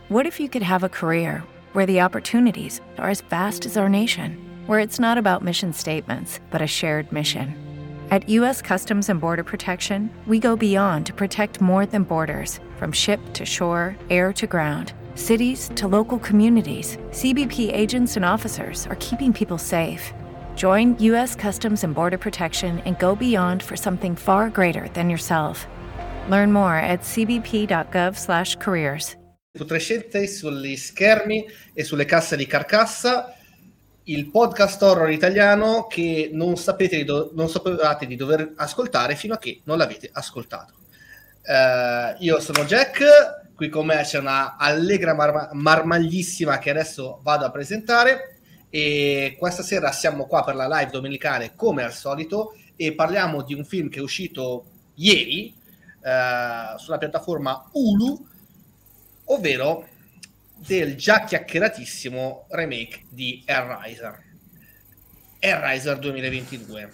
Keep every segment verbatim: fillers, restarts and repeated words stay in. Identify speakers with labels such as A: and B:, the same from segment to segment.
A: What if you could have a career where the opportunities are as vast as our nation, where it's not about mission statements, but a shared mission? At U S Customs and Border Protection, we go beyond to protect more than borders. From ship to shore, air to ground, cities to local communities, C B P agents and officers are keeping people safe. Join U S Customs and Border Protection and go beyond for something far greater than yourself. Learn more at c b p dot gov slash careers.
B: Putrescente sugli schermi e sulle casse di Carcassa, il podcast horror italiano che non sapete di do- non sapevate di dover ascoltare fino a che non l'avete ascoltato. Uh, io sono Jack, qui con me c'è una allegra mar- marmaglissima che adesso vado a presentare, e questa sera siamo qua per la live domenicale come al solito e parliamo di un film che è uscito ieri uh, sulla piattaforma Hulu, ovvero del già chiacchieratissimo remake di Hellraiser. Hellraiser duemilaventidue.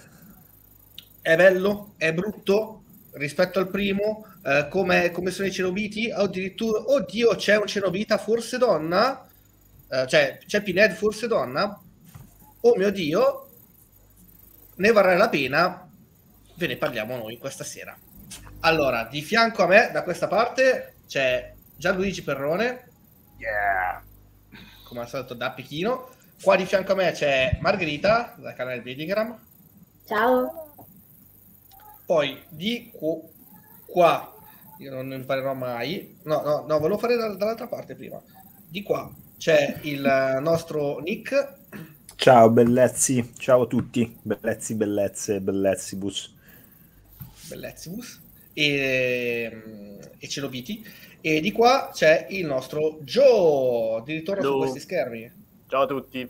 B: È bello? È brutto? Rispetto al primo? Eh, come, come sono i cenobiti? Addirittura, oddio, c'è un cenobita forse donna? Eh, cioè, c'è Pinhead forse donna? Oh mio Dio! Ne varrà la pena? Ve ne parliamo noi questa sera. Allora, di fianco a me, da questa parte, c'è Gianluigi Perrone.
C: Yeah.
B: Come al solito da Pechino. Qua di fianco a me c'è Margherita dal canale Vedigram.
D: Ciao.
B: Poi di qu- qua io non imparerò mai. No, no, no, volevo fare da- dall'altra parte prima. Di qua c'è il nostro Nick.
C: Ciao bellezzi, ciao a tutti, bellezzi, bellezze, bellezibus.
B: Bellezibus e, e Celobiti. E di qua c'è il nostro Joe, di ritorno
E: Hello.
B: su questi schermi.
E: Ciao a tutti.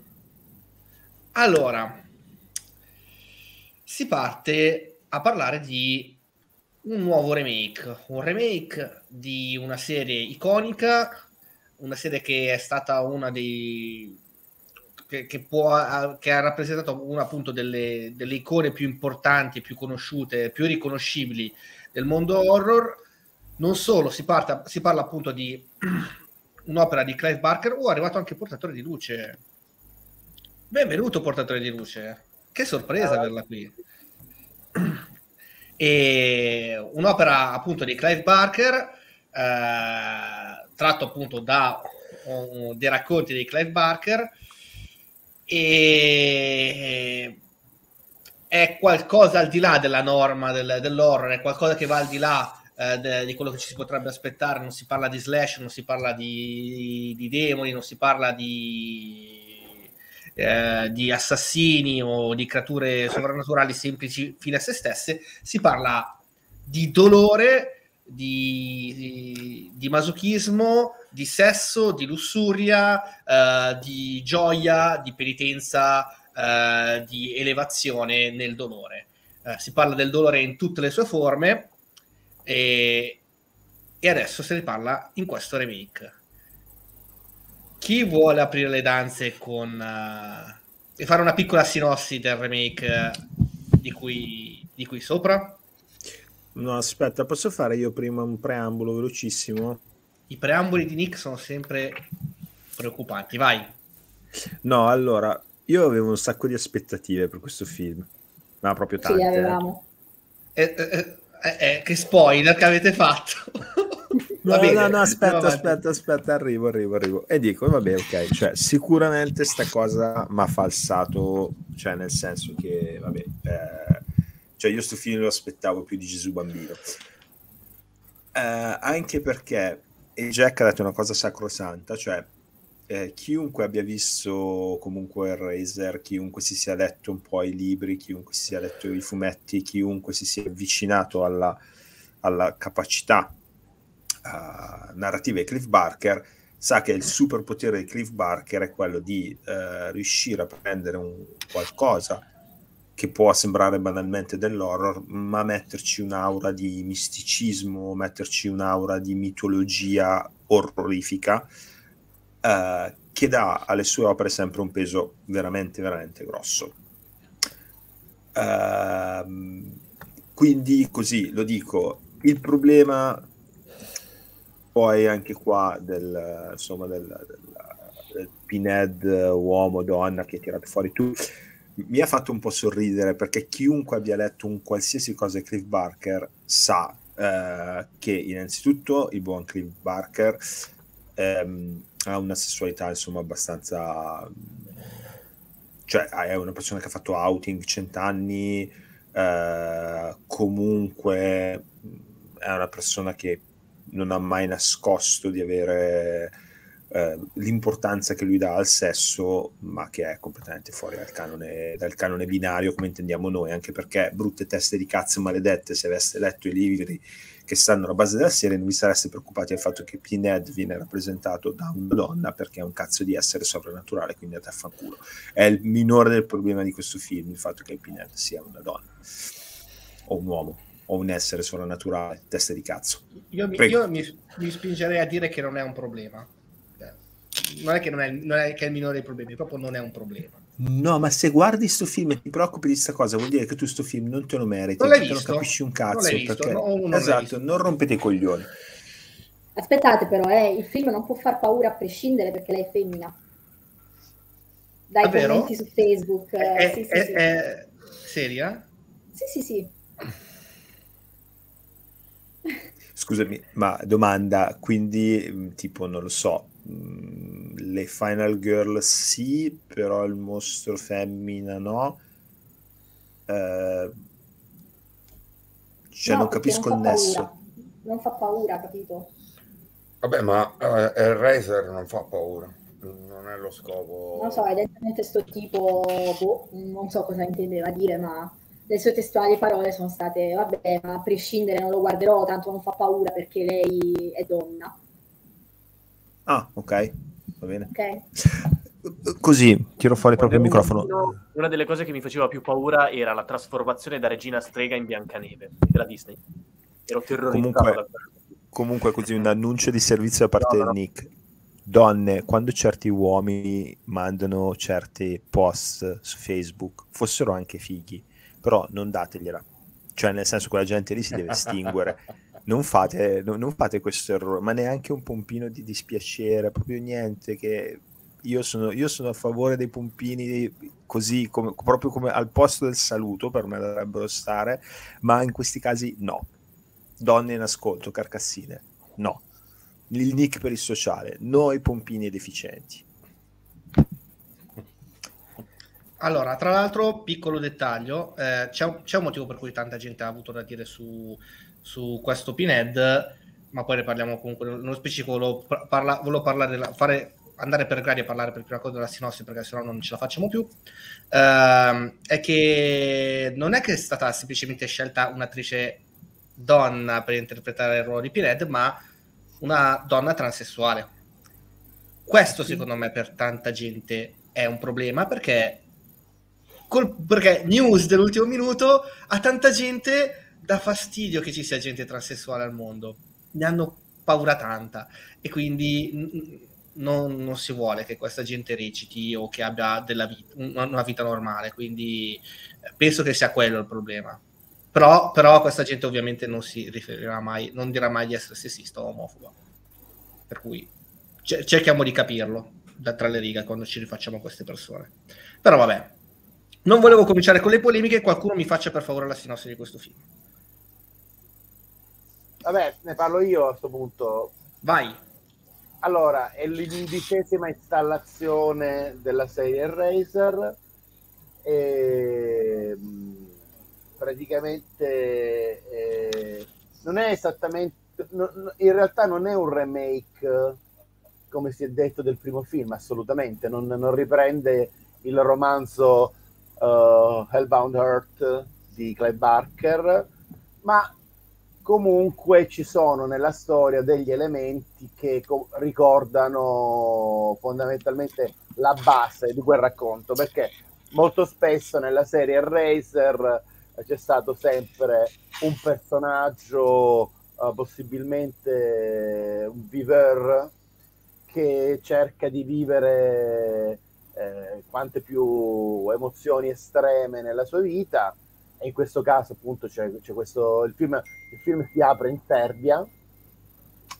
B: Allora, si parte a parlare di un nuovo remake, un remake di una serie iconica, una serie che è stata una dei che, che può che ha rappresentato una appunto delle, delle icone più importanti, più conosciute, più riconoscibili del mondo horror. Non solo, si, parta, si parla appunto di un'opera di Clive Barker. Oh, è arrivato anche Portatore di Luce. Benvenuto Portatore di Luce. Che sorpresa averla qui. E un'opera appunto di Clive Barker, eh, tratto appunto da um, dei racconti di Clive Barker, e è qualcosa al di là della norma del, dell'horror, è qualcosa che va al di là eh, de, di quello che ci si potrebbe aspettare. Non si parla di slash, non si parla di, di demoni, non si parla di Eh, di assassini o di creature sovrannaturali semplici fine a se stesse. Si parla di dolore, di, di, di masochismo, di sesso, di lussuria, eh, di gioia, di penitenza, eh, di elevazione nel dolore. Eh, si parla del dolore in tutte le sue forme, e, e adesso se ne parla in questo remake. Chi vuole aprire le danze con uh, e fare una piccola sinossi del remake uh, di cui di qui sopra?
C: No, aspetta, posso fare io prima un preambolo velocissimo?
B: I preamboli di Nick sono sempre preoccupanti, vai.
C: No, allora, io avevo un sacco di aspettative per questo film, ma proprio tante.
D: Sì, avevamo.
B: Eh, eh, eh, eh, che spoiler che avete fatto!
C: No,
B: bene,
C: no, no, aspetta,
B: andiamo
C: aspetta, aspetta, arrivo, arrivo, arrivo. E dico, vabbè, ok, cioè, sicuramente sta cosa mi ha falsato, cioè, nel senso che, vabbè, eh, cioè, io sto film lo aspettavo più di Gesù Bambino. Eh, anche perché, e Jack ha detto una cosa sacrosanta, cioè, eh, chiunque abbia visto comunque Hellraiser, chiunque si sia letto un po' i libri, chiunque si sia letto i fumetti, chiunque si sia avvicinato alla, alla capacità Uh, narrativa di Clive Barker sa che il superpotere di Clive Barker è quello di uh, riuscire a prendere un qualcosa che può sembrare banalmente dell'horror, ma metterci un'aura di misticismo, metterci un'aura di mitologia orrorifica, uh, che dà alle sue opere sempre un peso veramente veramente grosso. Uh, quindi così lo dico, il problema poi anche qua del, insomma, del, del, del Pinhead uomo-donna che hai tirato fuori tu, mi ha fatto un po' sorridere, perché chiunque abbia letto un qualsiasi cosa di Clive Barker sa eh, che innanzitutto il buon Clive Barker ehm, ha una sessualità insomma abbastanza, cioè è una persona che ha fatto outing cent'anni, eh, comunque è una persona che non ha mai nascosto di avere eh, l'importanza che lui dà al sesso, ma che è completamente fuori dal canone, dal canone binario come intendiamo noi, anche perché brutte teste di cazzo maledette, se aveste letto i libri che stanno alla base della serie non vi sareste preoccupati del fatto che Pinhead viene rappresentato da una donna, perché è un cazzo di essere soprannaturale, quindi a te fanculo. È il minore del problema di questo film, il fatto che Pinhead sia una donna o un uomo o un essere soprannaturale, testa di cazzo.
B: Io, mi, io mi, mi spingerei a dire che non è un problema. Non è che non è, non è che è il minore dei problemi, proprio non è un problema.
C: No, ma se guardi sto film e ti preoccupi di sta cosa, vuol dire che tu sto film non te lo meriti,
B: non l'hai
C: te
B: visto?
C: non capisci un cazzo.
B: Non l'hai visto?
C: Perché...
B: No, non
C: esatto,
B: visto.
C: non rompete i coglioni.
D: Aspettate però, eh, il film non può far paura a prescindere perché lei è femmina. Dai
B: Davvero?
D: commenti su Facebook.
B: È,
D: eh, sì,
B: è,
D: sì, sì.
B: è seria?
D: Sì, sì, sì.
C: Scusami, ma domanda, quindi tipo non lo so, le Final Girl sì, però il mostro femmina no, eh, cioè
D: no,
C: non capisco
D: non
C: il nesso.
D: Paura. Non fa paura, capito?
E: Vabbè, ma uh, il Razer non fa paura, non è lo scopo.
D: Non so, evidentemente sto tipo, boh, non so cosa intendeva dire, ma le sue testuali parole sono state, vabbè, ma a prescindere non lo guarderò, tanto non fa paura perché lei è donna.
C: Ah, ok, va bene.
D: Ok.
C: Così, tiro fuori proprio il microfono.
F: Bambino, una delle cose che mi faceva più paura era la trasformazione da regina strega in Biancaneve della Disney. Ero terrorizzato
C: Comunque,
F: da quello.
C: comunque così un annuncio di servizio da parte
F: No, no,
C: del Nick. Donne, quando certi uomini mandano certi post su Facebook, fossero anche fighi, però non dategliela, cioè nel senso quella gente lì si deve estinguere, non fate, non, non fate questo errore, ma neanche un pompino di dispiacere, proprio niente, che io sono, io sono a favore dei pompini così, come, proprio come al posto del saluto, per me dovrebbero stare, ma in questi casi no. Donne in ascolto, carcassine, no. Il Nick per il sociale, noi pompini e deficienti.
B: Allora, tra l'altro, piccolo dettaglio, eh, c'è, un, c'è un motivo per cui tanta gente ha avuto da dire su, su questo Pinhead, ma poi ne parliamo comunque nello specifico. Volevo, parla, volevo parlare della, fare, andare per gradi a parlare per prima cosa della sinossi, perché sennò non ce la facciamo più. Uh, è che non è che è stata semplicemente scelta un'attrice donna per interpretare il ruolo di Pinhead, ma una donna transessuale. Questo secondo me per tanta gente è un problema, perché col, perché news dell'ultimo minuto a tanta gente dà fastidio che ci sia gente transessuale al mondo, ne hanno paura tanta e quindi non, non si vuole che questa gente reciti o che abbia della vita, una vita normale, quindi penso che sia quello il problema. Però, però questa gente ovviamente non si riferirà mai, non dirà mai di essere sessista o omofoba. Per cui c- cerchiamo di capirlo da tra le righe quando ci rifacciamo queste persone. Però vabbè, non volevo cominciare con le polemiche, qualcuno mi faccia per favore la sinossi di questo film.
G: Vabbè, ne parlo io a questo punto.
B: Vai.
G: Allora, è l'undicesima installazione della serie Razer e praticamente eh, non è esattamente, no, in realtà non è un remake come si è detto del primo film, assolutamente non, non riprende il romanzo uh, Hellbound Heart di Clive Barker, ma comunque ci sono nella storia degli elementi che co- ricordano fondamentalmente la base di quel racconto, perché molto spesso nella serie Razer c'è stato sempre un personaggio, uh, possibilmente un viveur, che cerca di vivere eh, quante più emozioni estreme nella sua vita, e in questo caso appunto c'è, c'è questo, il film, il film si apre in Serbia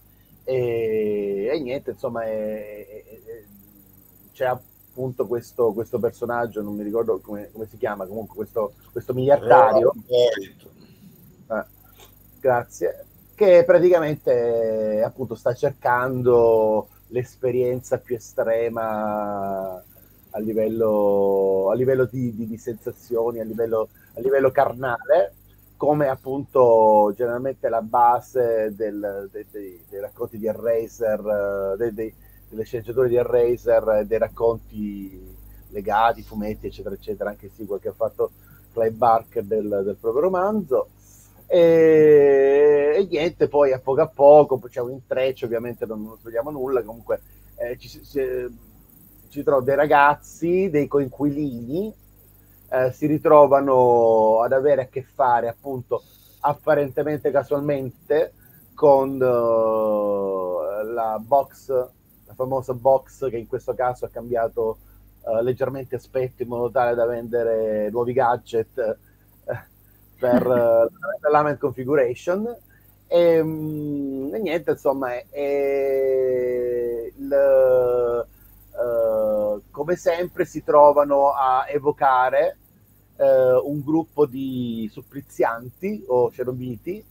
G: e, e niente, insomma, è, è, è, c'è appunto questo, questo personaggio, non mi ricordo come, come si chiama, comunque questo, questo miliardario, eh, grazie, che praticamente appunto sta cercando l'esperienza più estrema a livello, a livello di, di, di sensazioni, a livello, a livello carnale, come appunto generalmente la base del, dei, dei, dei racconti di Hellraiser, dei, dei, delle sceneggiature di Hellraiser, dei racconti legati, fumetti, eccetera, eccetera, anche sì, quel che ha fatto Clive Barker del, del proprio romanzo. E, e niente, poi a poco a poco c'è un intreccio, ovviamente non, non svegliamo nulla, comunque eh, ci, ci, ci trovano dei ragazzi, dei coinquilini, eh, si ritrovano ad avere a che fare appunto apparentemente casualmente con uh, la box, la famosa box che in questo caso ha cambiato uh, leggermente aspetto in modo tale da vendere nuovi gadget uh, per uh, l'Element Configuration e, um, e niente, insomma è, è il, uh, come sempre si trovano a evocare uh, un gruppo di supplizianti o cenobiti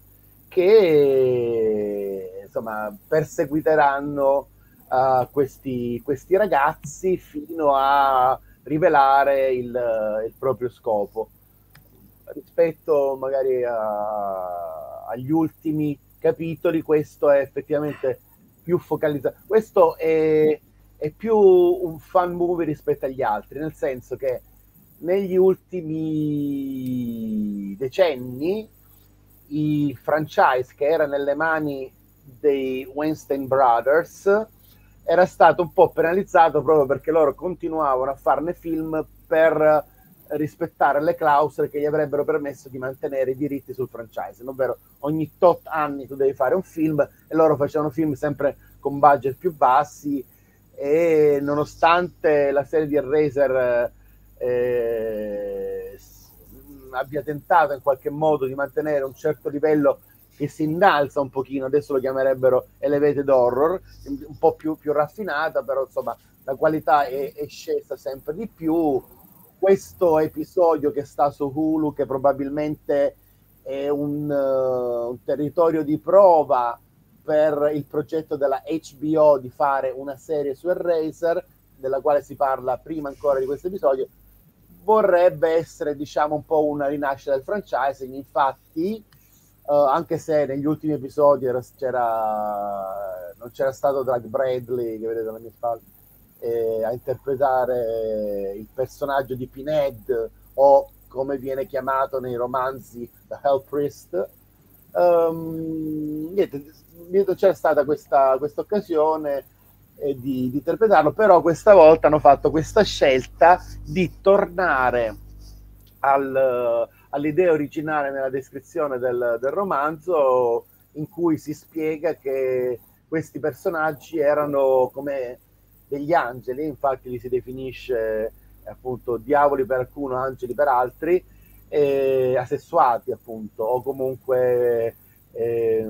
G: che insomma perseguiteranno uh, questi, questi ragazzi fino a rivelare il, il proprio scopo. Rispetto magari a, agli ultimi capitoli, questo è effettivamente più focalizzato. Questo è, è più un fan movie rispetto agli altri, nel senso che negli ultimi decenni i franchise che era nelle mani dei Weinstein Brothers era stato un po' penalizzato proprio perché loro continuavano a farne film per rispettare le clausole che gli avrebbero permesso di mantenere i diritti sul franchise, ovvero ogni tot anni tu devi fare un film e loro facevano film sempre con budget più bassi e nonostante la serie di Hellraiser eh, abbia tentato in qualche modo di mantenere un certo livello che si innalza un pochino, adesso lo chiamerebbero elevated horror, un po' più, più raffinata, però insomma la qualità è, è scesa sempre di più. Questo episodio che sta su Hulu, che probabilmente è un, uh, un territorio di prova per il progetto della H B O di fare una serie su Hellraiser, della quale si parla prima ancora di questo episodio, vorrebbe essere diciamo un po' una rinascita del franchising. Infatti uh, anche se negli ultimi episodi era, c'era, non c'era stato Doug Bradley, che vedete alla mia spalla, Eh, a interpretare il personaggio di Pinhead, o come viene chiamato nei romanzi The Hell Priest, um, niente, niente, c'è stata questa occasione eh, di, di interpretarlo, però questa volta hanno fatto questa scelta di tornare al, all'idea originale nella descrizione del, del romanzo, in cui si spiega che questi personaggi erano come degli angeli, infatti li si definisce appunto diavoli per alcuno, angeli per altri, eh, asessuati appunto, o comunque eh,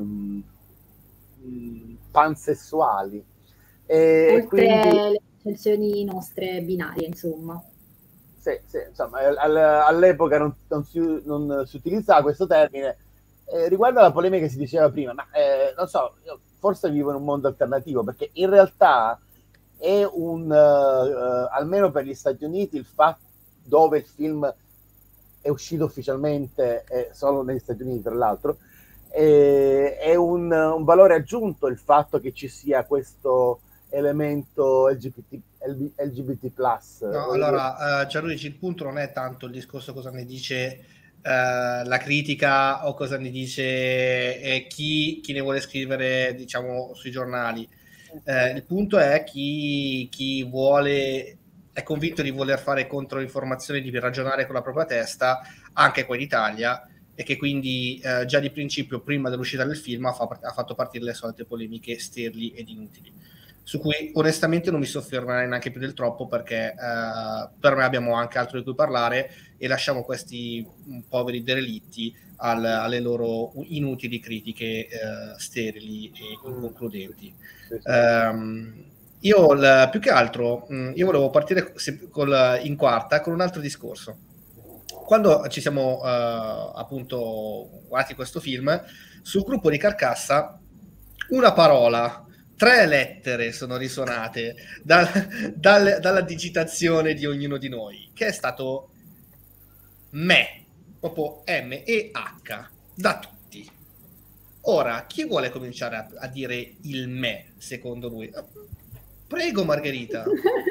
G: pansessuali. E
D: oltre
G: quindi,
D: le concezioni nostre binarie, insomma.
G: Sì, sì, insomma, all'epoca non, non, si, non si utilizzava questo termine. Eh, riguardo alla polemica che si diceva prima, ma eh, non so, io forse vivo in un mondo alternativo, perché in realtà è un, uh, almeno per gli Stati Uniti, il fatto dove il film è uscito ufficialmente, eh, solo negli Stati Uniti tra l'altro, eh, è un, un valore aggiunto il fatto che ci sia questo elemento L G B T, L G B T plus.
B: No, allora, uh, Gianluigi, il punto non è tanto il discorso cosa ne dice uh, la critica o cosa ne dice eh, chi, chi ne vuole scrivere, diciamo, sui giornali. Eh, il punto è chi, chi vuole, è convinto di voler fare controinformazioni, di ragionare con la propria testa, anche qua in Italia, e che quindi eh, già di principio, prima dell'uscita del film, ha, fa, ha fatto partire le solite polemiche sterili ed inutili. su cui onestamente non mi soffermerei neanche più del troppo, perché eh, per me abbiamo anche altro di cui parlare e lasciamo questi poveri derelitti al, alle loro inutili critiche eh, sterili e inconcludenti.
G: Sì, sì.
B: Um, io l- più che altro mh, io volevo partire se- col, in quarta con un altro discorso. Quando ci siamo uh, appunto guardati questo film, sul gruppo di Carcassa una parola, tre lettere sono risuonate dal, dal, dalla digitazione di ognuno di noi, che è stato me, proprio M E H, da tutti. Ora, chi vuole cominciare a, a dire il me, secondo lui? Prego, Margherita.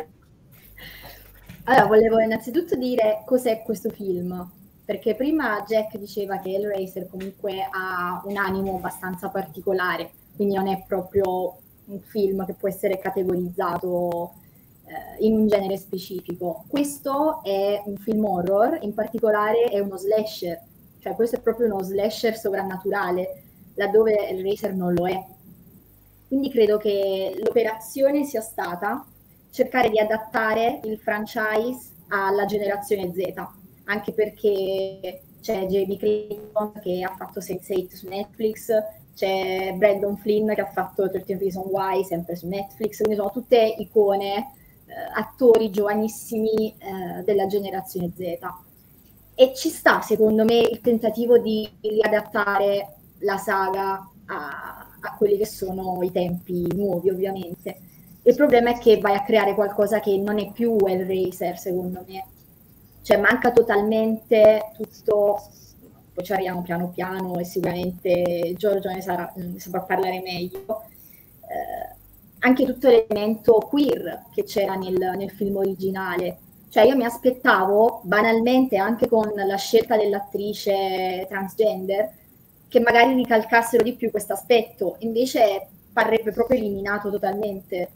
D: Allora, volevo innanzitutto dire cos'è questo film, perché prima Jack diceva che Hellraiser comunque ha un animo abbastanza particolare, quindi non è proprio un film che può essere categorizzato eh, in un genere specifico. Questo è un film horror, in particolare è uno slasher, cioè questo è proprio uno slasher sovrannaturale, laddove Hellraiser non lo è. Quindi credo che l'operazione sia stata cercare di adattare il franchise alla generazione Z, anche perché c'è Jamie Clayton che ha fatto sense eight su Netflix, c'è Brandon Flynn che ha fatto thirteen Reasons Why sempre su Netflix, quindi sono tutte icone, eh, attori giovanissimi eh, della generazione Z. E ci sta, secondo me, il tentativo di riadattare la saga a, a quelli che sono i tempi nuovi, ovviamente. Il problema è che vai a creare qualcosa che non è più Hellraiser, secondo me. Cioè manca totalmente tutto, poi ci arriviamo piano piano e sicuramente Giorgio ne, sarà, ne saprà parlare meglio, eh, anche tutto l'elemento queer che c'era nel, nel film originale. Cioè io mi aspettavo, banalmente, anche con la scelta dell'attrice transgender, che magari ricalcassero di più questo aspetto, invece parrebbe proprio eliminato totalmente.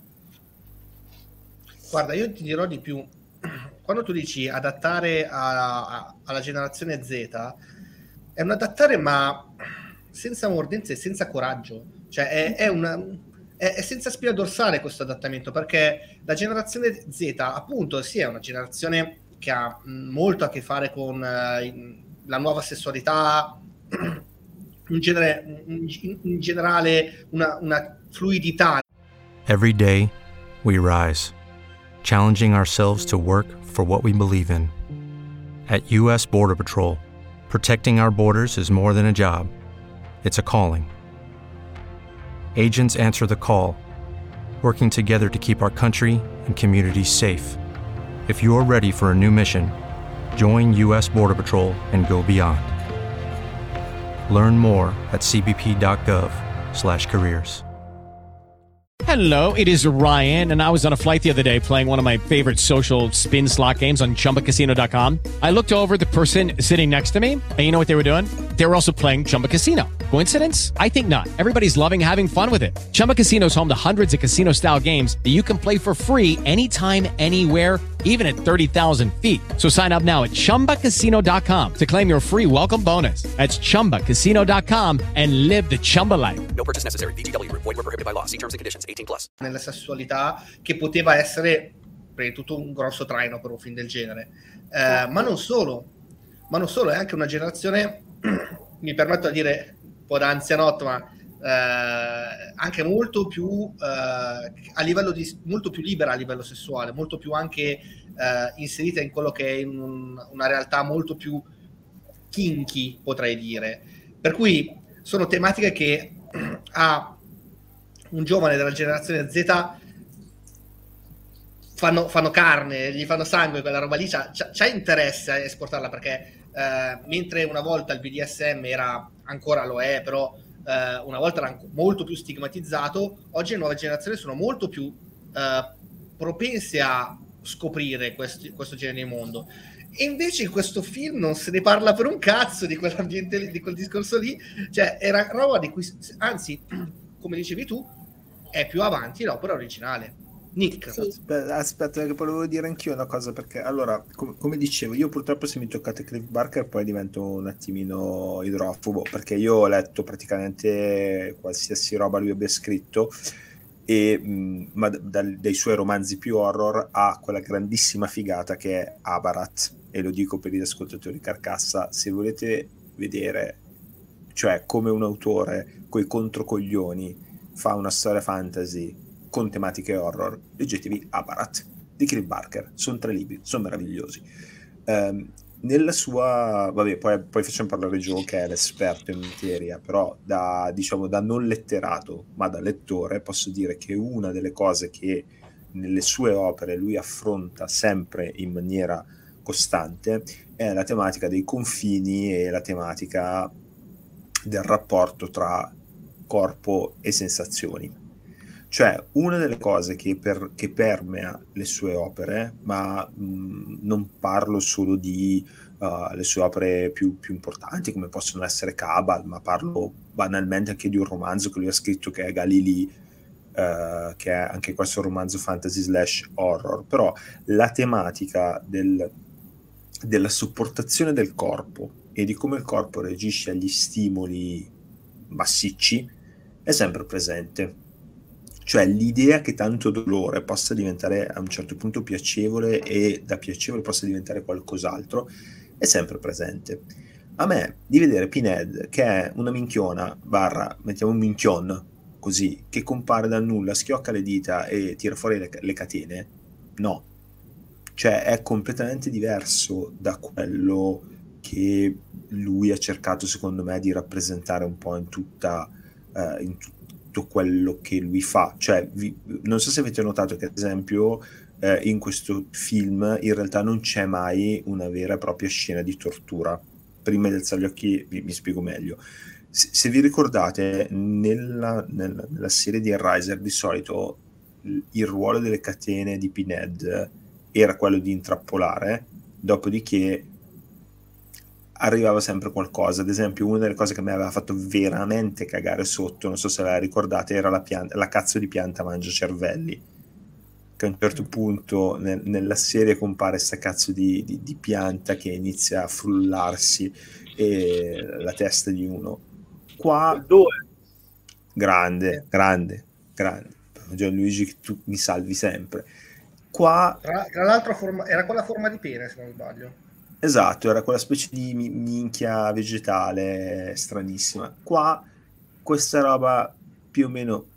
B: Guarda, io ti dirò di più. Quando tu dici adattare a, a, alla generazione Z, è un adattare ma senza mordenza e senza coraggio. Cioè è, è, una, è, è senza spina dorsale questo adattamento, perché la generazione Z, appunto, sì, è una generazione che ha molto a che fare con uh, la nuova sessualità, in, genere, in, in generale una, una fluidità.
H: Every day we rise, challenging ourselves to work for what we believe in. At U S Border Patrol, protecting our borders is more than a job, it's a calling. Agents answer the call, working together to keep our country and communities safe. If you're ready for a new mission, join U S Border Patrol and go beyond. Learn more at c b p dot gov slash careers.
I: Hello, it is Ryan, and I was on a flight the other day playing one of my favorite social spin slot games on chumba casino dot com. I looked over at the person sitting next to me, and you know what they were doing? They were also playing Chumba Casino. Coincidence? I think not. Everybody's loving having fun with it. Chumba Casino is home to hundreds of casino-style games that you can play for free anytime, anywhere, even at thirty thousand feet. So sign up now at chumba casino dot com to claim your free welcome bonus. That's chumba casino dot com and live the Chumba life.
J: No purchase necessary. V G W. Void where prohibited by law. See terms and conditions. eighteen plus.
B: Nella sessualità, che poteva essere prima di tutto un grosso traino per un film del genere. Eh, ma non solo. Ma non solo, è anche una generazione, mi permetto di dire un po' da anzianotto, ma eh, anche molto più eh, a livello di molto più libera a livello sessuale, molto più anche eh, inserita in quello che è in un, una realtà molto più kinky, potrei dire. Per cui sono tematiche che a un giovane della generazione Z fanno, fanno carne, gli fanno sangue, quella roba lì c'ha, c'ha, c'ha interesse a esportarla, perché eh, mentre una volta il B D S M era, ancora lo è, però eh, una volta era molto più stigmatizzato, oggi le nuove generazioni sono molto più eh, propense a scoprire questi, questo genere di mondo. E invece in questo film non se ne parla per un cazzo di quell'ambiente, di quel discorso lì, cioè era roba di cui, anzi, come dicevi tu, è più avanti l'opera originale. Nick,
D: Sì.
C: aspetta, aspetta, che volevo dire anch'io una cosa, perché allora, com- come dicevo, io purtroppo se mi toccate Cliff Barker poi divento un attimino idrofobo, perché io ho letto praticamente qualsiasi roba lui abbia scritto e, mh, ma d- dal- dai suoi romanzi più horror a quella grandissima figata che è Abarat, e lo dico per gli ascoltatori Carcassa, se volete vedere cioè come un autore coi controcoglioni fa una storia fantasy con tematiche horror, leggetevi Abarat di Clive Barker, sono tre libri, sono meravigliosi. Um, nella sua, vabbè, poi, poi facciamo parlare Joe che è l'esperto in materia, però da, diciamo, da non letterato ma da lettore posso dire che una delle cose che nelle sue opere lui affronta sempre in maniera costante è la tematica dei confini e la tematica del rapporto tra corpo e sensazioni. Cioè, una delle cose che, per, che permea le sue opere, ma mh, non parlo solo di uh, le sue opere più, più importanti, come possono essere Cabal, ma parlo banalmente anche di un romanzo che lui ha scritto che è Galilei, uh, che è anche questo romanzo fantasy slash horror. Però la tematica del, della sopportazione del corpo e di come il corpo reagisce agli stimoli massicci è sempre presente. Cioè l'idea che tanto dolore possa diventare a un certo punto piacevole e da piacevole possa diventare qualcos'altro è sempre presente. A me di vedere Pinhead, che è una minchiona barra, mettiamo un minchion così, che compare dal nulla, schiocca le dita e tira fuori le, le catene, no. Cioè è completamente diverso da quello che lui ha cercato secondo me di rappresentare un po' in tutta uh, in tutto quello che lui fa. Cioè vi, non so se avete notato che ad esempio eh, in questo film in realtà non c'è mai una vera e propria scena di tortura. Prima di alzare gli occhi vi, vi spiego meglio. Se, se vi ricordate nella, nella, nella serie di Hellraiser di solito il, il ruolo delle catene di Pinhead era quello di intrappolare, dopodiché arrivava sempre qualcosa. Ad esempio una delle cose che mi aveva fatto veramente cagare sotto, non so se la ricordate, era la, pianta, la cazzo di pianta mangia cervelli, che a un certo punto nel, nella serie compare sta cazzo di, di, di pianta che inizia a frullarsi e la testa di uno qua
F: due.
C: grande grande grande Gianluigi, tu mi salvi sempre qua.
B: Tra, tra l'altro forma, era quella forma di pene se non sbaglio.
C: Esatto, era quella specie di minchia vegetale stranissima. Qua questa roba più o meno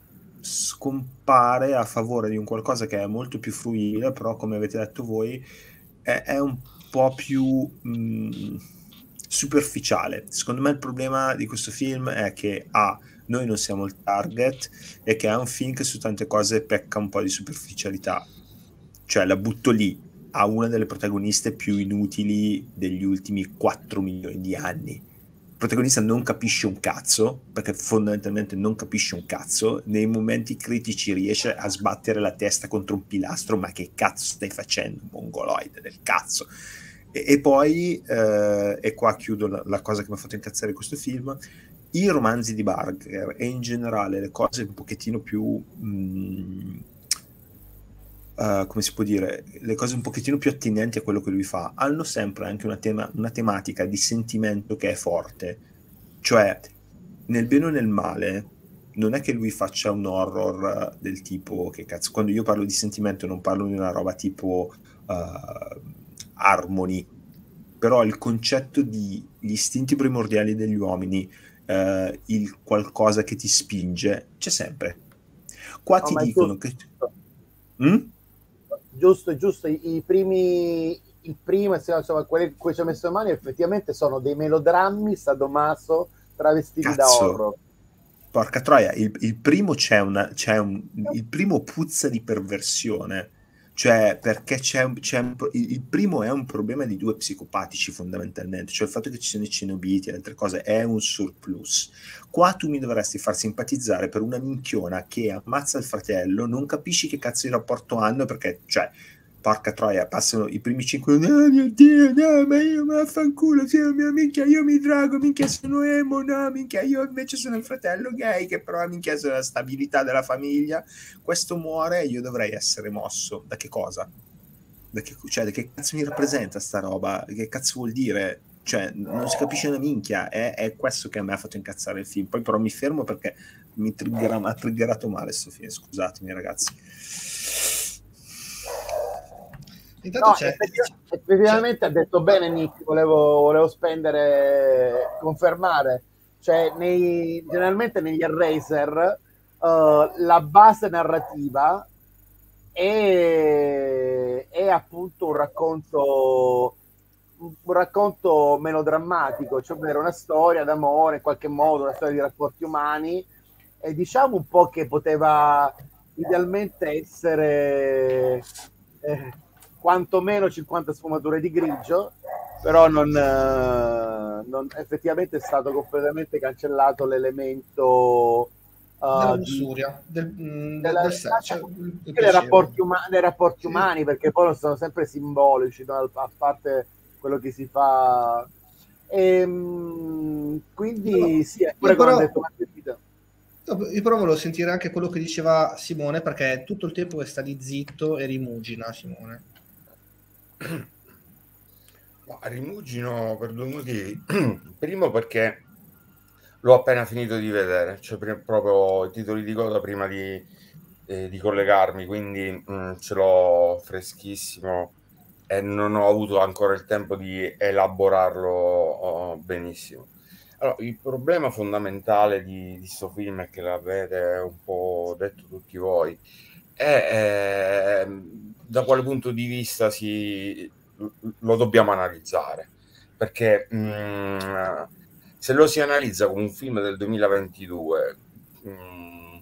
C: scompare a favore di un qualcosa che è molto più fruibile, però come avete detto voi è, è un po' più mh, superficiale. Secondo me il problema di questo film è che A, noi non siamo il target, e che è un film che su tante cose pecca un po' di superficialità. Cioè la butto lì, a una delle protagoniste più inutili degli ultimi quattro milioni di anni. Il protagonista non capisce un cazzo, perché fondamentalmente non capisce un cazzo, nei momenti critici riesce a sbattere la testa contro un pilastro, ma che cazzo stai facendo, mongoloide del cazzo? E, e poi, eh, e qua chiudo la, la cosa che mi ha fatto incazzare questo film, i romanzi di Barker e in generale le cose un pochettino più... Mh, Uh, come si può dire, le cose un pochettino più attinenti a quello che lui fa hanno sempre anche una, tema, una tematica di sentimento che è forte. Cioè nel bene o nel male non è che lui faccia un horror del tipo, che cazzo, quando io parlo di sentimento non parlo di una roba tipo uh, Harmony, però il concetto di gli istinti primordiali degli uomini, uh, il qualcosa che ti spinge, c'è sempre. Qua
G: no,
C: ti dicono che mm?
G: giusto, giusto, i, i primi, il primo, insomma, quelli cui ci ho messo mani effettivamente sono dei melodrammi sadomaso travestiti
C: Cazzo.
G: da horror.
C: Porca troia, il, il primo c'è una, c'è un, il primo puzza di perversione, cioè perché c'è, un, c'è un, il primo è un problema di due psicopatici fondamentalmente, cioè il fatto che ci siano i cenobiti e altre cose è un surplus. Qua tu mi dovresti far simpatizzare per una minchiona che ammazza il fratello, non capisci che cazzo di rapporto hanno, perché cioè porca troia, passano i primi cinque anni, oh mio Dio, no, ma io mi affanculo, sì, mia minchia, io mi drago, minchia sono emo, no, minchia, io invece sono il fratello gay, che però minchia sono la stabilità della famiglia, questo muore e io dovrei essere mosso, da che cosa? Da che, cioè, da che cazzo mi rappresenta sta roba? Che cazzo vuol dire? Cioè, non si capisce una minchia, è, è questo che a me ha fatto incazzare il film, poi però mi fermo perché mi triggera, ha triggerato male sto film, scusatemi ragazzi.
B: Intanto
G: No,
B: c'è,
G: effettivamente, effettivamente ha detto bene Nick, volevo, volevo spendere, confermare, cioè nei, generalmente negli Eraser uh, la base narrativa è, è appunto un racconto un racconto melodrammatico, cioè ovvero una storia d'amore in qualche modo, una storia di rapporti umani, e diciamo un po' che poteva idealmente essere eh, quantomeno cinquanta sfumature di grigio, però non, eh, non effettivamente è stato completamente cancellato l'elemento
B: della
G: uh,
B: lussuria,
G: di,
B: del, mh,
G: della,
B: del sesso, cioè, il
G: dei
B: piacere.
G: rapporti, uma- dei rapporti
B: Sì.
G: umani, perché poi sono sempre simbolici, no? A parte quello che si fa, e, mh, quindi
B: No,
G: sì, è pure
B: io
G: come
B: però-
G: ha detto Margherita.
B: Io però volevo sentire anche quello che diceva Simone, perché tutto il tempo che sta lì zitto e rimugina Simone.
E: Ma rimugino per due motivi. Primo perché l'ho appena finito di vedere, cioè pre- proprio i titoli di coda prima di, eh, di collegarmi, quindi mh, ce l'ho freschissimo e non ho avuto ancora il tempo di elaborarlo oh, benissimo. Allora, il problema fondamentale di questo film è che l'avete un po' detto tutti voi, è eh, da quale punto di vista si, lo dobbiamo analizzare, perché mh, se lo si analizza come un film del duemilaventidue, mh,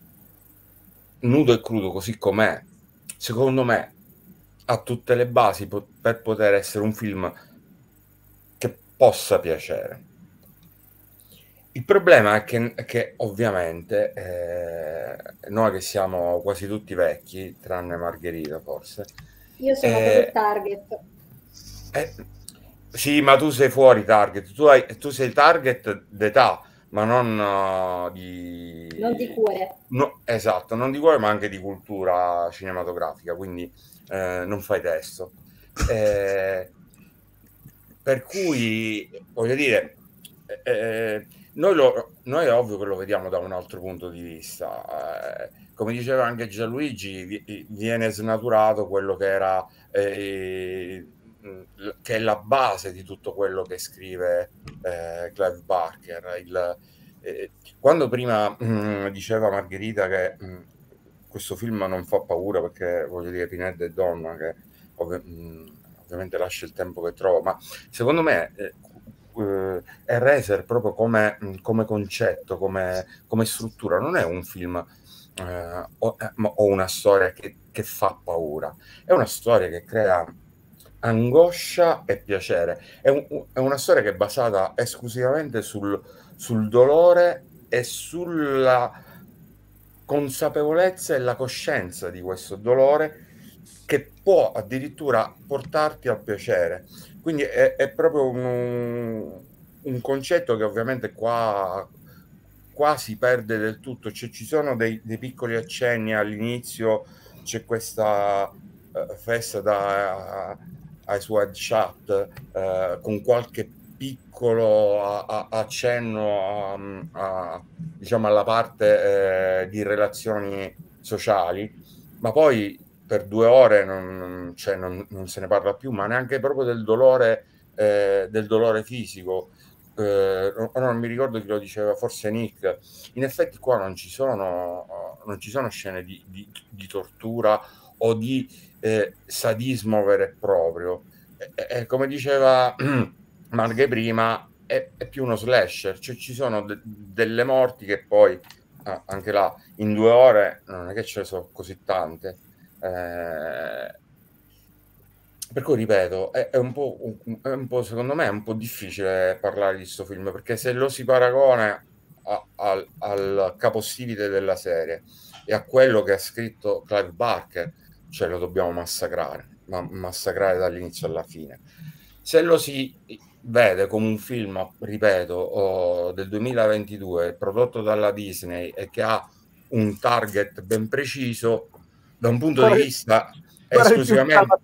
E: nudo e crudo così com'è, secondo me ha tutte le basi po- per poter essere un film che possa piacere. Il problema è che, che ovviamente eh, noi che siamo quasi tutti vecchi, tranne Margherita forse,
D: Io sono
E: eh,
D: proprio il target.
E: eh, sì, ma tu sei fuori target, tu, hai, tu sei target d'età, ma non uh, di...
D: Non di cuore.
E: No, esatto, non di cuore, ma anche di cultura cinematografica, quindi eh, non fai testo. Eh, per cui, voglio dire, eh, noi, lo, noi è ovvio che lo vediamo da un altro punto di vista. Eh, come diceva anche Gianluigi, vi- viene snaturato quello che era... Eh, che è la base di tutto quello che scrive eh, Clive Barker. Il, eh, quando prima mh, diceva Margherita che mh, questo film non fa paura perché, voglio dire, Pinhead è donna, che ov- mh, ovviamente lascia il tempo che trova, ma secondo me eh, eh, Eraser proprio come, mh, come concetto, come, come struttura, non è un film eh, o, eh, o una storia che, che fa paura, è una storia che crea angoscia e piacere. È, un- è una storia che è basata esclusivamente sul, sul dolore e sulla consapevolezza e la coscienza di questo dolore che può addirittura portarti al piacere. Quindi è, è proprio un, un concetto che ovviamente qua, qua si perde del tutto. Cioè, ci sono dei, dei piccoli accenni all'inizio, c'è questa eh, festa da ai suoi chat eh, con qualche piccolo a, a, accenno a, a, diciamo alla parte eh, di relazioni sociali, ma poi per due ore non, cioè non, non se ne parla più, ma neanche proprio del dolore, eh, del dolore fisico. Eh, non, non mi ricordo chi lo diceva, forse Nick. In effetti qua non ci sono, non ci sono scene di, di, di tortura o di eh, sadismo vero e proprio. E, e, come diceva Marghe prima, è, è più uno slasher, cioè ci sono de- delle morti che poi ah, anche là in due ore non è che ce ne sono così tante. Eh, per cui ripeto, è, è, un po', è un po', secondo me è un po' difficile parlare di questo film, perché se lo si paragona a, al, al capostipite della serie e a quello che ha scritto Clive Barker, cioè lo dobbiamo massacrare, ma massacrare dall'inizio alla fine. Se lo si vede come un film, ripeto, oh, del duemilaventidue, prodotto dalla Disney e che ha un target ben preciso, da un punto di vista esclusivamente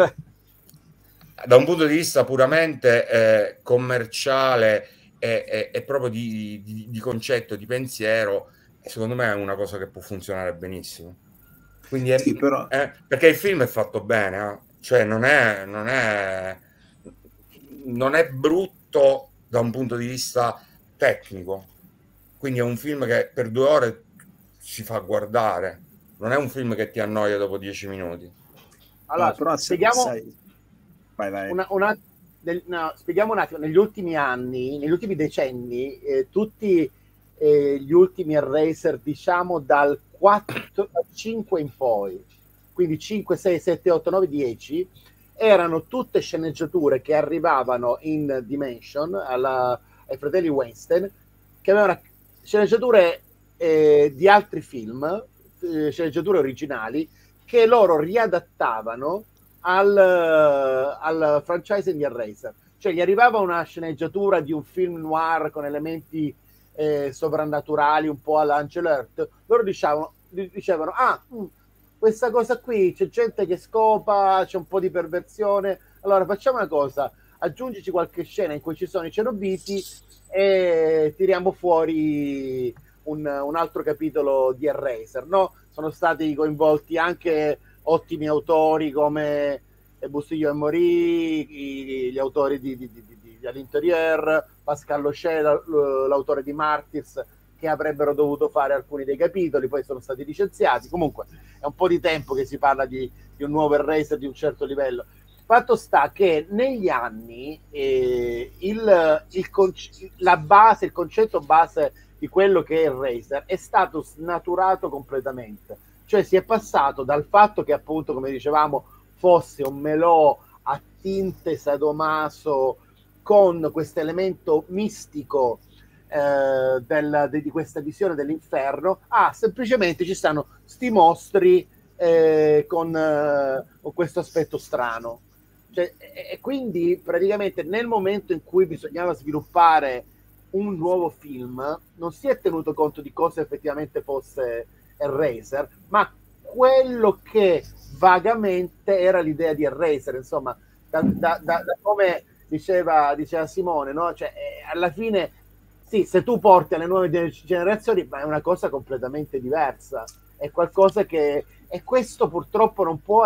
E: da un punto di vista puramente eh, commerciale e, e, e proprio di, di, di concetto, di pensiero, secondo me è una cosa che può funzionare benissimo. Quindi è,
C: sì, però...
E: è, perché il film è fatto bene, eh? Cioè non è, non è non è brutto da un punto di vista tecnico, quindi è un film che per due ore si fa guardare, non è un film che ti annoia dopo dieci minuti.
G: Allora,
C: no, però
G: spieghiamo
C: sai... vai, vai.
G: Una, una, del, no, spieghiamo un attimo, negli ultimi anni, negli ultimi decenni, eh, tutti eh, gli ultimi Eraser, diciamo dal quattro, cinque in poi, quindi cinque, sei, sette, otto, nove, dieci, erano tutte sceneggiature che arrivavano in Dimension alla, ai fratelli Weinstein, che avevano sceneggiature eh, di altri film, eh, sceneggiature originali, che loro riadattavano al, al franchising di Eraser. Cioè gli arrivava una sceneggiatura di un film noir con elementi eh, sovrannaturali, un po' all'Angel Earth, loro dicevano, dicevano ah, mh, questa cosa qui, c'è gente che scopa, c'è un po' di perversione, allora facciamo una cosa, aggiungici qualche scena in cui ci sono i cenobiti e tiriamo fuori un, un altro capitolo di Eraser, no? Sono stati coinvolti anche ottimi autori come Bustillo e Mori, gli autori di, di, di, di, di All'Interieur, Pascal Locher, l'autore di Martyrs, che avrebbero dovuto fare alcuni dei capitoli, poi sono stati licenziati. Comunque è un po' di tempo che si parla di, di un nuovo Eraser di un certo livello. Fatto sta che negli anni eh, il, il conce- la base, il concetto base di quello che è Eraser è stato snaturato completamente. Cioè si è passato dal fatto che appunto, come dicevamo, fosse un melò a tinte sadomaso con questo elemento mistico Eh, del, de, di questa visione dell'inferno, ah, semplicemente ci stanno sti mostri eh, con, eh, con questo aspetto strano, cioè, e, e quindi praticamente nel momento in cui bisognava sviluppare un nuovo film non si è tenuto conto di cosa effettivamente fosse Eraser, ma quello che vagamente era l'idea di Eraser, insomma, da, da, da, da come diceva, diceva Simone, no? Cioè, eh, alla fine sì, se tu porti alle nuove generazioni, ma è una cosa completamente diversa, è qualcosa che, e questo purtroppo non può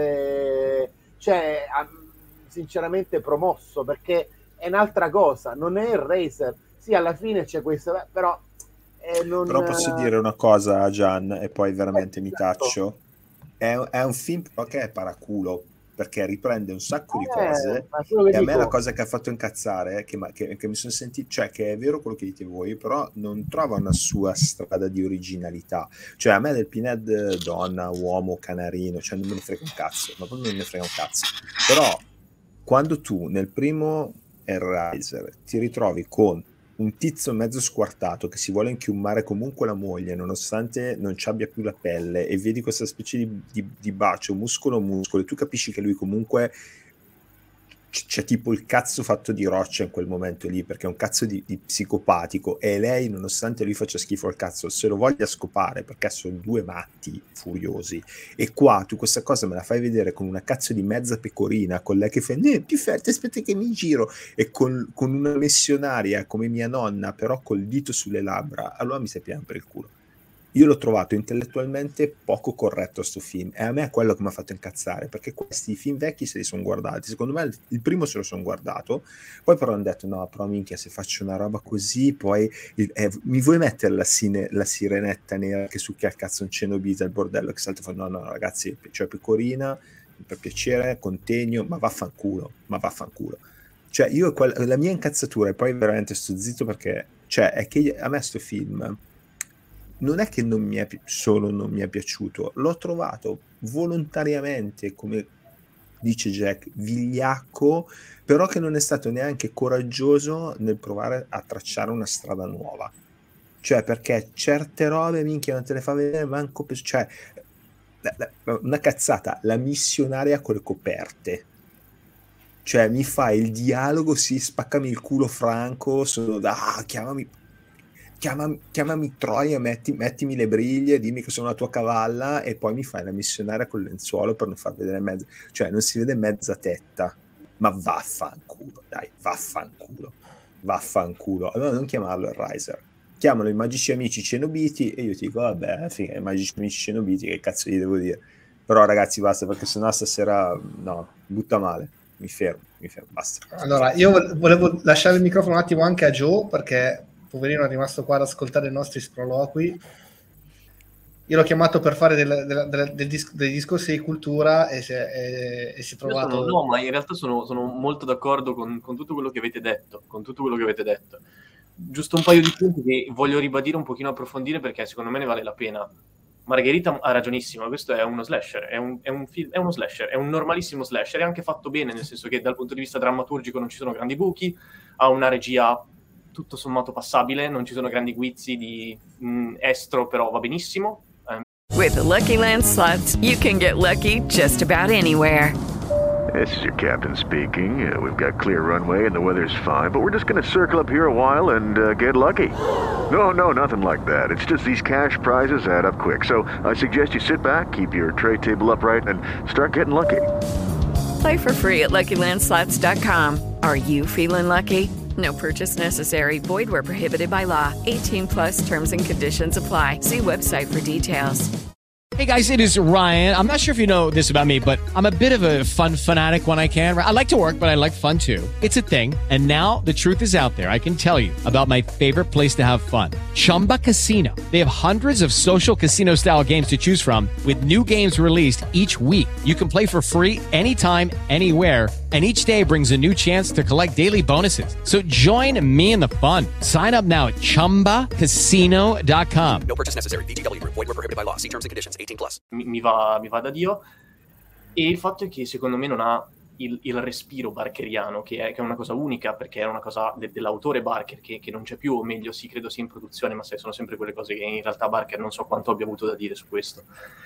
G: essere, cioè, sinceramente promosso, perché è un'altra cosa, non è Eraser, sì, alla fine c'è questa, però eh, non...
C: Però posso dire una cosa a Gian, e poi veramente eh, mi taccio, è, è un film che è paraculo, perché riprende un sacco di cose eh, e a me la cosa che ha fatto incazzare che, che, che mi sono sentito, cioè che è vero quello che dite voi, però non trova una sua strada di originalità, cioè a me del Pinhead donna, uomo, canarino, cioè non me ne frega un cazzo, ma non me ne frega un cazzo, però quando tu nel primo Eraser ti ritrovi con un tizio mezzo squartato che si vuole inchiumare comunque la moglie nonostante non ci abbia più la pelle, e vedi questa specie di, di, di bacio muscolo a muscolo, e tu capisci che lui comunque c- c'è tipo il cazzo fatto di roccia in quel momento lì, perché è un cazzo di, di psicopatico, e lei nonostante lui faccia schifo al cazzo se lo voglia scopare perché sono due matti furiosi, e qua tu questa cosa me la fai vedere con una cazzo di mezza pecorina, con lei che fa eh, più forte, aspetta che mi giro, e con, con una missionaria come mia nonna però col dito sulle labbra, allora mi stai piano per il culo. Io l'ho trovato intellettualmente poco corretto sto film, e a me è quello che mi ha fatto incazzare, perché questi film vecchi se li sono guardati, secondo me il primo se lo sono guardato, poi però hanno detto no, però minchia, se faccio una roba così poi eh, mi vuoi mettere la, sine, la sirenetta nera che succhia il cazzo un cenobite al bordello che salta fa no no ragazzi, cioè pecorina per piacere, contegno, ma vaffanculo, ma vaffanculo. Cioè io quella, la mia incazzatura, e poi veramente sto zitto perché cioè è che a me sto film non è che non mi è pi- solo non mi è piaciuto, l'ho trovato volontariamente, come dice Jack, vigliacco, però che non è stato neanche coraggioso nel provare a tracciare una strada nuova, cioè perché certe robe minchia non te le fa vedere manco per, cioè la, la, una cazzata, la missionaria con le coperte, cioè mi fai il dialogo, sì, spaccami il culo Franco, sono da ah, chiamami Chiamami, chiamami Troia, metti, mettimi le briglie, dimmi che sono la tua cavalla, e poi mi fai la missionaria col lenzuolo per non far vedere mezza, cioè non si vede mezza tetta, ma vaffanculo, dai, vaffanculo, vaffanculo, allora non chiamarlo Eraser, chiamano i magici amici cenobiti e io ti dico vabbè, fine, i magici amici cenobiti, che cazzo gli devo dire? Però ragazzi basta, perché sennò stasera no, butta male, mi fermo, mi fermo, basta.
B: Allora, io volevo lasciare il microfono un attimo anche a Joe, perché poverino è rimasto qua ad ascoltare i nostri sproloqui. Io l'ho chiamato per fare del, del, del, del dis- dei discorsi di cultura e si è, e si è trovato...
F: Sono, no, ma in realtà sono, sono molto d'accordo con, con tutto quello che avete detto, con tutto quello che avete detto. Giusto un paio di punti che voglio ribadire, un pochino approfondire, perché secondo me ne vale la pena. Margherita ha ragionissimo, questo è uno slasher, è un, è un film, è uno slasher, è un normalissimo slasher, è anche fatto bene, nel senso che dal punto di vista drammaturgico non ci sono grandi buchi, ha una regia tutto sommato passabile, non ci sono grandi guizzi di mh, estro, però va benissimo.
K: With the Lucky Land Slots, you can get lucky just about anywhere.
L: This is your captain speaking. Uh, we've got clear runway and the weather's fine, but we're just going to circle up here a while and uh, get lucky. No, no, nothing like that. It's just these cash prizes add up quick. So I suggest you sit back, keep your tray table upright, and start getting lucky.
K: Play for free at Lucky Land Slots dot com. Are you feeling lucky? No purchase necessary. Void where prohibited by law. eighteen plus terms and conditions apply. See website for details.
I: Hey guys, it is Ryan. I'm not sure if you know this about me, but I'm a bit of a fun fanatic when I can. I like to work, but I like fun too. It's a thing. And now the truth is out there. I can tell you about my favorite place to have fun. Chumba Casino. They have hundreds of social casino style games to choose from with new games released each week. You can play for free anytime, anywhere. And each day brings a new chance to collect daily bonuses. So join me in the fun. Sign up now at chumba casino dot com.
J: No purchase necessary. V G W. Void where prohibited by law. See terms and conditions. eighteen plus.
F: Mi, mi, va, mi va da Dio. E il fatto è che secondo me non ha il, il respiro barkeriano, che è, che è una cosa unica, perché è una cosa de, dell'autore Barker, che, che non c'è più, o meglio, sì, credo sia in produzione, ma sai, sono sempre quelle cose che in realtà Barker non so quanto abbia avuto da dire su questo.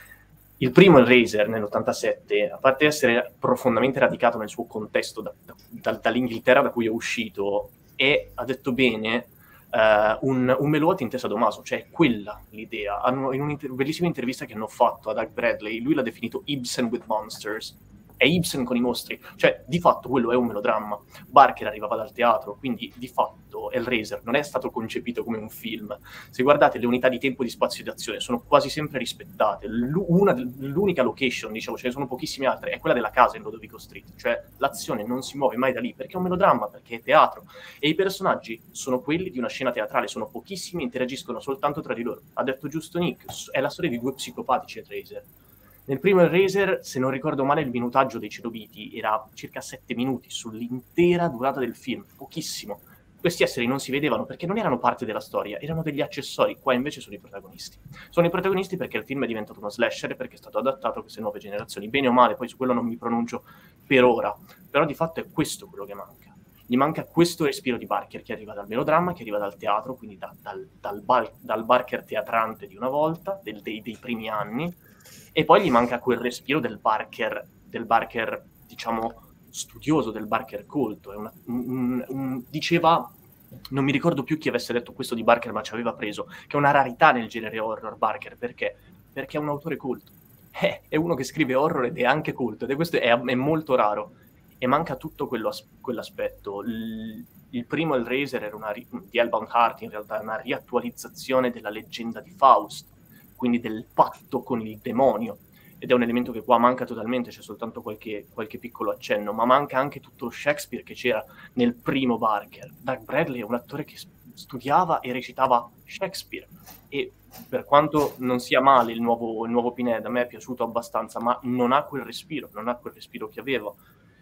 F: Il primo, il Eraser, nell'ottantasette, a parte essere profondamente radicato nel suo contesto da, da, dall'Inghilterra da cui è uscito, è, ha detto bene, uh, un, un Meloat in testa Domaso, cioè quella l'idea. Hanno, in una inter- bellissima intervista che hanno fatto a Doug Bradley, lui l'ha definito Ibsen with monsters. È Ibsen con i mostri, cioè di fatto quello è un melodramma. Barker arrivava dal teatro, quindi di fatto Hellraiser non è stato concepito come un film. Se guardate le unità di tempo, di spazio e di azione sono quasi sempre rispettate. L- una, l'unica location, diciamo, ce ne sono pochissime altre, è quella della casa in Lodovico Street, cioè l'azione non si muove mai da lì perché è un melodramma, perché è teatro, e i personaggi sono quelli di una scena teatrale, sono pochissimi, interagiscono soltanto tra di loro. Ha detto giusto Nick, è la storia di due psicopatici Hellraiser. Nel primo Hellraiser, se non ricordo male, il minutaggio dei cenobiti era circa sette minuti sull'intera durata del film, pochissimo. Questi esseri non si vedevano perché non erano parte della storia, erano degli accessori, qua invece sono i protagonisti. Sono i protagonisti perché il film è diventato uno slasher e perché è stato adattato a queste nuove generazioni, bene o male, poi su quello non mi pronuncio per ora, però di fatto è questo quello che manca. Gli manca questo respiro di Barker che arriva dal melodramma, che arriva dal teatro, quindi da, dal, dal, bar, dal Barker teatrante di una volta, del, dei, dei primi anni, e poi gli manca quel respiro del Barker, del Barker, diciamo, studioso, del Barker colto. È una, un, un, diceva, non mi ricordo più chi avesse detto questo di Barker, ma ci aveva preso, che è una rarità nel genere horror Barker, perché? Perché è un autore colto. Eh, è uno che scrive horror ed è anche colto, ed è, questo è, è molto raro. E manca tutto quello, quell'aspetto. Il, il primo Hellraiser era una, di Hellbound Heart, in realtà è una riattualizzazione della leggenda di Faust, quindi del patto con il demonio, ed è un elemento che qua manca totalmente, c'è soltanto qualche, qualche piccolo accenno, ma manca anche tutto lo Shakespeare che c'era nel primo Barker. Doug Bradley è un attore che studiava e recitava Shakespeare, e per quanto non sia male il nuovo, il nuovo Pinhead, a me è piaciuto abbastanza, ma non ha quel respiro, non ha quel respiro che aveva.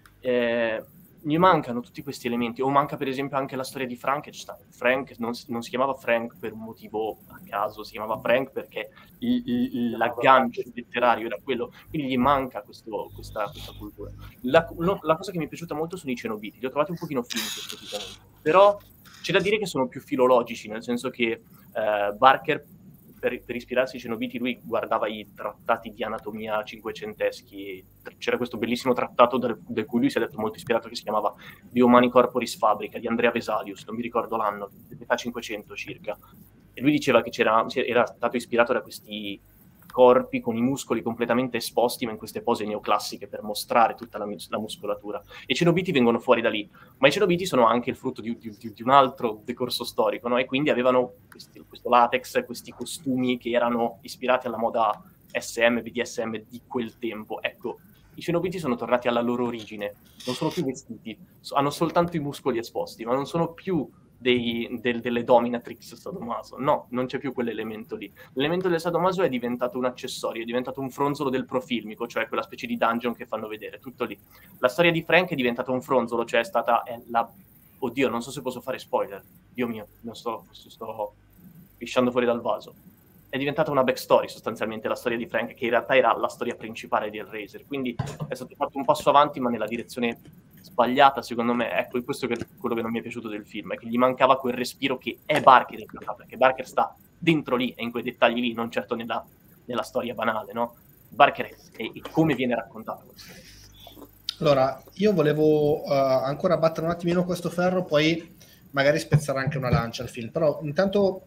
F: Eh, gli mancano tutti questi elementi, o manca per esempio anche la storia di Frankenstein. Frank non, non si chiamava Frank per un motivo a caso, si chiamava Frank perché il, il, l'aggancio letterario era quello, quindi gli manca questo, questa, questa cultura. La, lo, la cosa che mi è piaciuta molto sono i cenobiti, li ho trovati un pochino finti esteticamente, però c'è da dire che sono più filologici, nel senso che eh, Barker Per, per ispirarsi ai cenobiti lui guardava i trattati di anatomia cinquecenteschi. C'era questo bellissimo trattato da, da cui lui si è detto molto ispirato, che si chiamava De Humani Corporis Fabrica, di Andrea Vesalius, non mi ricordo l'anno, metà cinquecento circa, e lui diceva che c'era, era stato ispirato da questi corpi con i muscoli completamente esposti, ma in queste pose neoclassiche per mostrare tutta la, la muscolatura. E i cenobiti vengono fuori da lì, ma i cenobiti sono anche il frutto di, di, di un altro decorso storico, no? E quindi avevano questi, questo latex, questi costumi che erano ispirati alla moda S M, B D S M di quel tempo. Ecco, i cenobiti sono tornati alla loro origine, non sono più vestiti, hanno soltanto i muscoli esposti, ma non sono più dei, del, delle dominatrix sadomaso, no, non c'è più quell'elemento lì. L'elemento del sadomaso è diventato un accessorio, è diventato un fronzolo del profilmico, cioè quella specie di dungeon che fanno vedere, tutto lì. La storia di Frank è diventata un fronzolo, cioè è stata è la... oddio, non so se posso fare spoiler, Dio mio, non sto, sto pisciando fuori dal vaso. È diventata una backstory sostanzialmente la storia di Frank, che in realtà era la storia principale di Hellraiser, quindi è stato fatto un passo avanti ma nella direzione sbagliata, secondo me. Ecco, è questo che è quello che non mi è piaciuto del film, è che gli mancava quel respiro che è Barker in realtà, perché Barker sta dentro lì e in quei dettagli lì, non certo nella, nella storia banale, no? Barker è, è, è come viene raccontato questo.
B: Allora, io volevo uh, ancora battere un attimino questo ferro, poi magari spezzare anche una lancia al film, però intanto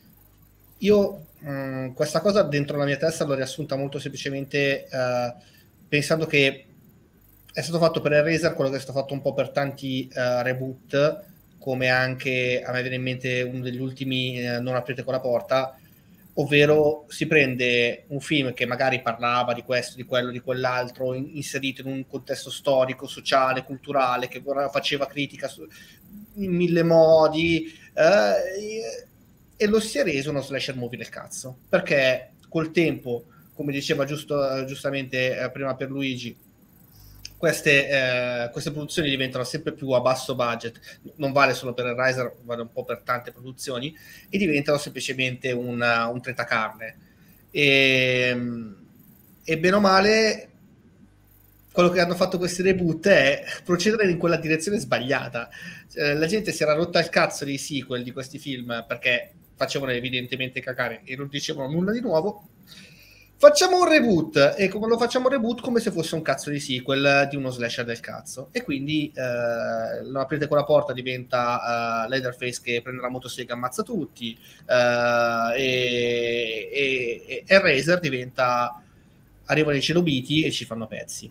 B: io mh, questa cosa dentro la mia testa l'ho riassunta molto semplicemente uh, pensando che è stato fatto per Hellraiser quello che è stato fatto un po' per tanti uh, reboot, come anche a me viene in mente uno degli ultimi uh, Non aprite quella porta, ovvero si prende un film che magari parlava di questo, di quello, di quell'altro, in, inserito in un contesto storico, sociale, culturale, che faceva critica su, in mille modi, eh, e lo si è reso uno slasher movie del cazzo, perché col tempo, come diceva giusto, giustamente eh, prima per Luigi, queste, eh, queste produzioni diventano sempre più a basso budget, non vale solo per Hellraiser, vale un po' per tante produzioni, e diventano semplicemente una, un tritacarne. E, e bene o male, quello che hanno fatto questi reboot è procedere in quella direzione sbagliata. Eh, la gente si era rotta il cazzo dei sequel di questi film perché facevano evidentemente cagare e non dicevano nulla di nuovo. Facciamo un reboot, e come lo facciamo un reboot come se fosse un cazzo di sequel di uno slasher del cazzo, e quindi eh, Non aprite quella porta diventa uh, Leatherface che prende la motosega e ammazza tutti, uh, e, e, e Hellraiser diventa arrivano i cenobiti e ci fanno pezzi.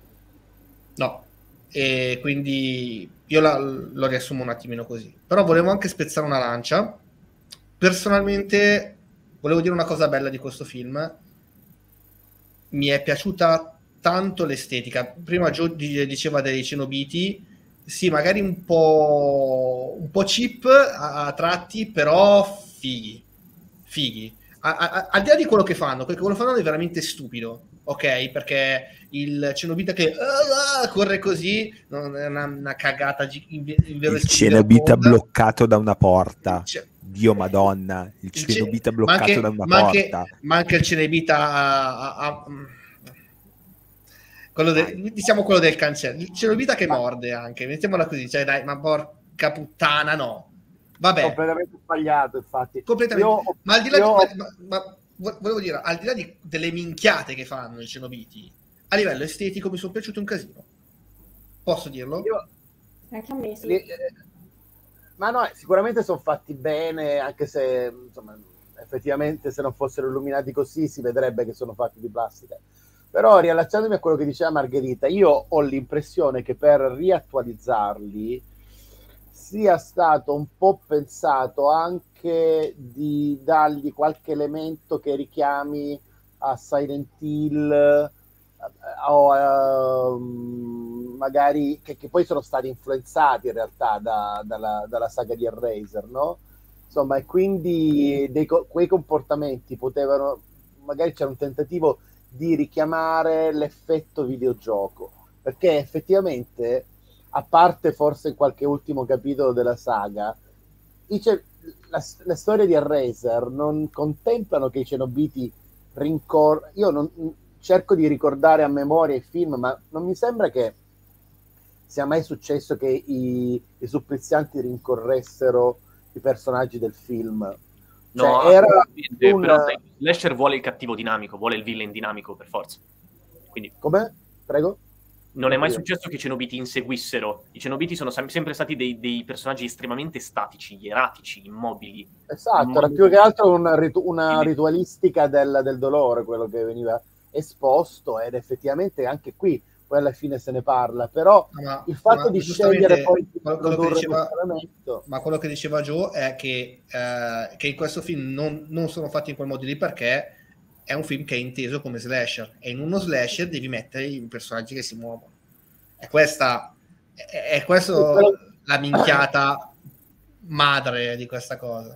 B: No, e quindi io la, lo riassumo un attimino così, però volevo anche spezzare una lancia. Personalmente volevo dire una cosa bella di questo film. Mi è piaciuta tanto l'estetica. Prima Gio diceva dei cenobiti, sì, magari un po' un po' cheap a, a tratti, però fighi, fighi. A, a, al di là di quello che fanno, perché quello che fanno è veramente stupido, ok? Perché il cenobita che uh, uh, corre così non è una, una cagata in, in
C: il cenobita bloccato da una porta. C- Dio madonna, il, il cenobita ce- bloccato anche, da una
B: ma
C: porta.
B: Anche, ma anche il cenobita a, a, a, quello de, diciamo quello del cancello, il cenobita che morde anche, mettiamola così, cioè dai, ma porca puttana, no. Vabbè.
G: Completamente sbagliato, infatti.
B: Completamente.
G: Io,
B: ma al di là
G: io...
B: di, ma, ma, volevo dire, al di là di, delle minchiate che fanno i cenobiti, a livello estetico mi sono piaciuti un casino. Posso dirlo?
G: Io...
D: Anche a me, sì.
G: Li, ma no, sicuramente sono fatti bene, anche se insomma, effettivamente se non fossero illuminati così si vedrebbe che sono fatti di plastica. Però riallacciandomi a quello che diceva Margherita, io ho l'impressione che per riattualizzarli sia stato un po' pensato anche di dargli qualche elemento che richiami a Silent Hill o a, um, magari che, che poi sono stati influenzati in realtà da, dalla, dalla saga di Hellraiser, no? Insomma, e quindi dei, quei comportamenti potevano, magari c'era un tentativo di richiamare l'effetto videogioco, perché effettivamente, a parte forse qualche ultimo capitolo della saga, dice, la, le storie di Hellraiser non contemplano che i cenobiti rincor... Io non, cerco di ricordare a memoria i film, ma non mi sembra che sia mai successo che i, i supplizianti rincorressero i personaggi del film.
F: No,
G: cioè, era un...
F: però Slasher vuole il cattivo dinamico, vuole il villain dinamico per forza. Quindi...
G: Come? Prego?
F: non è mai successo che i Cenobiti inseguissero. I Cenobiti sono sem- sempre stati dei, dei personaggi estremamente statici, ieratici, immobili.
G: Esatto, era più che altro una, ritu- una ritualistica del, del dolore, quello che veniva esposto, ed effettivamente anche qui poi alla fine se ne parla, però
B: ma,
G: il fatto
B: ma
G: di scegliere poi di
B: quello, quello che diceva,
G: elemento...
B: ma quello che diceva Joe è che, eh, che in questo film non, non sono fatti in quel modo lì perché è un film che è inteso come slasher, e in uno slasher devi mettere i personaggi che si muovono. È questa è, è questo
G: però...
B: la minchiata madre di questa cosa.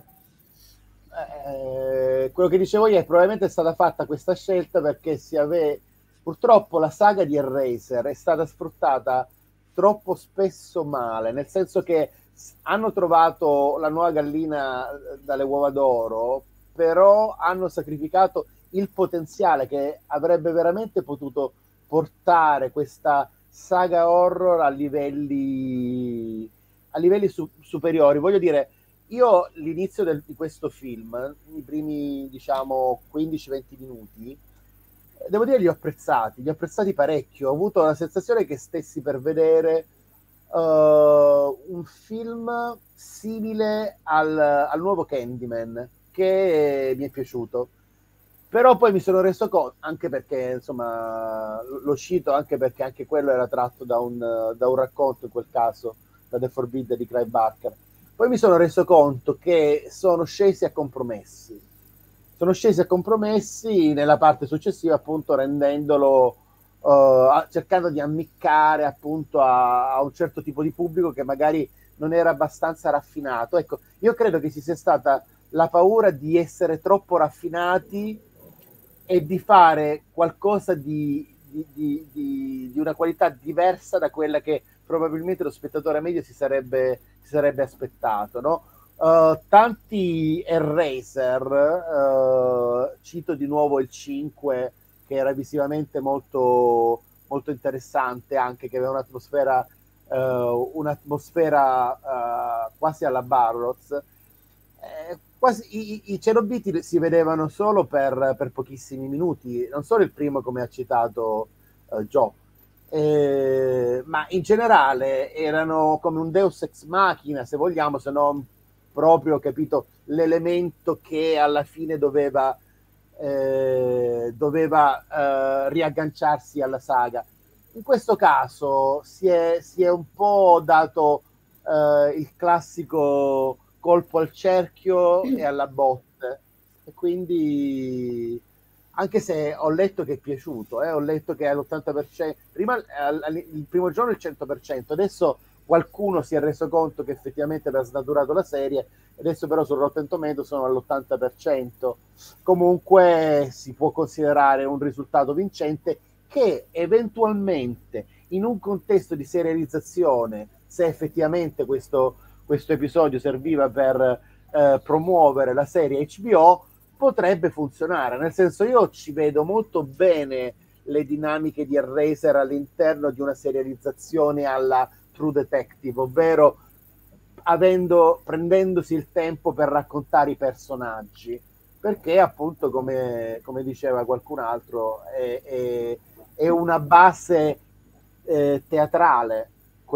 G: Eh, quello che dicevo io è probabilmente è stata fatta questa scelta perché si ave... purtroppo la saga di Hellraiser è stata sfruttata troppo spesso male, nel senso che hanno trovato la nuova gallina dalle uova d'oro, però hanno sacrificato il potenziale che avrebbe veramente potuto portare questa saga horror a livelli a livelli su- superiori. Voglio dire, io l'inizio del, di questo film, i primi diciamo quindici venti minuti, devo dire li ho apprezzati, li ho apprezzati parecchio. Ho avuto la sensazione che stessi per vedere uh, un film simile al, al nuovo Candyman, che mi è piaciuto. Però poi mi sono reso conto, anche perché insomma lo cito anche perché anche quello era tratto da un, da un racconto, in quel caso da The Forbidden di Clive Barker. Poi mi sono reso conto che sono scesi a compromessi sono scesi a compromessi nella parte successiva, appunto rendendolo uh, cercando di ammiccare appunto a, a un certo tipo di pubblico che magari non era abbastanza raffinato. Ecco, io credo che ci sia stata la paura di essere troppo raffinati e di fare qualcosa di, di, di, di, di una qualità diversa da quella che probabilmente lo spettatore medio si sarebbe, si sarebbe aspettato, no? Uh, tanti Hellraiser, uh, cito di nuovo il cinque, che era visivamente molto, molto interessante, anche che aveva un'atmosfera, uh, un'atmosfera uh, quasi alla Barrows. Eh, quasi, i, i Cenobiti si vedevano solo per, per pochissimi minuti, non solo il primo come ha citato uh, Joe, eh, ma in generale erano come un Deus ex machina, se vogliamo, se non proprio, capito, l'elemento che alla fine doveva eh, doveva eh, riagganciarsi alla saga. In questo caso si è, si è un po' dato eh, il classico colpo al cerchio e alla botte, e quindi, anche se ho letto che è piaciuto, eh, ho letto che è all'ottanta per cento, prima il primo giorno il cento per cento, adesso qualcuno si è reso conto che effettivamente aveva snaturato la serie, adesso però sul Rotten Tomatoes sono all'ottanta per cento. Comunque si può considerare un risultato vincente che eventualmente in un contesto di serializzazione, se effettivamente questo, questo episodio serviva per eh, promuovere la serie H B O, potrebbe funzionare. Nel senso, io ci vedo molto bene le dinamiche di Hellraiser all'interno di una serializzazione alla True Detective, ovvero avendo, prendendosi il tempo per raccontare i personaggi, perché appunto come, come diceva qualcun altro è, è, è una base eh, teatrale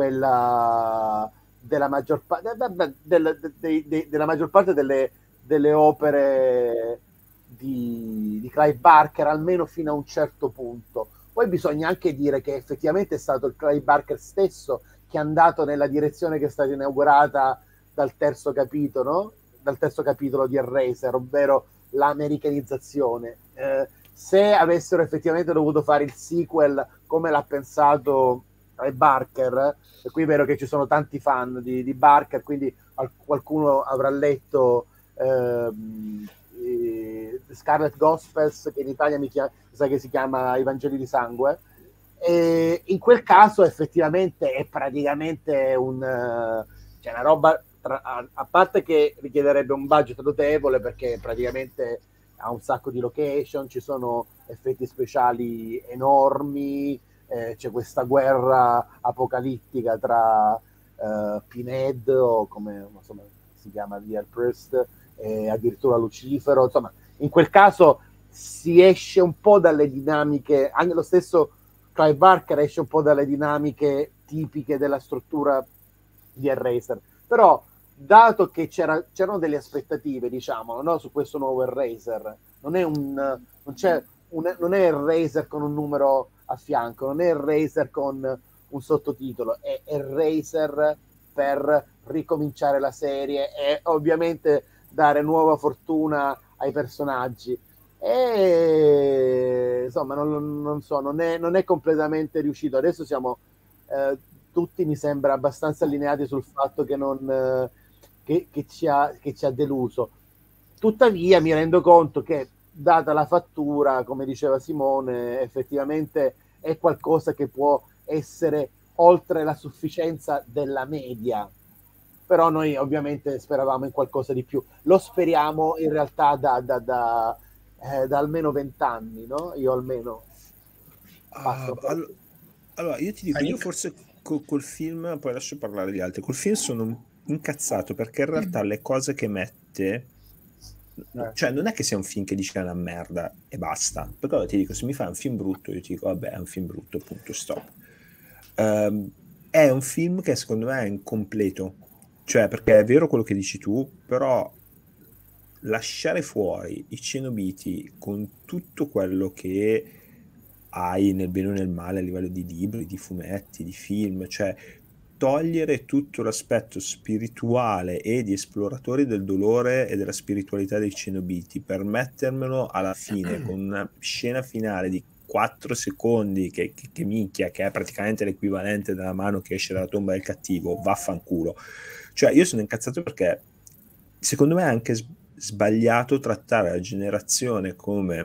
G: quella della maggior parte de, de, de, de, della maggior parte delle, delle opere di, di Clive Barker, almeno fino a un certo punto. Poi bisogna anche dire che effettivamente è stato il Clive Barker stesso che è andato nella direzione che è stata inaugurata dal terzo capitolo, no? Dal terzo capitolo di Hellraiser, ovvero l'americanizzazione. Eh, se avessero effettivamente dovuto fare il sequel come l'ha pensato eh, Barker, e qui è vero che ci sono tanti fan di, di Barker, quindi al, qualcuno avrà letto ehm, eh, Scarlet Gospels, che in Italia mi chiama, sa che si chiama I Vangeli di Sangue. E in quel caso effettivamente è praticamente un cioè una roba tra, a, a parte che richiederebbe un budget notevole, perché praticamente ha un sacco di location, ci sono effetti speciali enormi, eh, c'è questa guerra apocalittica tra uh, Pinhead, o come insomma, si chiama Liel Priest, e addirittura Lucifero. Insomma, in quel caso si esce un po' dalle dinamiche, anche lo stesso Clive Barker esce un po' dalle dinamiche tipiche della struttura di Hellraiser, però dato che c'era, c'erano delle aspettative, diciamo, no, su questo nuovo Hellraiser, non è un non c'è un, non è Hellraiser con un numero a fianco, non è Hellraiser con un sottotitolo, è Hellraiser per ricominciare la serie e ovviamente dare nuova fortuna ai personaggi. E insomma, non, non so, non è, non è completamente riuscito. Adesso siamo eh, tutti, mi sembra, abbastanza allineati sul fatto che non eh, che, che, ci ha, che ci ha deluso. Tuttavia mi rendo conto che, data la fattura, come diceva Simone, effettivamente è qualcosa che può essere oltre la sufficienza della media, però noi ovviamente speravamo in qualcosa di più. Lo speriamo in realtà da, da, da, eh, da almeno vent'anni, no? Io almeno
C: uh, all- allora io ti dico, io forse col, col film, poi lascio parlare gli altri, col film sono incazzato perché in realtà le cose che mette, cioè non è che sia un film che dice una merda e basta, perché ti dico, se mi fai un film brutto io ti dico vabbè, è un film brutto, punto, stop. Um, è un film che secondo me è incompleto, cioè perché è vero quello che dici tu, però lasciare fuori i Cenobiti con tutto quello che hai nel bene o nel male a livello di libri, di fumetti, di film, cioè togliere tutto l'aspetto spirituale e di esploratori del dolore e della spiritualità dei Cenobiti per mettermelo alla fine con una scena finale di quattro secondi che, che, che minchia, che è praticamente l'equivalente della mano che esce dalla tomba del cattivo, vaffanculo. Cioè io sono incazzato perché secondo me è anche sbagliato trattare la generazione come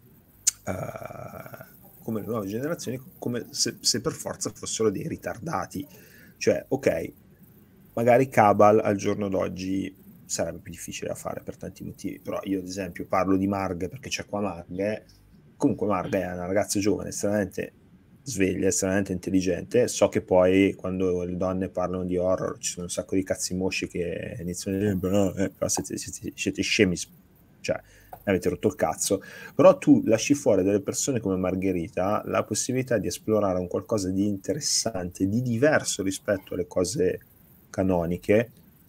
C: uh, come le nuove generazioni come se, se per forza fossero dei ritardati. Cioè, ok, magari Cabal al giorno d'oggi sarebbe più difficile da fare per tanti motivi, però io ad esempio parlo di Marg perché c'è qua Marg, comunque Marg è una ragazza giovane, estremamente sveglia, estremamente intelligente. So che poi quando le donne parlano di horror ci sono un sacco di cazzi mosci che iniziano a dire no, eh, però siete, siete, siete scemi, cioè avete rotto il cazzo. Però tu lasci fuori delle persone come Margherita la possibilità di esplorare un qualcosa di interessante, di diverso rispetto alle cose canoniche.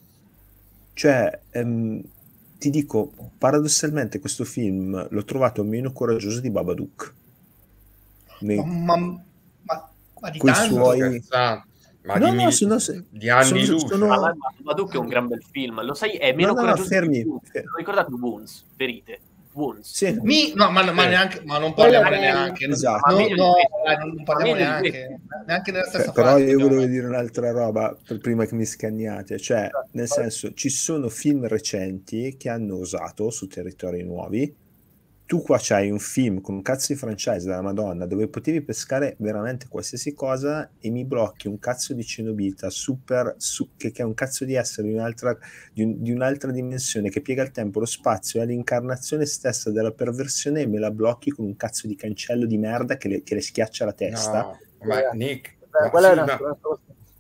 C: Cioè ehm, ti dico, paradossalmente questo film l'ho trovato meno coraggioso di Babadook. Ne...
B: Ma, ma, ma, ma di
C: coi
B: tanto
C: suoi...
E: Ma
C: no,
E: di,
C: no, sono,
E: di anni
C: sono,
E: luce.
C: sono...
F: Ma Babadook è un gran bel film, lo sai, è meno
C: no, no,
F: coraggioso
C: fermi,
F: di Wounds.
C: fermi.
F: Lo ricordate Wounds? Ferite. Wounds.
C: Sì.
B: Mi, no, ma, ma
E: Sì.
B: neanche, ma non parliamo
D: Quello è
B: neanche,
C: esatto.
B: no,
F: Ma meglio
B: no,
F: di
B: dai, non parliamo
F: Ma meglio di
B: neanche, neanche nella stessa
C: Però
B: fase.
C: io
B: dobbiamo
C: volevo
B: mettere.
C: dire un'altra roba per prima che mi scanniate, cioè nel senso ci sono film recenti che hanno usato su territori nuovi. Tu qua c'hai un film con un cazzo di franchise della Madonna dove potevi pescare veramente qualsiasi cosa e mi blocchi un cazzo di Cenobita super su, che, che è un cazzo di essere di un'altra, di, un, di un'altra dimensione che piega il tempo, lo spazio, è l'incarnazione stessa della perversione e me la blocchi con un cazzo di cancello di merda che le, che le schiaccia la testa.
E: No, ma Nick,
G: Eh,
E: ma
G: quella
E: sì,
G: è una,
E: ma-
G: una cosa.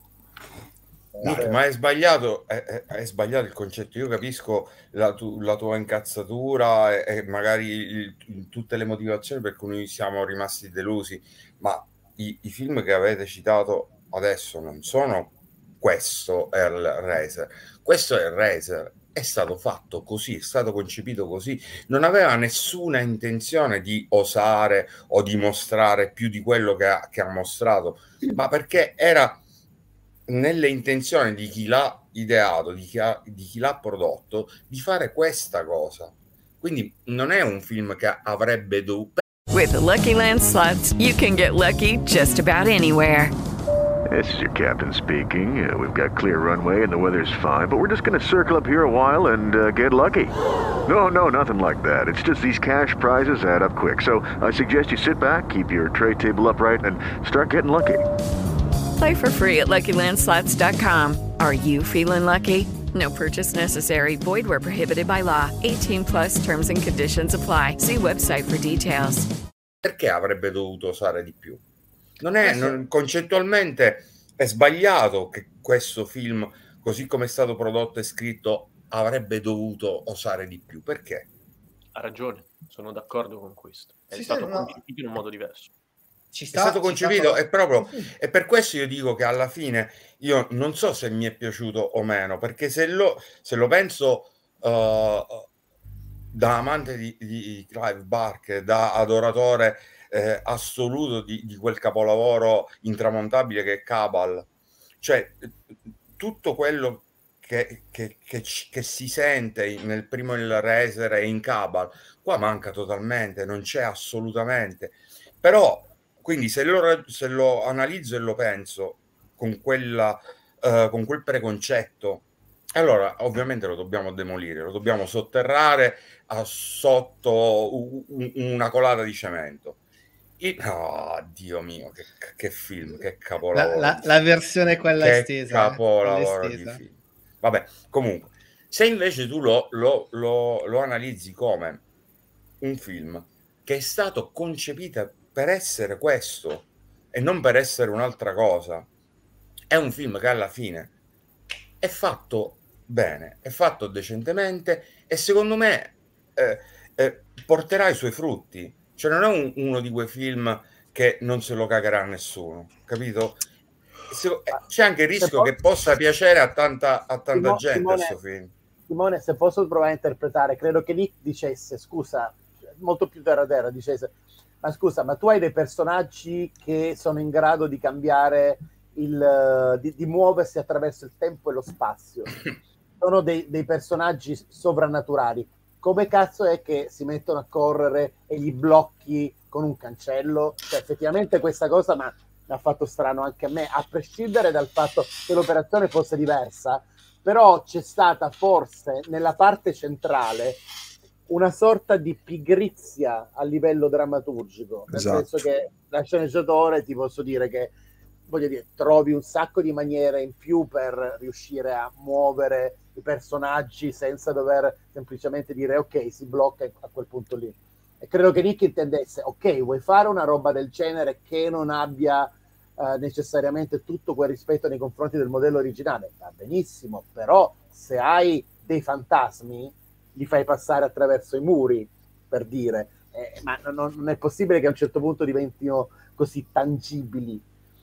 E: Nick,
G: Eh,
E: ma è sbagliato, è, è- è sbagliato il concetto. Io capisco la, tu- la tua incazzatura e, e magari il- tutte le motivazioni per cui noi siamo rimasti delusi, ma i, i film che avete citato adesso non sono questo Hellraiser. Questo Hellraiser è stato fatto così, è stato concepito così, non aveva nessuna intenzione di osare o di mostrare più di quello che ha, che ha mostrato, ma perché era nelle intenzioni di chi l'ha ideato, di chi, ha, di chi l'ha prodotto, di fare questa cosa. Quindi non è un film che avrebbe dovuto...
K: With the Lucky Land Slots, you can get lucky just about anywhere.
L: This is your captain speaking. Uh, we've got clear runway and the weather's fine, but we're just going to circle up here a while and uh, get lucky. No, no, nothing like that. It's just these cash prizes add up quick. So I suggest you sit back, keep your tray table upright, and start getting lucky.
K: Play for free at Lucky Land Slots dot com. Are you feeling lucky? No purchase necessary. Void where prohibited by law. eighteen plus terms and conditions apply. See website for details.
E: Perché avrebbe dovuto osare di più? Non è, non- concettualmente è sbagliato che questo film, così come è stato prodotto e scritto, avrebbe dovuto osare di più. Perché?
F: Ha ragione, sono d'accordo con questo. È
B: Sì,
F: stato
B: sì, no.
F: concepito in un modo diverso.
B: ci
E: è
B: sta,
E: stato
B: ci
E: concepito,
B: sta-
E: è proprio, e per questo io dico che alla fine io non so se mi è piaciuto o meno, perché se lo, se lo penso uh, da amante di, di Clive Barker, da adoratore eh, assoluto di, di quel capolavoro intramontabile che è Cabal, cioè tutto quello che, che, che, ci- che si sente nel primo il Razer e in Cabal, qua manca totalmente, non c'è assolutamente. Però, quindi se lo, ra- se lo analizzo e lo penso con quella, eh, con quel preconcetto, allora ovviamente lo dobbiamo demolire, lo dobbiamo sotterrare a- sotto u- u- una colata di cemento. I- oh, Dio mio, che, che film, che
B: La,
E: capolavoro
B: la-
E: di
B: la
E: film.
B: versione quella
E: Che
B: estesa, eh, quella
E: capolavoro di
B: estesa.
E: film. Vabbè, comunque, se invece tu lo, lo- lo- lo analizzi come un film che è stato concepito per essere questo e non per essere un'altra cosa, è un film che alla fine è fatto bene, è fatto decentemente e secondo me eh, eh, porterà i suoi frutti. Cioè non è un- uno di quei film che non se lo cagherà nessuno, capito? Se- eh, c'è anche il
G: Se
E: rischio
G: po-
E: che possa piacere a tanta, a tanta
G: Simo-
E: gente
G: Simone,
E: questo film.
G: Simone, se posso provare a interpretare, credo che Nick dicesse, scusa, molto più terra terra, dicesse, ma scusa, ma tu hai dei personaggi che sono in grado di cambiare, il, eh, di, di muoversi attraverso il tempo e lo spazio. Sono dei, dei personaggi sovrannaturali. Come cazzo è che si mettono a correre e gli blocchi con un cancello? Cioè, effettivamente questa cosa ma mi ha fatto strano anche a me, a prescindere dal fatto che l'operazione fosse diversa, però c'è stata forse nella parte centrale una sorta di pigrizia a livello drammaturgico, nel
C: Esatto.
G: senso che da sceneggiatore ti posso dire che voglio dire, trovi un sacco di maniere in più per riuscire a muovere i personaggi senza dover semplicemente dire ok, si blocca a quel punto lì. E credo che Nick intendesse, ok, vuoi fare una roba del genere che non abbia eh, necessariamente tutto quel rispetto nei confronti del modello originale, va benissimo, però se hai dei fantasmi li fai passare attraverso i muri, per dire, eh, ma non, non è possibile che a un certo punto diventino così tangibili.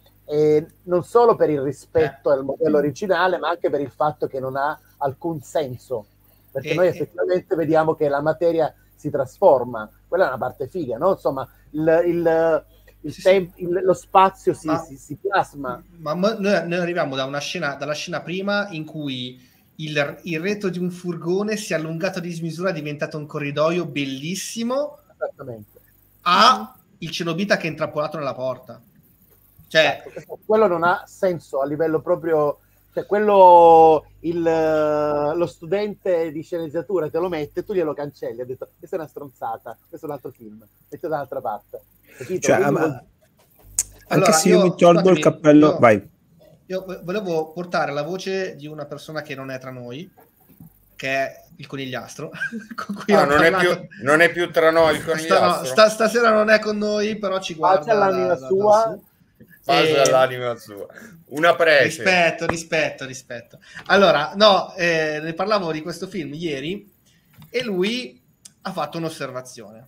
G: E non solo per il rispetto al modello originale, ma anche per il fatto che non ha alcun senso, perché
B: E-
G: noi
B: e-
G: effettivamente vediamo che la materia si trasforma, quella è una parte figa, no? Insomma, il, il, il
B: Sì,
G: temp- il- lo spazio si,
B: Ma-
G: si, si plasma.
B: Ma mo- noi, noi arriviamo da una scena, dalla scena prima in cui il, il retro di un furgone si è allungato a dismisura, è diventato un corridoio bellissimo,
G: Esattamente.
B: a il cenobita che è intrappolato nella porta. Cioè,
G: Esatto. Quello non ha senso a livello proprio, cioè quello il, eh, lo studente di sceneggiatura te lo mette, tu glielo cancelli, ha detto questa è una stronzata, questo è un altro film, metti da un'altra parte. Capito?
C: Cioè,
G: Quindi
C: ma-
G: vuol-
C: Anche
B: allora,
C: se io,
B: io-
C: mi tolgo il
B: scusatemi,
C: cappello,
B: io-
C: vai.
B: io volevo portare la voce di una persona che non è tra noi, che è il conigliastro, con cui
E: Ah,
B: ho
E: non, è
B: parlato.
E: più, non è più tra noi il
B: Sta- no,
E: conigliastro.
B: sta- stasera non è con noi, però ci guarda
G: Pace all'anima
B: da- da- da
G: sua.
B: su.
E: Pace
B: E-
E: all'anima sua. Una prece.
B: Rispetto, rispetto, rispetto. Allora, no, eh, ne parlavo di questo film ieri e lui ha fatto un'osservazione.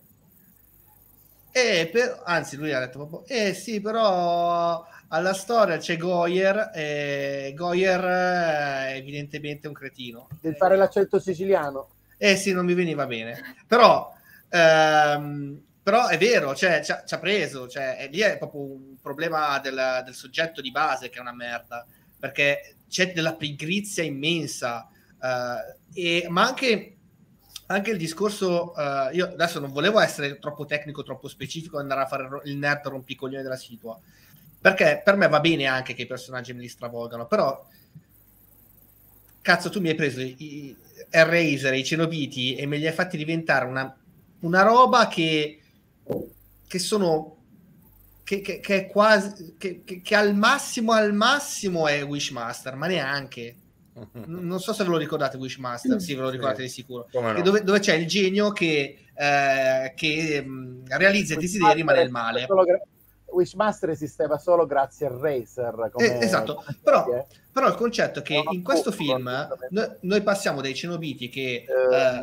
B: E per, anzi, lui ha detto proprio, eh sì, però alla storia c'è Goyer e Goyer è evidentemente un cretino.
G: devi fare l'accento siciliano.
B: Eh sì, non mi veniva bene. Però, ehm, però è vero, cioè, ci ha, ci ha preso. Cioè, è, lì è proprio un problema del, del soggetto di base che è una merda. Perché c'è della pigrizia immensa. eh, e, ma anche, anche il discorso... eh, io adesso non volevo essere troppo tecnico, troppo specifico, andare a fare il nerd rompicoglione della situa. Perché per me va bene anche che i personaggi me li stravolgano. Però... Cazzo, tu mi hai preso i, i Hellraiser, i Cenobiti e me li hai fatti diventare una, una roba che, che sono che, che, che è quasi che, che, che al massimo al massimo è Wishmaster, ma neanche. N- non so se ve lo ricordate Wishmaster, sì, ve lo ricordate di sicuro.
E: Come no?
B: Che dove, dove c'è il genio che, eh, che mh, realizza i desideri ma nel male.
G: Solo gra- Wishmaster esisteva solo grazie al Razer. Come,
B: Eh, esatto,
G: come
B: però,
G: serie.
B: però il concetto è che
G: No,
B: in questo
G: no,
B: film
G: no,
B: noi, noi passiamo dai Cenobiti che,
G: Eh,
B: eh,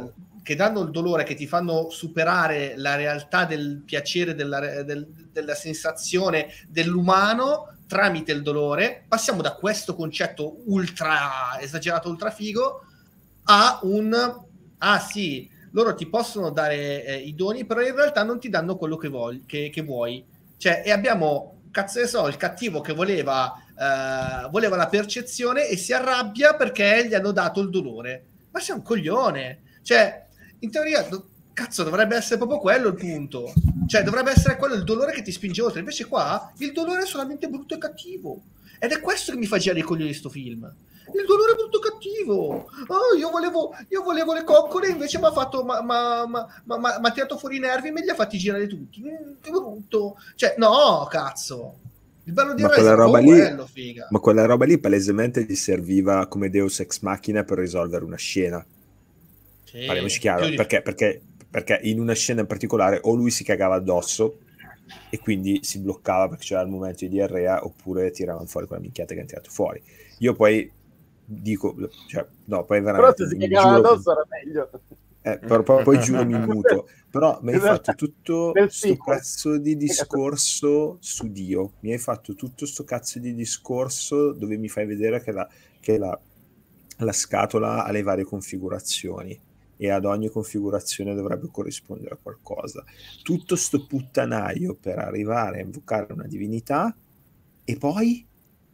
B: che danno il dolore, che ti fanno superare la realtà del piacere, della, del, della sensazione dell'umano tramite il dolore, passiamo da questo concetto ultra esagerato, ultra figo, a un ah sì, loro ti possono dare eh, i doni, però in realtà non ti danno quello che, vuoi, che, che vuoi. Cioè, e abbiamo, cazzo ne so, il cattivo che voleva, eh, voleva la percezione e si arrabbia perché gli hanno dato il dolore. Ma sei un coglione! Cioè, in teoria, do- cazzo, dovrebbe essere proprio quello il punto. Cioè, dovrebbe essere quello il dolore che ti spinge oltre. Invece qua, il dolore è solamente brutto e cattivo. Ed è questo che mi fa girare i coglioni di sto film. Il dolore è brutto e cattivo. Oh, io volevo, io volevo le coccole, invece mi ha fatto, ma, ma, ma, ma, ma, ma tirato fuori i nervi e me li ha fatti girare tutti. Mm, che brutto. Cioè, no, cazzo. Il bello di
C: Ma
B: Rise
C: quella
B: è
C: roba
B: proprio
C: lì,
B: quello, figa.
C: ma quella roba lì palesemente gli serviva come Deus Ex Machina per risolvere una scena.
B: Sì,
C: Parliamoci chiaro,
B: più di-
C: perché, perché, perché in una scena in particolare o lui si cagava addosso e quindi si bloccava perché c'era il momento di diarrea, oppure tiravano fuori quella minchiata che hanno tirato fuori. Io poi dico, cioè, no, poi
G: Però
C: veramente
G: se si
C: mi
G: cagava
C: giuro,
G: addosso era meglio.
C: eh, però, poi, poi giuro mi muto, però mi hai fatto tutto
G: Nel
C: sto
G: sequel.
C: cazzo di discorso su Dio, mi hai fatto tutto sto cazzo di discorso dove mi fai vedere che la, che la, la scatola ha le varie configurazioni e ad ogni configurazione dovrebbe corrispondere a qualcosa. Tutto sto puttanaio per arrivare a invocare una divinità e poi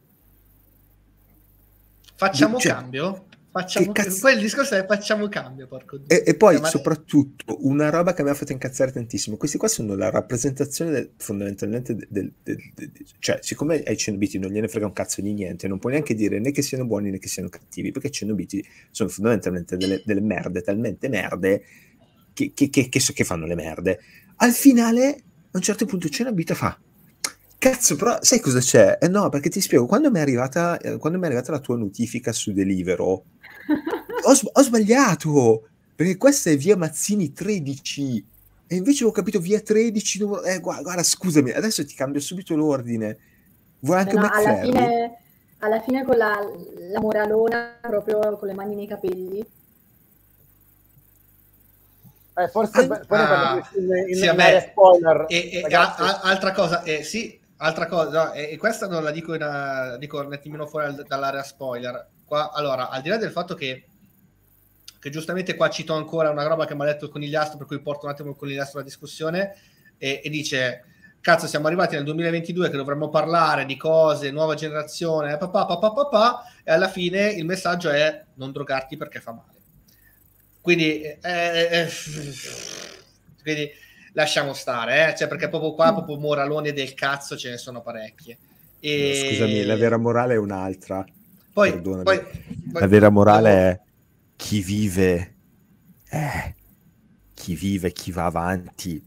B: Facciamo
C: cioè,
B: cambio? Facciamo
C: che cazzo-
B: poi il discorso è facciamo cambio, porco Dio.
C: E, e poi
B: Eh, ma-
C: soprattutto una roba che mi ha fatto incazzare tantissimo, questi qua sono la rappresentazione del- fondamentalmente del, del- del- del- cioè siccome ai Cenobiti non gliene frega un cazzo di niente, non puoi neanche dire né che siano buoni né che siano cattivi, perché i Cenobiti sono fondamentalmente delle, delle merde, talmente merde che, che, che, che, so- che fanno le merde. Al finale a un certo punto Cenobita fa cazzo, però sai cosa c'è? Eh no, perché ti spiego, quando mi è arrivata, eh, quando mi è arrivata la tua notifica su Delivero, ho, sb- ho sbagliato, perché questa è via Mazzini tredici, e invece ho capito via tredici, numero- eh, guarda, guarda, scusami, adesso ti cambio subito l'ordine. Vuoi anche
D: No, no, alla
C: McFerry?
D: fine, alla fine con la, la moralona, proprio con le mani nei capelli.
G: Eh, forse
C: Ah,
G: poi ne parliamo
B: ah,
G: in, in,
B: sì,
G: in
B: vabbè.
G: area spoiler.
B: E, e-
G: ragazzi.
B: a- a- altra cosa, eh, sì, altra cosa, no, e, e questa non la dico, in, uh, dico un attimino fuori al- dall'area spoiler. Qua, allora, al di là del fatto che, che giustamente qua cito ancora una roba che mi ha detto il conigliastro, per cui porto un attimo il conigliastro alla discussione, e, e dice, cazzo, siamo arrivati nel duemilaventidue che dovremmo parlare di cose, nuova generazione, papà, papà, papà, e alla fine il messaggio è non drogarti perché fa male. Quindi, eh, eh, quindi lasciamo stare, eh? Cioè, perché proprio qua, proprio moralone del cazzo ce ne sono parecchie. E...
C: No, scusami, la vera morale è un'altra.
B: Poi,
C: Perdonami.
B: poi, poi
C: La vera morale
B: dopo-
C: è chi vive, eh, chi vive, chi va avanti.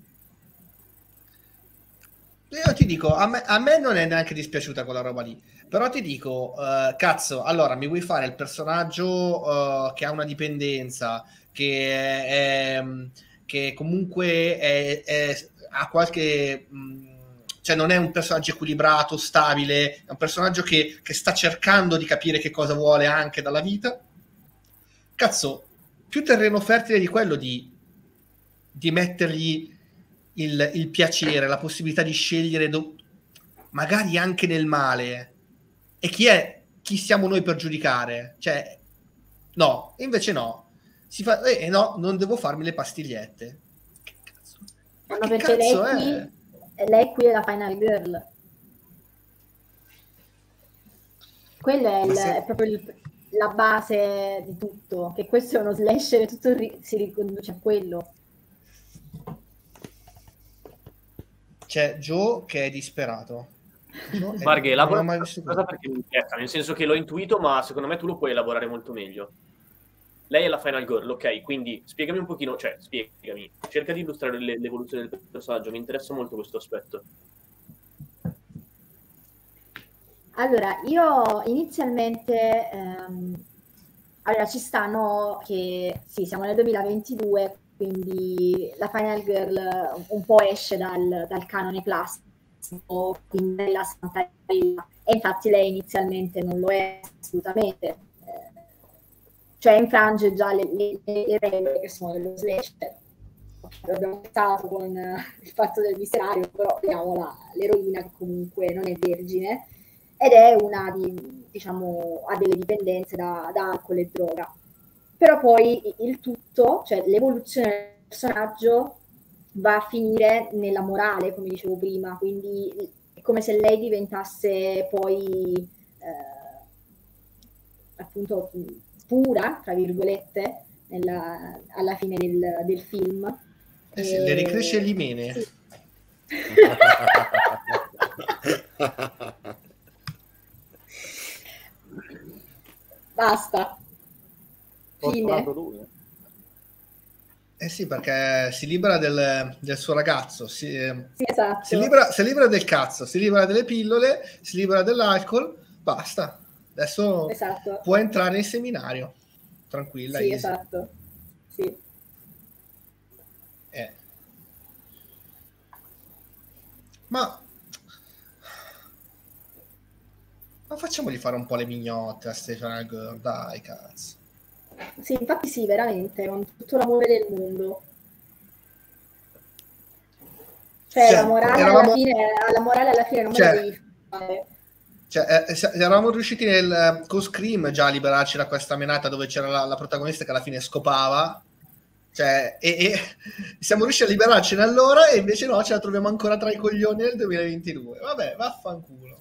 B: Io ti dico, a me, a me non è neanche dispiaciuta quella roba lì, però ti dico, eh, cazzo, allora mi vuoi fare il personaggio eh, che ha una dipendenza, che, è, che comunque è, è- ha qualche... mh, cioè non è un personaggio equilibrato, stabile, è un personaggio che, che sta cercando di capire che cosa vuole anche dalla vita. Cazzo, più terreno fertile di quello di, di mettergli il, il piacere, la possibilità di scegliere do- magari anche nel male. E chi è? Chi siamo noi per giudicare? Cioè, no, invece no. Si fa, eh no, non devo farmi le pastigliette. Che cazzo? Ma
D: Ma
B: che
D: perché lei
B: cazzo
D: qui,
B: è?
D: lei qui è la final girl. Quello è,
C: Ma
D: il-
C: se-
D: è proprio il- la base di tutto, che questo è uno slasher e tutto ri- si riconduce a quello.
B: C'è Joe che è disperato. Joe è-
F: Marghe,
B: non
F: elabora
B: ho mai
F: questa
B: visto
F: cosa
B: così.
F: perché mi interessa, nel senso che l'ho intuito, ma secondo me tu lo puoi elaborare molto meglio. Lei è la final girl, ok? Quindi spiegami un pochino, cioè spiegami, cerca di illustrare le- l'evoluzione del personaggio, mi interessa molto questo aspetto.
D: Allora, io inizialmente, ehm, allora ci stanno che, sì, siamo nel duemilaventidue, quindi la Final Girl un po' esce dal, dal canone classico, quindi la Santa Ella, e infatti lei inizialmente non lo è assolutamente. Eh, cioè infrange già le, le, le regole che sono dello slasher. Abbiamo pensato con il fatto del misterario, però abbiamo la, l'eroina che comunque non è vergine ed è una di, diciamo, ha delle dipendenze da, da alcol e droga. Però poi il tutto, cioè l'evoluzione del personaggio va a finire nella morale, come dicevo prima, quindi è come se lei diventasse poi eh, appunto pura, tra virgolette, nella, alla fine del, del film.
B: Eh sì, le ricresce l'imene.
D: Sì. Basta. Fine.
B: Eh sì, perché si libera del, del suo ragazzo, si,
D: sì, esatto.
B: si, libera, si libera del cazzo, si libera delle pillole, si libera dell'alcol, basta. Adesso
D: esatto.
B: può entrare in seminario, tranquilla.
D: Sì,
B: easy.
D: esatto. Sì.
B: Eh. Ma... ma facciamogli fare un po' le mignotte a Stefano Girl, dai, cazzo.
D: Sì, infatti sì, veramente, con tutto l'amore del mondo. Cioè, cioè la morale eravamo... alla fine, la morale alla fine non cioè, me la devi fare.
B: Cioè, eh, eravamo riusciti nel, con Scream già a liberarci da questa menata dove c'era la, la protagonista che alla fine scopava. Cioè, e, e siamo riusciti a liberarcene allora e invece no, ce la troviamo ancora tra i coglioni nel duemilaventidue. Vabbè, vaffanculo.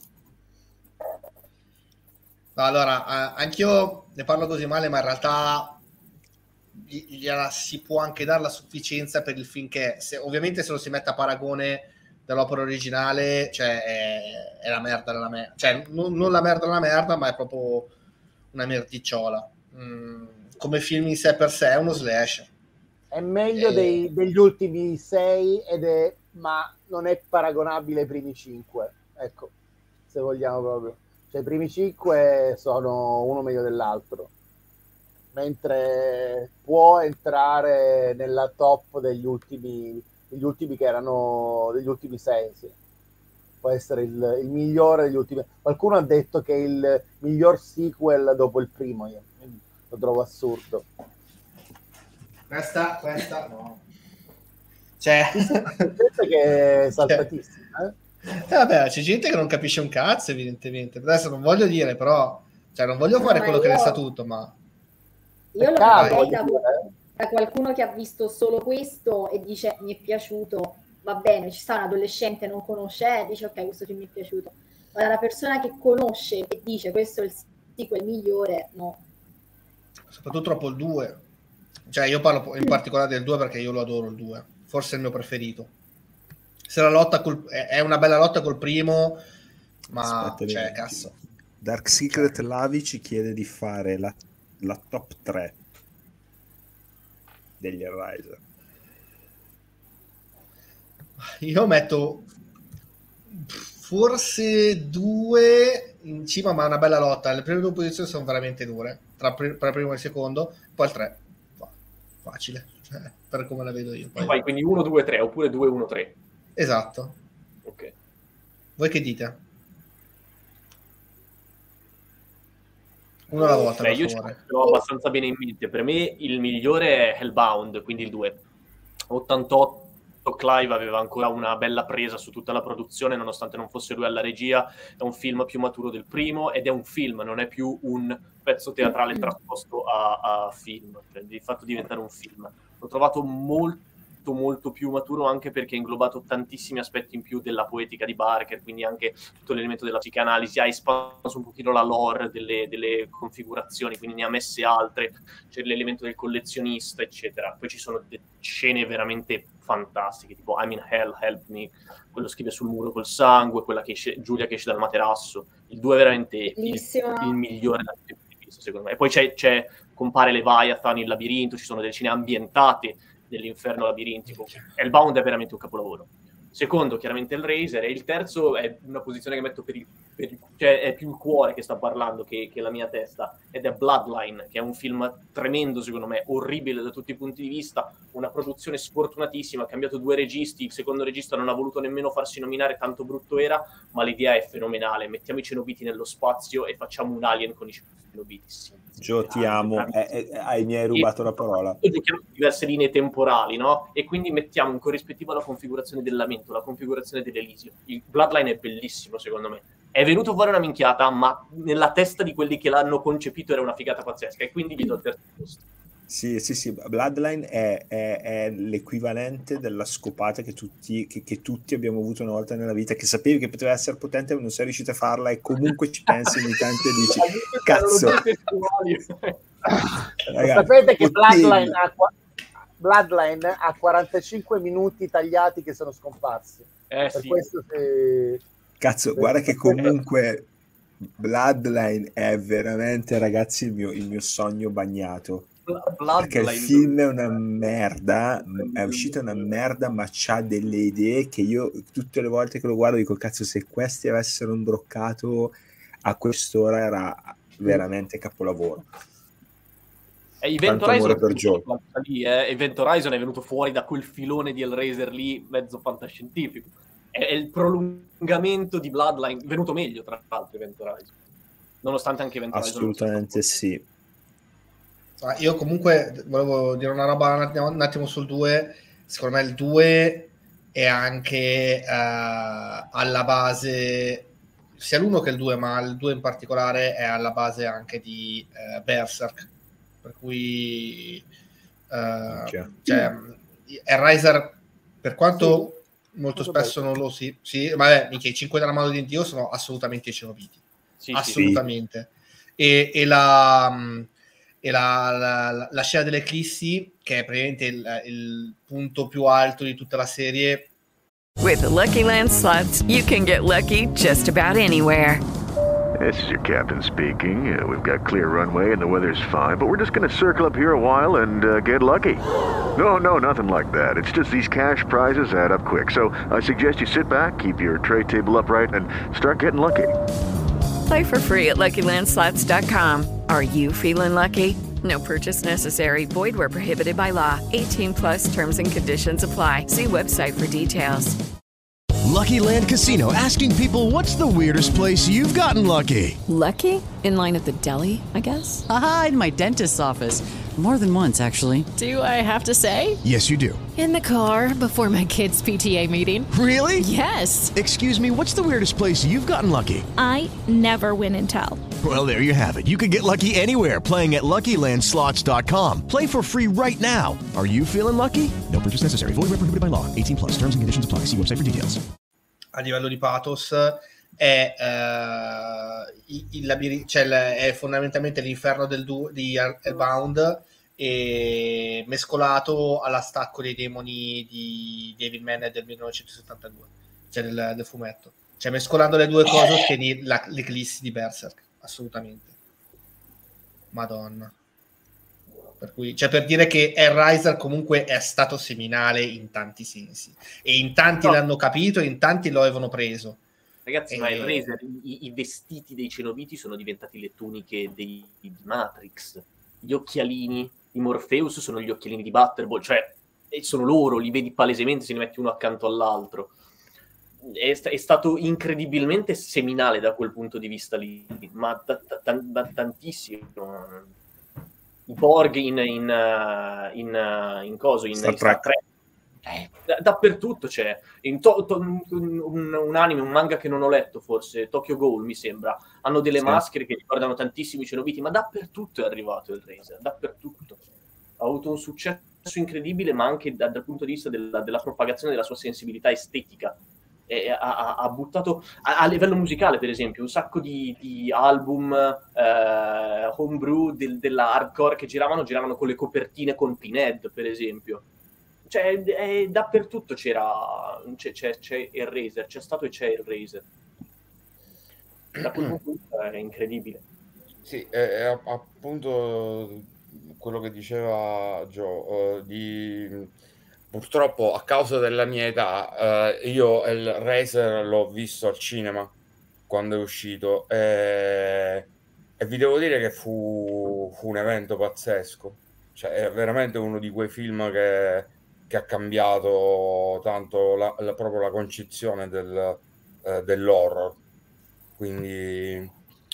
B: Allora, eh, anch'io ne parlo così male, ma in realtà gliela si può anche dare la sufficienza per il film che è. Se, ovviamente se lo si mette a paragone dell'opera originale, cioè è, è la merda della merda. Cioè, non, non la merda della merda, ma è proprio una merdicciola. Mm, come film in sé per sé è uno slash.
G: È meglio
B: e...
G: dei, degli ultimi sei, ed è, ma non è paragonabile ai primi cinque. Ecco, se vogliamo proprio. Cioè, i primi cinque sono uno meglio dell'altro, mentre può entrare nella top degli ultimi, degli ultimi che erano degli ultimi sei, sì. Può essere il, il migliore degli ultimi. Qualcuno ha detto che è il miglior sequel dopo il primo, io lo trovo assurdo.
B: Questa, questa no. Cioè,
G: che è saltatissima, eh?
B: Eh, vabbè, c'è gente che non capisce un cazzo, evidentemente. Adesso non voglio dire, però, cioè, non voglio fare
D: no,
B: quello
D: io...
B: che ne sa tutto, ma
D: io lo direi da, da qualcuno che ha visto solo questo e dice mi è piaciuto, va bene, ci sta un adolescente non conosce, eh, dice ok, questo film mi è piaciuto, ma la persona che conosce e dice questo è il sequel migliore, no.
B: Soprattutto troppo il due. Cioè, io parlo in particolare del due perché io lo adoro il due, forse è il mio preferito. Se la lotta col, è una bella lotta col primo, ma
C: aspetta,
B: cioè, cazzo.
C: Dark Secret Lavi ci chiede di fare la, la top tre degli Hellraiser.
B: Io metto forse due in cima, ma una bella lotta. Le prime due posizioni sono veramente dure, tra, tra il primo e il secondo, poi il tre. Facile, cioè, per come la vedo io. Poi.
F: Vai, quindi uno, due, tre, oppure due, uno, tre.
B: Esatto.
F: Ok.
B: Voi che dite? Uno alla volta.
F: Beh, io ce l'ho abbastanza bene in mente. Per me il migliore è Hellbound, quindi il due. ottantotto Clive aveva ancora una bella presa su tutta la produzione, nonostante non fosse lui alla regia. È un film più maturo del primo ed è un film, non è più un pezzo teatrale trasposto a, a film, cioè di fatto diventare un film. L'ho trovato molto molto più maturo, anche perché ha inglobato tantissimi aspetti in più della poetica di Barker, quindi anche tutto l'elemento della psicanalisi, ha espanso un pochino la lore delle, delle configurazioni, quindi ne ha messe altre, c'è l'elemento del collezionista eccetera. Poi ci sono delle scene veramente fantastiche, tipo I'm in hell, help me, quello scrive sul muro col sangue, quella che esce, Giulia che esce dal materasso. Il due è veramente il, il migliore da tutti i visto, secondo me. E poi c'è, c'è compare Leviathan, il labirinto, ci sono delle scene ambientate dell'inferno labirintico. Hellbound è veramente un capolavoro. Secondo, chiaramente, il Hellraiser, e il terzo è una posizione che metto per il, per il cioè è più il cuore che sta parlando che, che la mia testa, ed è Bloodline, che è un film tremendo secondo me, orribile da tutti i punti di vista, una produzione sfortunatissima, ha cambiato due registi, il secondo regista non ha voluto nemmeno farsi nominare, tanto brutto era, ma l'idea è fenomenale, mettiamo i cenobiti nello spazio e facciamo un Alien con i cenobiti. Sì,
C: Gio, ti amo, eh, eh, hai, mi hai rubato la parola.
F: Giochiamo diverse linee temporali, no? E quindi mettiamo in corrispettiva la configurazione del lamento, la configurazione dell'Elisio. Il Bloodline è bellissimo secondo me, è venuto fuori una minchiata, ma nella testa di quelli che l'hanno concepito era una figata pazzesca, e quindi gli do il terzo posto.
C: Sì, sì, sì, Bloodline è, è, è l'equivalente della scopata che tutti, che, che tutti abbiamo avuto una volta nella vita, che sapevi che poteva essere potente ma non sei riuscito a farla, e comunque ci pensi ogni tanto e dici cazzo.
G: Ragazzi, sapete che Bloodline ha, Bloodline ha quarantacinque minuti tagliati che sono scomparsi,
F: eh,
G: per
F: sì.
G: questo se...
C: Cazzo, guarda che comunque Bloodline è veramente, ragazzi, il mio, il mio sogno bagnato.
F: Bloodline.
C: Perché il film è una merda, è uscita una merda, ma c'ha delle idee che io tutte le volte che lo guardo dico cazzo, se questi avessero imbroccato a quest'ora era veramente capolavoro.
F: E Event
C: Tanto amore per
F: Horizon,
C: Joe.
F: lì, eh. Event Horizon è venuto fuori da quel filone di Hellraiser lì, mezzo fantascientifico. È, è il prolungamento di Bloodline, venuto meglio tra l'altro Event Horizon, nonostante anche Event Horizon.
C: Assolutamente sì.
B: Ah, io comunque volevo dire una roba un attimo, un attimo sul due. Secondo me il due è anche uh, alla base, sia l'uno che il due, ma il due in particolare è alla base anche di uh, Berserk, per cui uh, cioè, Hellraiser, per quanto sì, molto spesso bello. Non lo si, sì, ma beh, mica, i cinque della mano di Dio sono assolutamente i cenobiti, sì, assolutamente sì. E, e la e la, la, la scena dell'eclissi, che è praticamente il, il punto più alto di tutta la serie.
K: With the Lucky Land Slots, you can get lucky just about anywhere.
L: This is your captain speaking. Uh, we've got clear runway and the weather's fine, but we're just going to circle up here a while and uh, get lucky. No, no, nothing like that. It's just these cash prizes add up quick. So I suggest you sit back, keep your tray table upright, and start getting lucky.
K: Play for free at Lucky Land Slots dot com. Are you feeling lucky? No purchase necessary. Void where prohibited by law. eighteen plus terms and conditions apply. See website for details.
M: Lucky Land Casino, asking people, what's the weirdest place you've gotten lucky?
N: Lucky? In line at the deli, I guess?
O: Aha, in my dentist's office. More than once, actually.
N: Do I have to say?
M: Yes, you do.
N: In the car before my kids' P T A meeting.
M: Really?
N: Yes.
M: Excuse me, what's the weirdest place you've gotten lucky?
P: I never win and tell.
M: Well, there you have it. You can get lucky anywhere, playing at Lucky Land Slots dot com. Play for free right now. Are you feeling lucky? No purchase necessary. Void where prohibited by law. eighteen plus. Terms and conditions apply. See website for details.
B: A livello di pathos è uh, il, il labirinto, cioè è fondamentalmente l'inferno del du- di Hellbound, e mescolato all'Astacco dei demoni di David Mamet del millenovecentosettantadue, cioè del, del fumetto, cioè mescolando le due cose ottieni la, l'eclissi di Berserk, assolutamente. Madonna. Per cui, cioè, per dire che Hellraiser comunque è stato seminale in tanti sensi, e in tanti no. l'hanno capito, e in tanti lo avevano preso.
F: Ragazzi,
B: e...
F: ma Hellraiser, i, i vestiti dei cenobiti sono diventati le tuniche dei, di Matrix, gli occhialini di Morpheus sono gli occhialini di Butterball, cioè sono loro, li vedi palesemente se li metti uno accanto all'altro. È, è stato incredibilmente seminale da quel punto di vista lì, ma t- t- t- tantissimo. I Borg in in uh, in, uh, in coso in
C: Star
F: in Star
C: Trek,
F: Trek. Eh, d- dappertutto c'è in to- to- un, un, un anime, un manga che non ho letto, forse Tokyo Ghoul mi sembra, hanno delle sì. maschere che ricordano tantissimi cenobiti, ma dappertutto è arrivato il Hellraiser, dappertutto ha avuto un successo incredibile, ma anche da, dal punto di vista della, della propagazione della sua sensibilità estetica. E ha, ha buttato a, a livello musicale, per esempio, un sacco di, di album eh, homebrew del, della hardcore che giravano giravano con le copertine con Pinhead, per esempio. Cioè, è, dappertutto c'era c'è, c'è, c'è Hellraiser, c'è stato e c'è Hellraiser. Da quel punto di vista è incredibile.
E: Sì, è, è appunto quello che diceva Joe, uh, di... Purtroppo, a causa della mia età, eh, io il Hellraiser l'ho visto al cinema quando è uscito, e, e vi devo dire che fu, fu un evento pazzesco, cioè è veramente uno di quei film che, che ha cambiato tanto la, la, proprio la concezione del, eh, dell'horror, quindi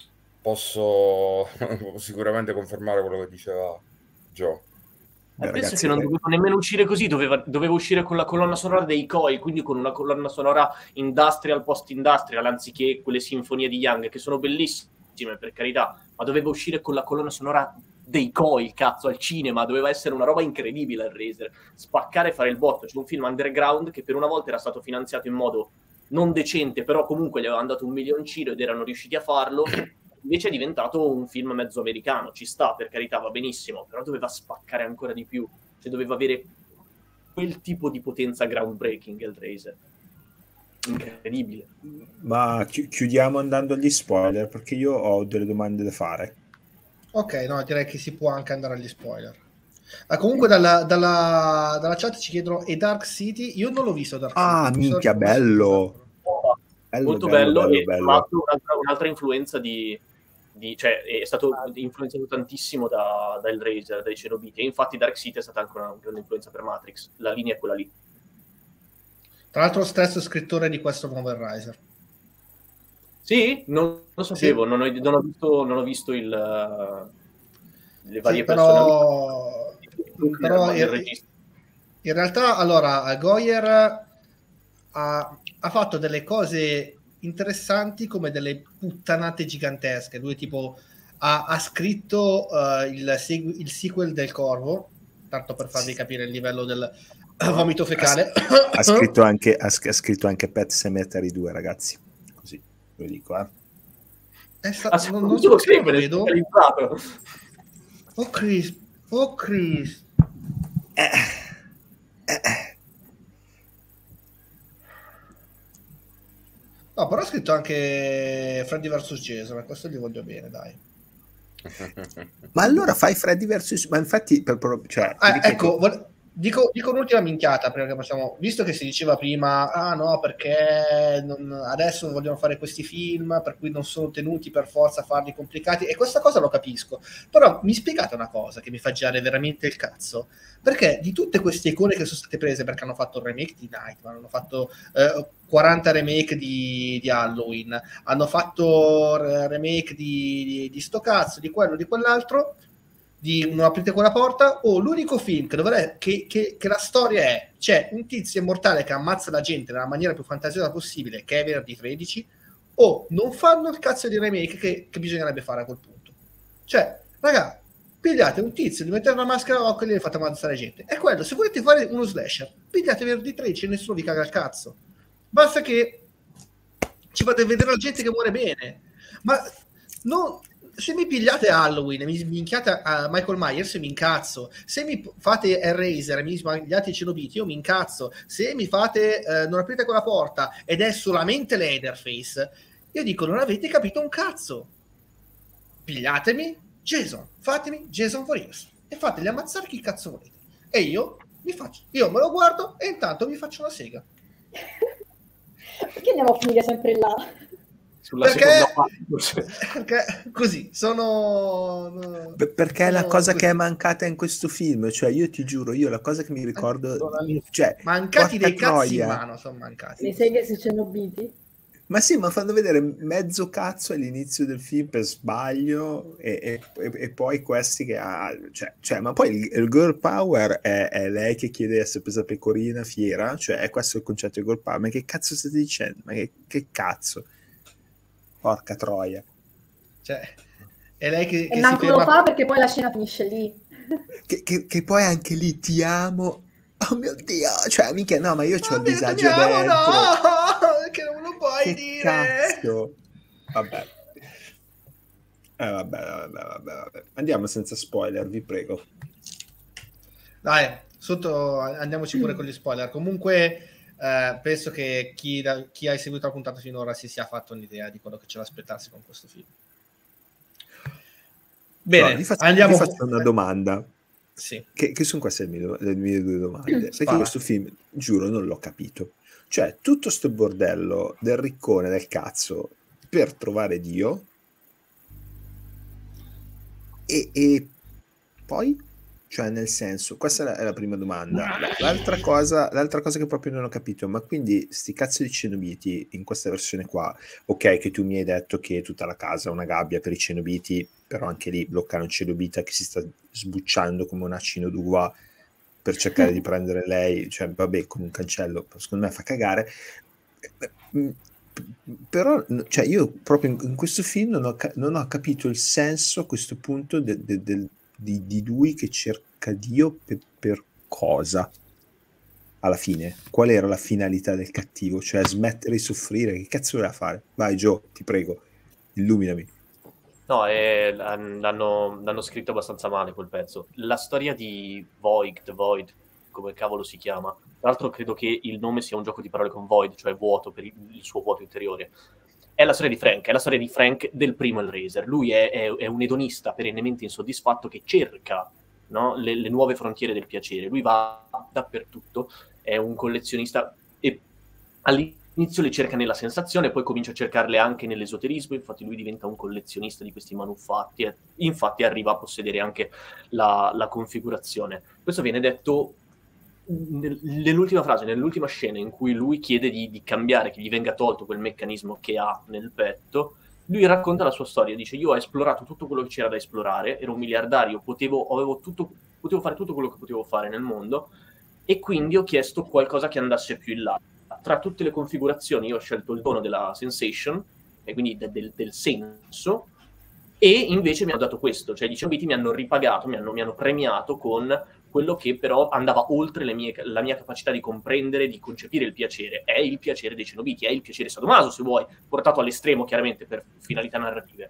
E: posso sicuramente confermare quello che diceva Joe.
F: Beh, penso che non doveva nemmeno uscire così, doveva, doveva uscire con la colonna sonora dei Coil, quindi con una colonna sonora industrial post-industrial, anziché quelle sinfonie di Young, che sono bellissime, per carità, ma doveva uscire con la colonna sonora dei Coil, cazzo, al cinema, doveva essere una roba incredibile il Hellraiser, spaccare e fare il botto. C'è un film underground che per una volta era stato finanziato in modo non decente, però comunque gli avevano dato un milioncino ed erano riusciti a farlo. Invece è diventato un film mezzo americano, ci sta, per carità, va benissimo, però doveva spaccare ancora di più, cioè doveva avere quel tipo di potenza groundbreaking Hellraiser. Incredibile.
C: Ma chi- chiudiamo andando agli spoiler, perché io ho delle domande da fare.
B: Ok, no, direi che si può anche andare agli spoiler. Ah, comunque dalla, dalla, dalla chat ci chiedono, e Dark City? Io non l'ho visto Dark
C: Ah,
B: City.
C: minchia, bello! bello!
F: Molto
C: bello,
F: bello,
C: bello,
F: e
C: bello.
F: tra l'altro un'altra, un'altra influenza di, di... cioè è stato influenzato tantissimo da, da Hellraiser, dai Cenobiti, e infatti Dark City è stata anche una grande influenza per Matrix, la linea è quella lì.
B: Tra l'altro lo stesso scrittore di questo nuovo Hellraiser.
F: Sì? Non lo sapevo,
B: Sì.
F: non, ho, non ho visto, non ho visto il, le varie
B: Sì,
F: persone.
B: però, però
F: del
B: in,
F: regista.
B: in realtà allora Goyer ha, ha fatto delle cose interessanti come delle puttanate gigantesche. Lui tipo ha, ha scritto uh, il, segu- il sequel del Corvo, tanto per farvi capire il livello del vomito fecale.
C: Ha, ha scritto anche ha, ha scritto anche Pet Sematary due, ragazzi, così ve lo dico, eh.
B: È sta-
F: Ah,
B: non, non
F: io
B: so
F: lo
B: se lo
F: scrivo,
B: vedo.
F: focalizzato.
B: Oh Chris, oh Chris.
C: Eh, eh.
B: No, però ha scritto anche Freddy versus Jason, e questo gli voglio bene, dai.
C: Ma allora fai Freddy versus, ma infatti per, per, cioè,
B: Ah,
C: ripeto,
B: ecco, vol- dico, dico un'ultima minchiata prima che possiamo, visto che si diceva prima, ah no, perché non- adesso vogliono fare questi film, per cui non sono tenuti per forza a farli complicati, e questa cosa lo capisco, però mi spiegate una cosa che mi fa girare veramente il cazzo, perché di tutte queste icone che sono state prese, perché hanno fatto il remake di Nightmare, hanno fatto eh, quaranta remake di, di Halloween, hanno fatto re- remake di, di, di sto cazzo, di quello, di quell'altro, di Non aprite quella porta, o l'unico film che, dovrebbe, che, che, che la storia è, c'è un tizio immortale che ammazza la gente nella maniera più fantasiosa possibile, che è venerdì tredici, o non fanno il cazzo di remake che, che bisognerebbe fare a quel punto. Cioè, raga, pigliate un tizio, gli mettete una maschera all'occhio e gli fate ammazzare gente. È quello, se volete fare uno slasher, pigliate venerdì tredici e nessuno vi caga il cazzo. Basta che ci fate vedere la gente che muore bene. Ma non... se mi pigliate Halloween e mi minchiate a Michael Myers, mi incazzo. Se mi fate Hellraiser e mi sbagliate i Cenobiti, io mi incazzo. Se mi fate eh, Non aprite quella porta ed è solamente Leatherface, io dico non avete capito un cazzo. Pigliatemi Jason, fatemi Jason Voorhees e fateli ammazzare chi cazzo volete. E io mi faccio, io me lo guardo e intanto mi faccio una sega.
D: Perché andiamo a finire sempre là?
F: Sulla
B: Perché,
F: seconda parte.
B: perché così sono
C: Beh, perché è la
B: sono
C: cosa
B: così.
C: che è mancata in questo film, cioè io ti giuro, io la cosa che mi ricordo, cioè
B: mancati
C: porca
B: dei cazzi in
C: troia.
B: mano, sono mancati.
D: Le seghe su Cenobiti?
C: Ma sì, ma fanno vedere mezzo cazzo all'inizio del film per sbaglio e, e- e- e poi questi che ha, cioè, cioè, ma poi il, il girl power è, è lei che chiede di essere presa pecorina fiera, cioè è questo il concetto di girl power. Ma che cazzo state dicendo? Ma che, che cazzo? Porca troia.
B: Cioè, è lei che,
D: E
B: che si
D: manco lo
B: ferma.
D: fa perché poi la scena finisce lì.
C: Che, che- che poi anche lì ti amo. Oh mio Dio, cioè mica no, ma io c'ho il disagio
B: Andiamo,
C: dentro.
B: no, che non lo puoi
C: Che
B: dire.
C: cazzo? Vabbè. Eh, vabbè, vabbè, vabbè, vabbè. Andiamo senza spoiler, vi prego.
B: Dai, sotto andiamoci pure con gli spoiler. Comunque eh, penso che chi, da- chi ha seguito la puntata finora si sia fatto un'idea di quello che c'è da aspettarsi con questo film. Bene,
C: No, vi faccio,
B: andiamo.
C: vi faccio una domanda.
B: Sì.
C: Che, che sono queste le mie, le mie due domande? Perché
B: Spara.
C: questo film, giuro, non l'ho capito. Cioè, tutto sto bordello del riccone del cazzo, per trovare Dio e, e poi, cioè nel senso, questa è la, è la prima domanda. L'altra cosa, l'altra cosa che proprio non ho capito, ma quindi sti cazzo di cenobiti in questa versione qua, ok, che tu mi hai detto che tutta la casa è una gabbia per i cenobiti, però anche lì bloccare un cenobita che si sta sbucciando come un acino d'uva per cercare di prendere lei, cioè vabbè, con un cancello, secondo me fa cagare. Però cioè io proprio in, in questo film non ho, non ho capito il senso a questo punto de, de, de, di, di lui che cerca Dio per, per cosa alla fine, qual era la finalità del cattivo, cioè smettere di soffrire, che cazzo voleva fare? Vai Joe, ti prego, illuminami.
F: No, è, l'hanno, l'hanno scritto abbastanza male quel pezzo. La storia di Void, The Void, come cavolo si chiama. Tra l'altro credo che il nome sia un gioco di parole con Void, cioè vuoto, per il, il suo vuoto interiore. È la storia di Frank, è la storia di Frank del primo Hellraiser. Lui è, è, è un edonista perennemente insoddisfatto che cerca, no, le, le nuove frontiere del piacere. Lui va dappertutto, è un collezionista e all'inizio le cerca nella sensazione, poi comincia a cercarle anche nell'esoterismo, infatti lui diventa un collezionista di questi manufatti e infatti arriva a possedere anche la, la configurazione. Questo viene detto nell'ultima frase, nell'ultima scena in cui lui chiede di, di cambiare, che gli venga tolto quel meccanismo che ha nel petto. Lui racconta la sua storia, dice: io ho esplorato tutto quello che c'era da esplorare, ero un miliardario, potevo, avevo tutto, potevo fare tutto quello che potevo fare nel mondo e quindi ho chiesto qualcosa che andasse più in là. Tra tutte le configurazioni io ho scelto il dono della sensation, e quindi de- del, del senso, e invece mi hanno dato questo, cioè i cenobiti mi hanno ripagato, mi hanno, mi hanno premiato con quello che però andava oltre le mie, la mia capacità di comprendere, di concepire il piacere. È il piacere dei cenobiti, è il piacere sadomaso, se vuoi, portato all'estremo chiaramente per finalità narrative.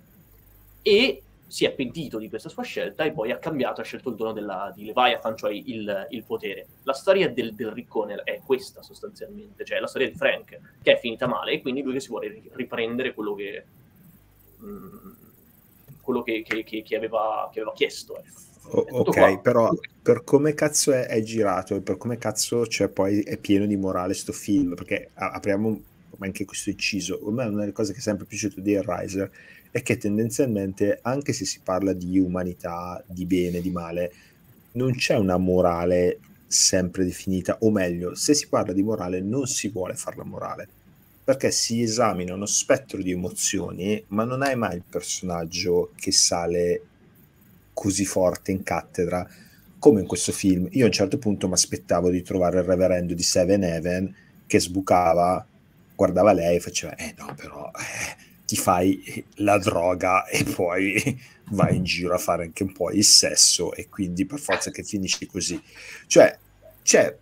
F: E si è pentito di questa sua scelta e poi ha cambiato, ha scelto il dono della, di Leviathan, cioè il, il potere. La storia del, del riccone è questa sostanzialmente, cioè la storia di Frank, che è finita male, e quindi lui che si vuole riprendere quello che... Mh, quello che, che, che, che, aveva, che aveva chiesto.
C: O, ok, qua. Però per come cazzo è, è girato e per come cazzo cioè, poi è pieno di morale sto film, perché a, apriamo anche questo inciso. A me una delle cose che è sempre piaciuto di Hellraiser è che tendenzialmente, anche se si parla di umanità, di bene, di male, non c'è una morale sempre definita, o meglio, se si parla di morale non si vuole fare la morale, perché si esamina uno spettro di emozioni, ma non hai mai il personaggio che sale così forte in cattedra come in questo film. Io a un certo punto mi aspettavo di trovare il reverendo di Seven Heaven che sbucava, guardava lei e faceva eh no però eh, ti fai la droga e poi vai in giro a fare anche un po' il sesso e quindi per forza che finisci così. Cioè, cioè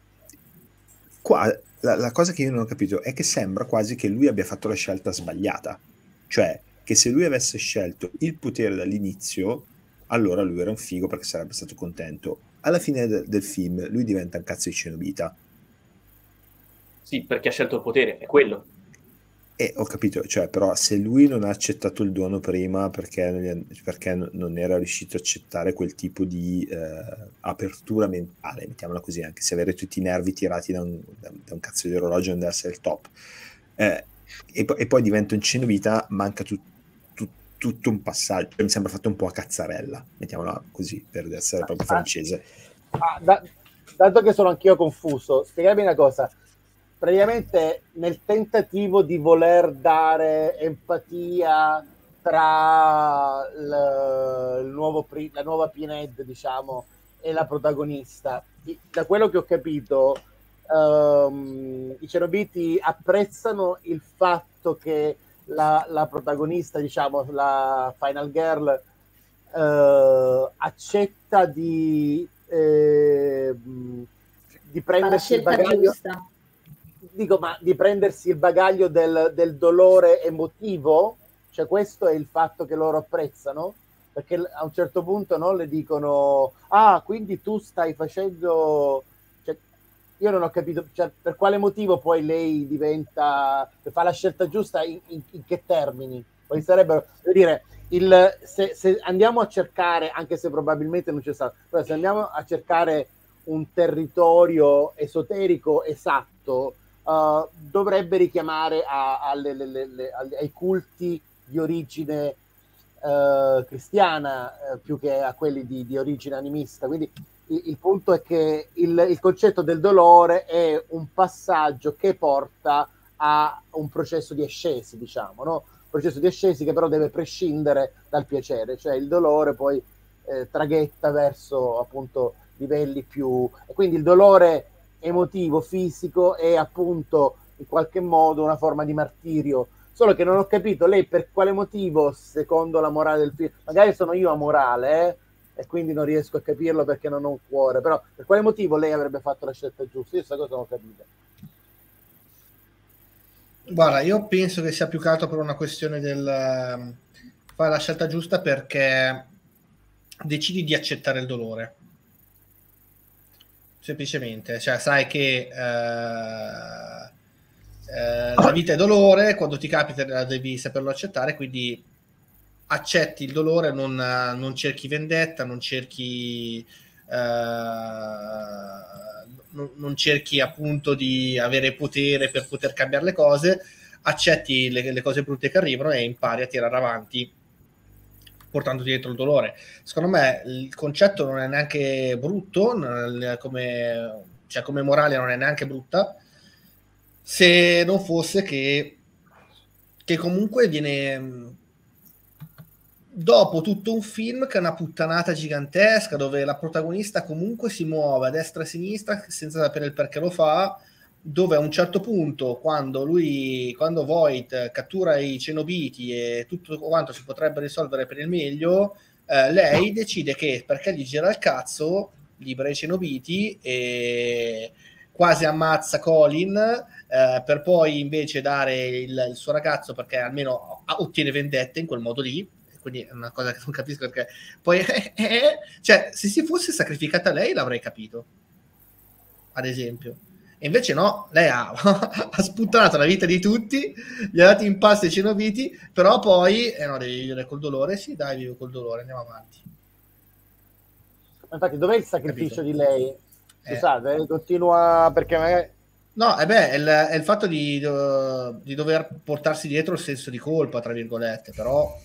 C: qua La, la cosa che io non ho capito è che sembra quasi che lui abbia fatto la scelta sbagliata, cioè che se lui avesse scelto il potere dall'inizio, allora lui era un figo perché sarebbe stato contento. Alla fine de- del film lui diventa un cazzo di cenobita.
F: Sì, perché ha scelto il potere, è quello.
C: E ho capito, cioè, però se lui non ha accettato il dono prima perché, perché non era riuscito a accettare quel tipo di eh, apertura mentale, mettiamola così, anche se avere tutti i nervi tirati da un, da, da un cazzo di orologio e andare a essere il top, eh, e, e poi diventa un cenobita, manca tu, tu, tutto un passaggio, mi sembra fatto un po' a cazzarella, mettiamola così, per essere proprio francese.
G: Ah, da, dato che sono anch'io confuso, spiegami una cosa. Praticamente nel tentativo di voler dare empatia tra il, il nuovo, la nuova Pinhead, diciamo, e la protagonista, da quello che ho capito, um, i cenobiti apprezzano il fatto che la, la protagonista, diciamo, la Final Girl, uh, accetta di, eh, di prendersi il bagaglio. Giusta. Dico, ma di prendersi il bagaglio del, del dolore emotivo, cioè questo è il fatto che loro apprezzano, perché a un certo punto no, le dicono ah, quindi tu stai facendo, cioè, io non ho capito, cioè, per quale motivo poi lei diventa, fa la scelta giusta, in, in, in che termini? Poi sarebbero, devo dire, il, se, se andiamo a cercare, anche se probabilmente non c'è stato, però se andiamo a cercare un territorio esoterico esatto, uh, dovrebbe richiamare a, alle, le, le, le, ai culti di origine uh, cristiana uh, più che a quelli di, di origine animista. Quindi il, il punto è che il, il concetto del dolore è un passaggio che porta a un processo di ascesi, diciamo, no? Processo di ascesi che però deve prescindere dal piacere, cioè il dolore poi eh, traghetta verso appunto livelli più, e quindi il dolore emotivo, fisico è appunto in qualche modo una forma di martirio. Solo che non ho capito lei per quale motivo, secondo la morale del film, magari sono io amorale eh, e quindi non riesco a capirlo perché non ho un cuore, però per quale motivo lei avrebbe fatto la scelta giusta? Io questa cosa non ho capito.
B: Guarda, io penso che sia più che altro per una questione del uh, fare la scelta giusta, perché decidi di accettare il dolore. Semplicemente, cioè sai che uh, uh, la vita è dolore, quando ti capita devi saperlo accettare, quindi accetti il dolore, non, uh, non cerchi vendetta, non cerchi... Uh, non cerchi appunto di avere potere per poter cambiare le cose, accetti le, le cose brutte che arrivano e impari a tirare avanti portando dietro il dolore. Secondo me il concetto non è neanche brutto, come, cioè come morale non è neanche brutta, se non fosse che, che comunque viene dopo tutto un film che è una puttanata gigantesca, dove la protagonista comunque si muove a destra e a sinistra senza sapere il perché lo fa, dove a un certo punto, quando lui, quando Voight cattura i Cenobiti e tutto quanto si potrebbe risolvere per il meglio, eh, lei decide che perché gli gira il cazzo, libera i Cenobiti e quasi ammazza Colin, eh, per poi invece dare il, il suo ragazzo, perché almeno ottiene vendetta in quel modo lì. Quindi è una cosa che non capisco, perché poi eh, eh, cioè se si fosse sacrificata lei l'avrei capito, ad esempio, e invece no, lei ha, ha sputtanato la vita di tutti, gli ha dato in pasto i Cenobiti, però poi eh no, devi vivere col dolore. Sì, dai, vivo col dolore, andiamo avanti.
G: Infatti dov'è il sacrificio
B: Capito?
G: Di lei? Scusate, eh. continua, perché magari...
B: No, eh beh, è il, è il fatto di, di dover portarsi dietro il senso di colpa, tra virgolette, però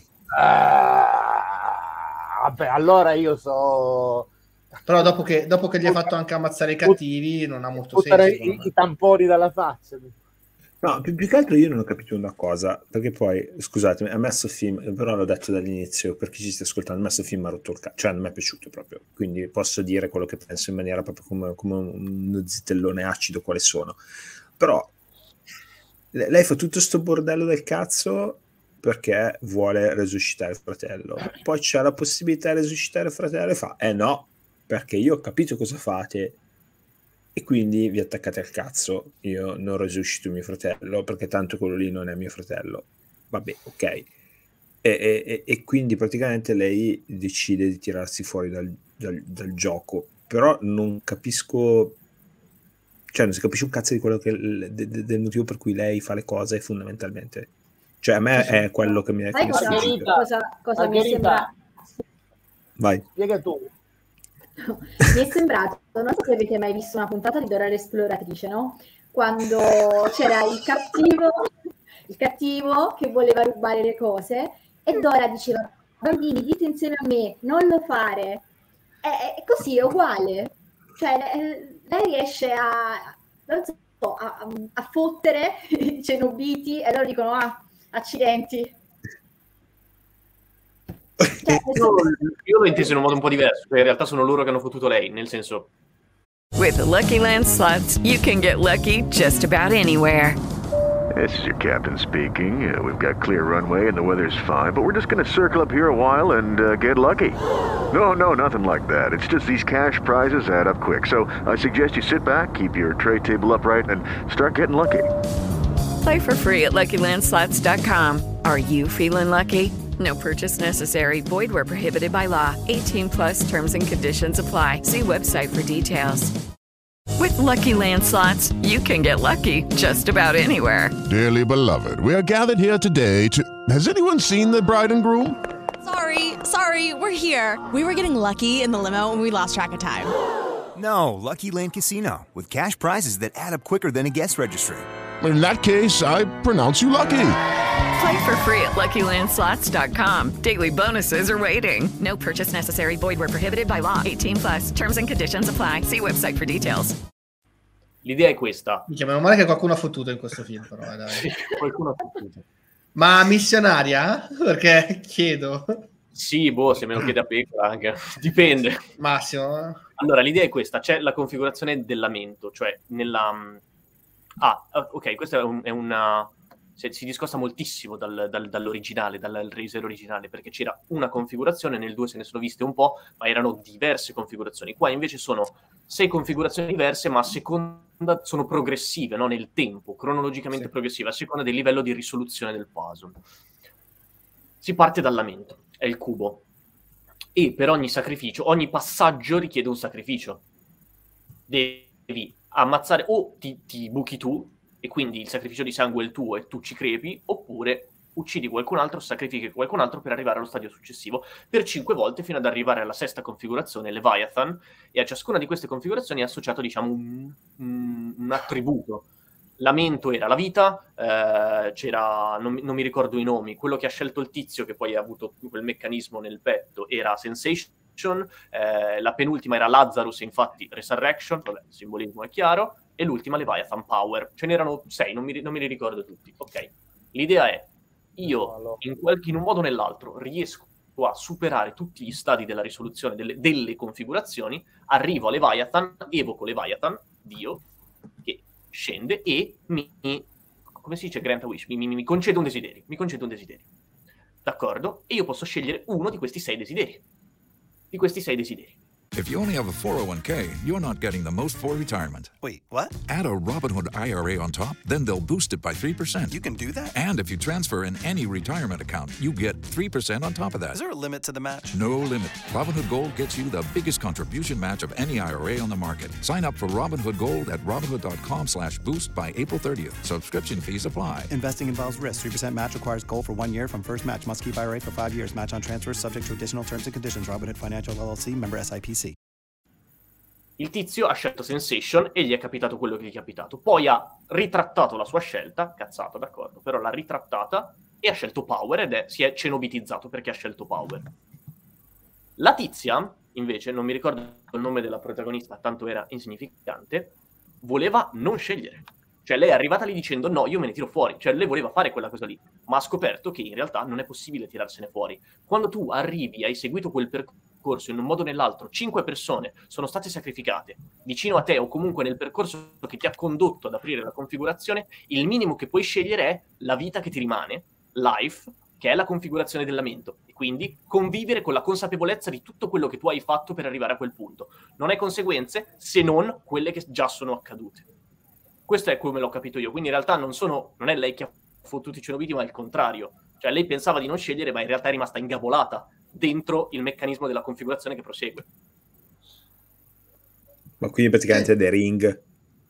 G: Uh, vabbè, allora io so.
B: Però dopo che, dopo che gli hai fatto anche ammazzare i cattivi, non ha molto senso.
G: I, i tamponi dalla faccia.
C: No, più, più che altro io non ho capito una cosa, perché poi, scusatemi, a me questo film, però l'ho detto dall'inizio, per chi ci sta ascoltando, a me questo film mi ha rotto il cazzo, cioè non mi è piaciuto proprio, quindi posso dire quello che penso in maniera proprio come, come uno zitellone acido quale sono. Però lei fa tutto sto bordello del cazzo perché vuole resuscitare il fratello, poi c'è la possibilità di resuscitare il fratello e fa eh no, perché io ho capito cosa fate e quindi vi attaccate al cazzo, io non resuscito mio fratello perché tanto quello lì non è mio fratello, vabbè, ok, e, e, e quindi praticamente lei decide di tirarsi fuori dal, dal, dal gioco, però non capisco, cioè non si capisce un cazzo di quello che de, de, del motivo per cui lei fa le cose fondamentalmente. Cioè a me è quello che mi è...
D: Sai cosa, cosa, cosa mi è sembrato?
C: Vai.
G: Spiega tu.
D: Mi è sembrato, non so se avete mai visto una puntata di Dora l'Esploratrice, no? Quando c'era il cattivo, il cattivo che voleva rubare le cose e Dora diceva: bambini, dite insieme a me, non lo fare. E così è uguale. Cioè lei riesce a, non so, a, a fottere i Cenobiti e loro dicono: ah, accidenti.
F: Cioè, io, io l'ho inteso in un modo un po' diverso, in realtà sono loro che hanno fottuto lei, nel senso.
K: With the Lucky Land Slots, you can get lucky just about anywhere.
L: This is your captain speaking. Uh, we've got clear runway and the weather's fine, but we're just going to circle up here a while and uh, get lucky. No, no, nothing like that. It's just these cash prizes add up quick. So I suggest you sit back, keep your tray table upright, and start getting lucky.
K: Play for free at Lucky Land Slots dot com. Are you feeling lucky? No purchase necessary. Void where prohibited by law. eighteen plus terms and conditions apply. See website for details. With Lucky Land Slots, you can get lucky just about anywhere.
Q: Dearly beloved, we are gathered here today to... Has anyone seen the bride and groom?
R: Sorry, sorry, we're here. We were getting lucky in the limo and we lost track of time. No, Lucky Land Casino, with cash prizes that add up quicker than a guest registry.
Q: In that case, I pronounce you lucky.
K: Play for free at Lucky Land Slots dot com. Daily bonuses are waiting. No purchase necessary. Void where prohibited by law. eighteen plus. Terms and conditions apply. See website for details.
F: L'idea è questa.
B: Mi chiamano male che qualcuno ha fottuto in questo film, però. Eh, dai.
F: Sì, qualcuno ha fottuto.
B: Ma missionaria? Perché chiedo.
F: Sì, boh, se me lo chiede a pecora anche. Dipende.
B: Massimo.
F: Allora, l'idea è questa. C'è la configurazione del lamento, cioè nella... Ah, ok, questa è, un, è una... si discosta moltissimo dal, dal, dall'originale, dal Razer originale, perché c'era una configurazione, nel due se ne sono viste un po', ma erano diverse configurazioni. Qua invece sono sei configurazioni diverse, ma a seconda sono progressive, no? Nel tempo, cronologicamente sì. progressive, a seconda del livello di risoluzione del puzzle. Si parte dal lamento, è il cubo, e per ogni sacrificio, ogni passaggio richiede un sacrificio. Devi ammazzare, o ti, ti buchi tu, e quindi il sacrificio di sangue è il tuo e tu ci crepi, oppure uccidi qualcun altro, sacrifichi qualcun altro per arrivare allo stadio successivo per cinque volte fino ad arrivare alla sesta configurazione, Leviathan, e a ciascuna di queste configurazioni è associato, diciamo, un, un, un attributo. Lamento era la vita, eh, c'era, non, non mi ricordo i nomi, quello che ha scelto il tizio che poi ha avuto quel meccanismo nel petto era Sensation, eh, la penultima era Lazarus, infatti Resurrection, vabbè, il simbolismo è chiaro, e l'ultima Leviathan Power. Ce n'erano sei, non mi, non me li ricordo tutti. Ok, l'idea è, io in, qualche, in un modo o nell'altro riesco a superare tutti gli stadi della risoluzione delle, delle configurazioni, arrivo a Leviathan, evoco Leviathan, Dio, che scende e mi, come si dice, grant a wish, mi, mi, mi concede un desiderio, mi concede un desiderio. D'accordo? E io posso scegliere uno di questi sei desideri. Di questi sei desideri.
S: If you only have a four oh one k, you're not getting the most for retirement.
R: Wait, what?
S: Add a Robinhood I R A on top, then they'll boost it by three percent.
R: You can do that?
S: And if you transfer in any retirement account, you get three percent on top of that.
R: Is there a limit to the match?
S: No limit. Robinhood Gold gets you the biggest contribution match of any I R A on the market. Sign up for Robinhood Gold at Robinhood.com slash boost by April thirtieth. Subscription fees apply.
T: Investing involves risk. three percent match requires gold for one year from first match. Must keep I R A for five years. Match on transfers subject to additional terms and conditions. Robinhood Financial L L C, member S I P C.
F: Il tizio ha scelto Sensation e gli è capitato quello che gli è capitato. Poi ha ritrattato la sua scelta, cazzato, d'accordo, però l'ha ritrattata e ha scelto Power ed è, si è cenobitizzato perché ha scelto Power. La tizia, invece, non mi ricordo il nome della protagonista, tanto era insignificante, voleva non scegliere. Cioè lei è arrivata lì dicendo no, io me ne tiro fuori. Cioè lei voleva fare quella cosa lì, ma ha scoperto che in realtà non è possibile tirarsene fuori. Quando tu arrivi, hai seguito quel percorso, in un modo o nell'altro, cinque persone sono state sacrificate vicino a te o comunque nel percorso che ti ha condotto ad aprire la configurazione, il minimo che puoi scegliere è la vita che ti rimane, life, che è la configurazione del lamento, e quindi convivere con la consapevolezza di tutto quello che tu hai fatto per arrivare a quel punto. Non hai conseguenze se non quelle che già sono accadute. Questo è come l'ho capito io, quindi in realtà non sono, non è lei che ha fottuto i cenobiti, ma il contrario. Cioè lei pensava di non scegliere, ma in realtà è rimasta ingabolata dentro il meccanismo della configurazione che prosegue.
C: Ma quindi praticamente è The Ring,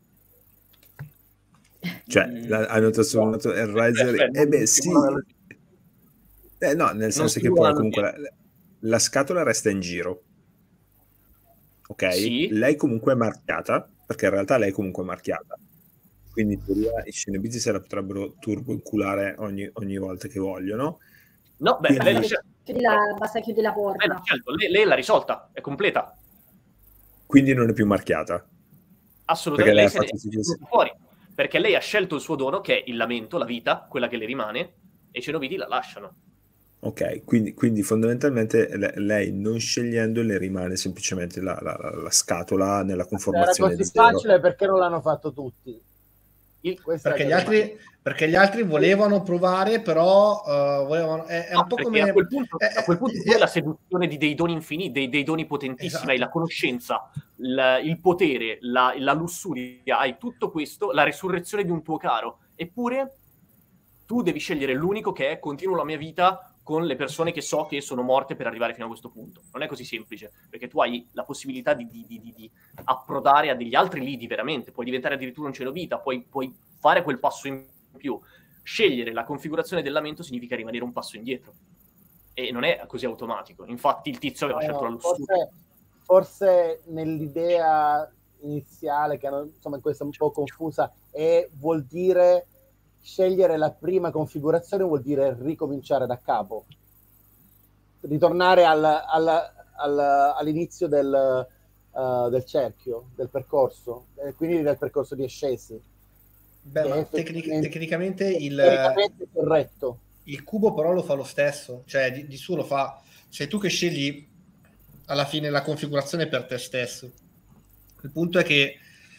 C: cioè mm, la, hanno trasformato il Razer, eh beh sì, eh, no, nel senso che poi comunque la, la scatola resta in giro, ok? Sì. Lei comunque è marchiata, perché in realtà lei è comunque marchiata, quindi in teoria i cenobiti se la potrebbero turbo inculare ogni, ogni volta che vogliono.
F: No, beh,
C: quindi...
F: lei la
D: chiudi la, basta chiudi la porta.
F: Lei, certo, lei, lei l'ha risolta, è completa.
C: Quindi non è più marchiata.
F: Assolutamente, lei, lei se ne è fuori, perché lei ha scelto il suo dono, che è il lamento, la vita, quella che le rimane, e i cenobiti la lasciano.
C: Ok, quindi, quindi fondamentalmente lei non scegliendo le rimane semplicemente la, la, la scatola nella conformazione.
G: Era così facile perché non l'hanno fatto tutti.
B: Il, perché, gli altri, perché gli altri volevano provare, però uh, volevano, è, è no, un po' come
F: a quel punto, è, a quel punto è, è la seduzione di dei doni infiniti, dei, dei doni potentissimi, esatto. Hai la conoscenza, la, il potere, la, la lussuria, hai tutto questo, la risurrezione di un tuo caro, eppure tu devi scegliere l'unico che è continuo la mia vita con le persone che so che sono morte per arrivare fino a questo punto. Non è così semplice, perché tu hai la possibilità di, di, di, di approdare a degli altri lidi veramente, puoi diventare addirittura un cenobita, puoi, puoi fare quel passo in più. Scegliere la configurazione del lamento significa rimanere un passo indietro, e non è così automatico. Infatti il tizio aveva
G: no,
F: scelto
G: no,
F: la lussuria.
G: Forse, forse nell'idea iniziale, che hanno, insomma, in questa un po' confusa, è vuol dire scegliere la prima configurazione, vuol dire ricominciare da capo, ritornare al, al, al, all'inizio del, uh, del cerchio, del percorso, eh, quindi del percorso di ascesi.
B: Beh, ma tecnic- tecnicamente il
G: tecnicamente corretto.
B: Il cubo però lo fa lo stesso, cioè di, di suo lo fa, sei tu che scegli alla fine la configurazione per te stesso. Il punto è che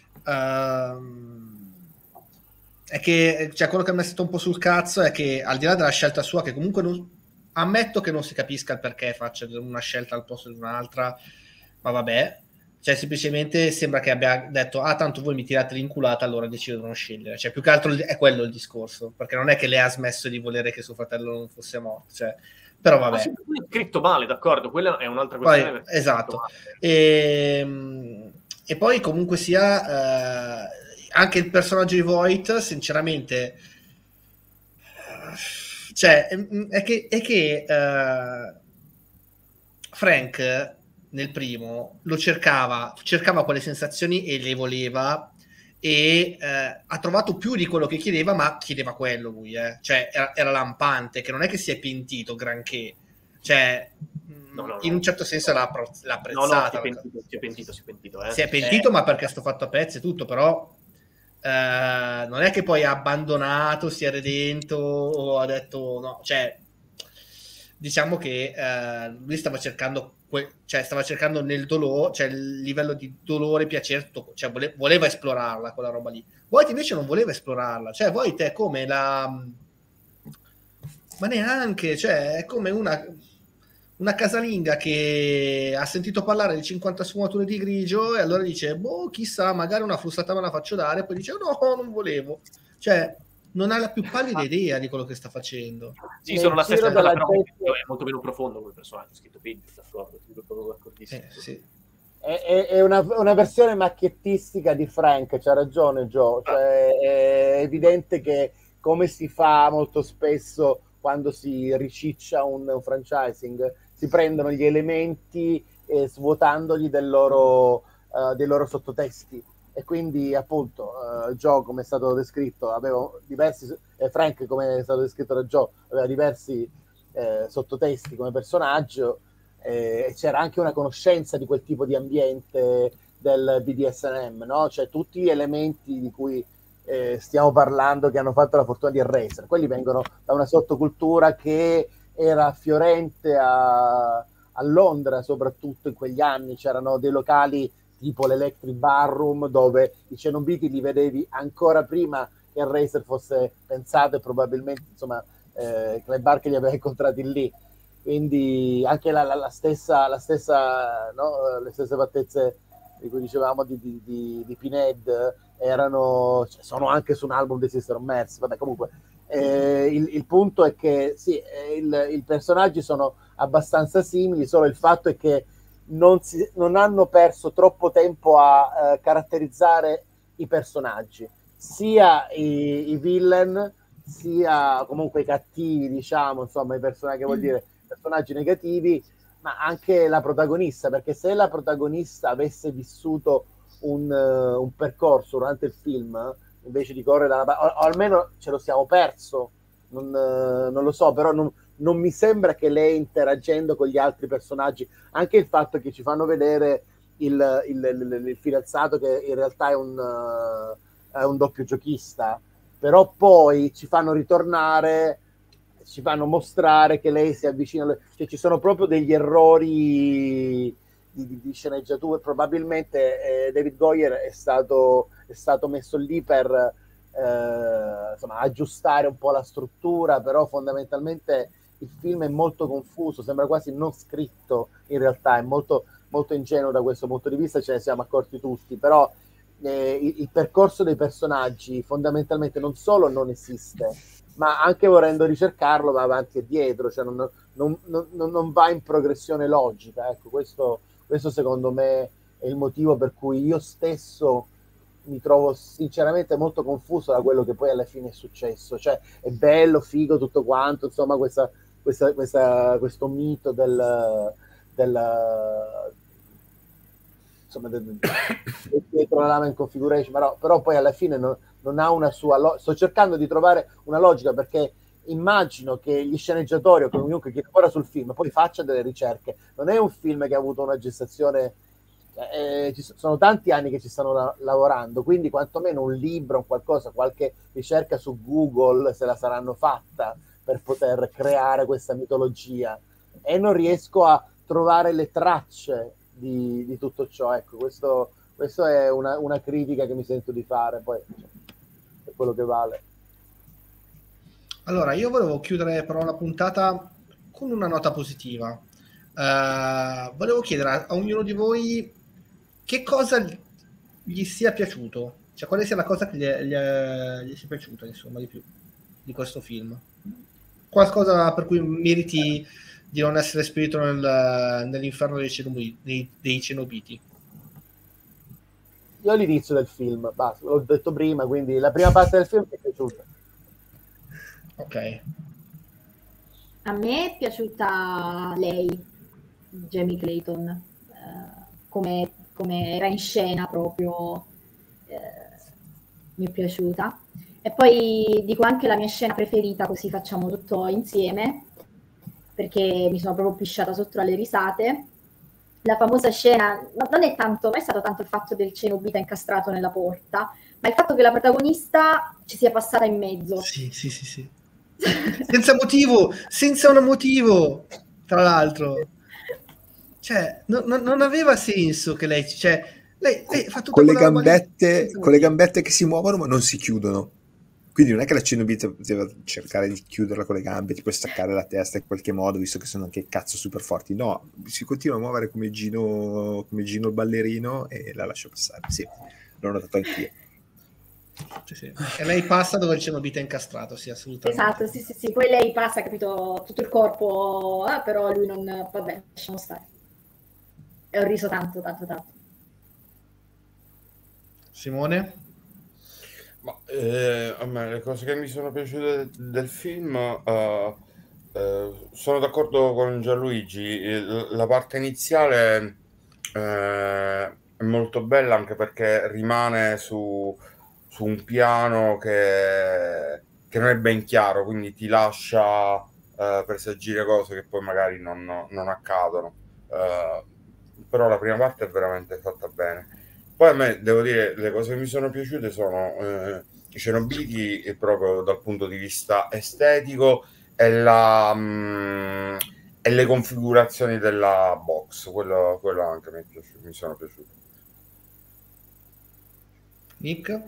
B: uh, è che cioè, quello che mi è stato un po' sul cazzo è che al di là della scelta sua, che comunque non, ammetto che non si capisca il perché faccia una scelta al posto di un'altra, ma vabbè, cioè semplicemente sembra che abbia detto ah tanto voi mi tirate l'inculata, allora decido di non scegliere, cioè più che altro è quello il discorso, perché non è che lei ha smesso di volere che suo fratello non fosse morto, cioè, però vabbè.
F: Ma è scritto male, d'accordo, quella è un'altra questione.
B: Poi, esatto, e, e poi comunque sia eh, anche il personaggio di Voight sinceramente cioè è che, è che uh, Frank nel primo lo cercava cercava quelle sensazioni e le voleva e uh, ha trovato più di quello che chiedeva, ma chiedeva quello lui, eh. Cioè era, era lampante, che non è che si è pentito granché, cioè
F: no, no, no.
B: in un certo senso l'ha, l'ha apprezzata.
F: No, no, si è pentito, si è pentito, si è pentito, eh.
B: Si è pentito
F: eh.
B: ma perché sto fatto a pezzi e tutto, però Uh, non è che poi ha abbandonato, si è redento o ha detto no, cioè diciamo che uh, lui stava cercando que- cioè stava cercando nel dolore, cioè il livello di dolore, piacere, cioè vole- voleva esplorarla quella roba lì. Voight invece non voleva esplorarla, cioè Voight è come la ma neanche, cioè è come una una casalinga che ha sentito parlare di cinquanta sfumature di grigio e allora dice boh, chissà, magari una frustata me la faccio dare, poi dice no, non volevo, cioè non ha la più pallida idea di quello che sta facendo.
F: Sì, sono la stessa cosa, però gente... è molto meno profondo quel personaggio scritto peggio, d'accordo,
B: eh, sì.
G: è, è, è una, una versione macchiettistica di Frank, c'ha ragione Joe, cioè, è evidente che come si fa molto spesso quando si riciccia un, un franchising, si prendono gli elementi eh, svuotandoli del loro, uh, dei loro sottotesti, e quindi appunto uh, Joe, come è stato descritto, aveva diversi, eh, Frank, come è stato descritto da Joe, aveva diversi eh, sottotesti come personaggio, eh, e c'era anche una conoscenza di quel tipo di ambiente del B D S M, no? Cioè tutti gli elementi di cui eh, stiamo parlando, che hanno fatto la fortuna di Eraser, quelli vengono da una sottocultura che era fiorente a, a Londra, soprattutto in quegli anni. C'erano dei locali tipo l'Electric Barroom dove i cenobiti li vedevi ancora prima che Eraser fosse pensato, e probabilmente insomma eh, Clive Barker li aveva incontrati lì, quindi anche la, la, la stessa, la stessa no? le stesse fattezze di cui dicevamo di, di, di, di Pinhead erano, cioè, sono anche su un album di Sister of Mercy. Vabbè, comunque eh, il, il punto è che sì, il, i personaggi sono abbastanza simili, solo il fatto è che non, si, non hanno perso troppo tempo a eh, caratterizzare i personaggi, sia i, i villain sia comunque i cattivi, diciamo, insomma i personaggi, che vuol dire personaggi negativi, ma anche la protagonista, perché se la protagonista avesse vissuto un, uh, un percorso durante il film, invece di correre dalla o, o almeno ce lo siamo perso, non, uh, non lo so, però non, non mi sembra che lei, interagendo con gli altri personaggi, anche il fatto che ci fanno vedere il, il, il, il fidanzato che in realtà è un, uh, è un doppio giochista, però poi ci fanno ritornare, ci fanno mostrare che lei si avvicina, cioè ci sono proprio degli errori di, di, di sceneggiatura. Probabilmente eh, David Goyer è stato, è stato messo lì per eh, insomma, aggiustare un po' la struttura, però fondamentalmente il film è molto confuso, sembra quasi non scritto, in realtà è molto, molto ingenuo da questo punto di vista, ce ne siamo accorti tutti, però eh, il, il percorso dei personaggi fondamentalmente non solo non esiste, ma anche volendo ricercarlo va avanti e dietro, cioè non, non, non, non va in progressione logica. Ecco, questo, questo secondo me è il motivo per cui io stesso mi trovo sinceramente molto confuso da quello che poi alla fine è successo. Cioè è bello, figo tutto quanto, insomma questa, questa, questa, questo mito del, del, insomma, de, de, de, dietro la lama in configuration, però, però poi alla fine non, non ha una sua lo- sto cercando di trovare una logica, perché immagino che gli sceneggiatori o comunque chi lavora sul film poi faccia delle ricerche. Non è un film che ha avuto una gestazione, eh, ci sono tanti anni che ci stanno la- lavorando, quindi quantomeno un libro, un qualcosa, qualche ricerca su Google se la saranno fatta per poter creare questa mitologia, e non riesco a trovare le tracce di, di tutto ciò. Ecco, questo, questo è una, una critica che mi sento di fare, poi è quello che vale.
B: Allora, io volevo chiudere però la puntata con una nota positiva. Uh, volevo chiedere a, a ognuno di voi che cosa gli sia piaciuto, cioè quale sia la cosa che gli, gli, gli sia piaciuta, insomma, di più di questo film. Qualcosa per cui meriti di non essere spirito nel, nell'inferno dei, cenobi, dei, dei cenobiti.
G: Io all'inizio del film, basta, l'ho detto prima, quindi la prima parte del film mi è piaciuta.
B: Ok.
D: A me è piaciuta lei, Jamie Clayton, eh, come, come era in scena proprio, eh, mi è piaciuta. E poi dico anche la mia scena preferita, così facciamo tutto insieme, perché mi sono proprio pisciata sotto alle risate. La famosa scena, non è tanto, non è stato tanto il fatto del cenobita incastrato nella porta, ma il fatto che la protagonista ci sia passata in mezzo.
B: Sì, sì, sì, sì. Senza motivo, senza un motivo, tra l'altro. Cioè, no, no, non aveva senso che lei, cioè, lei, lei fa tutta
C: con le
B: quella roba lì
C: gambette,
B: senza
C: con le
B: motivo.
C: gambette che si muovono ma non si chiudono. Quindi non è che la cenobite poteva cercare di chiuderla con le gambe, tipo staccare la testa in qualche modo, visto che sono anche cazzo super forti. No, si continua a muovere come Gino, come Gino il ballerino e la lascia passare. Sì, l'ho notato anch'io.
B: Sì, sì. E lei passa dove il cenobite è incastrato, sì, assolutamente.
D: Esatto, sì, sì, sì. Poi lei passa, capito, tutto il corpo, eh, però lui non, vabbè, lasciamo stare. E ho riso tanto, tanto, tanto.
B: Simone?
E: Ma eh, a me le cose che mi sono piaciute del, del film, uh, uh, sono d'accordo con Gianluigi. Il- la parte iniziale eh, è molto bella, anche perché rimane su, su un piano che, che non è ben chiaro, quindi ti lascia uh, presagire cose che poi magari non, non accadono. Uh, però la prima parte è veramente fatta bene. Poi a me, devo dire, le cose che mi sono piaciute sono eh, i cenobiti, e proprio dal punto di vista estetico, e, la, mh, e le configurazioni della box. Quello, quello anche mi, è piaciuto, mi sono piaciute.
B: Nick?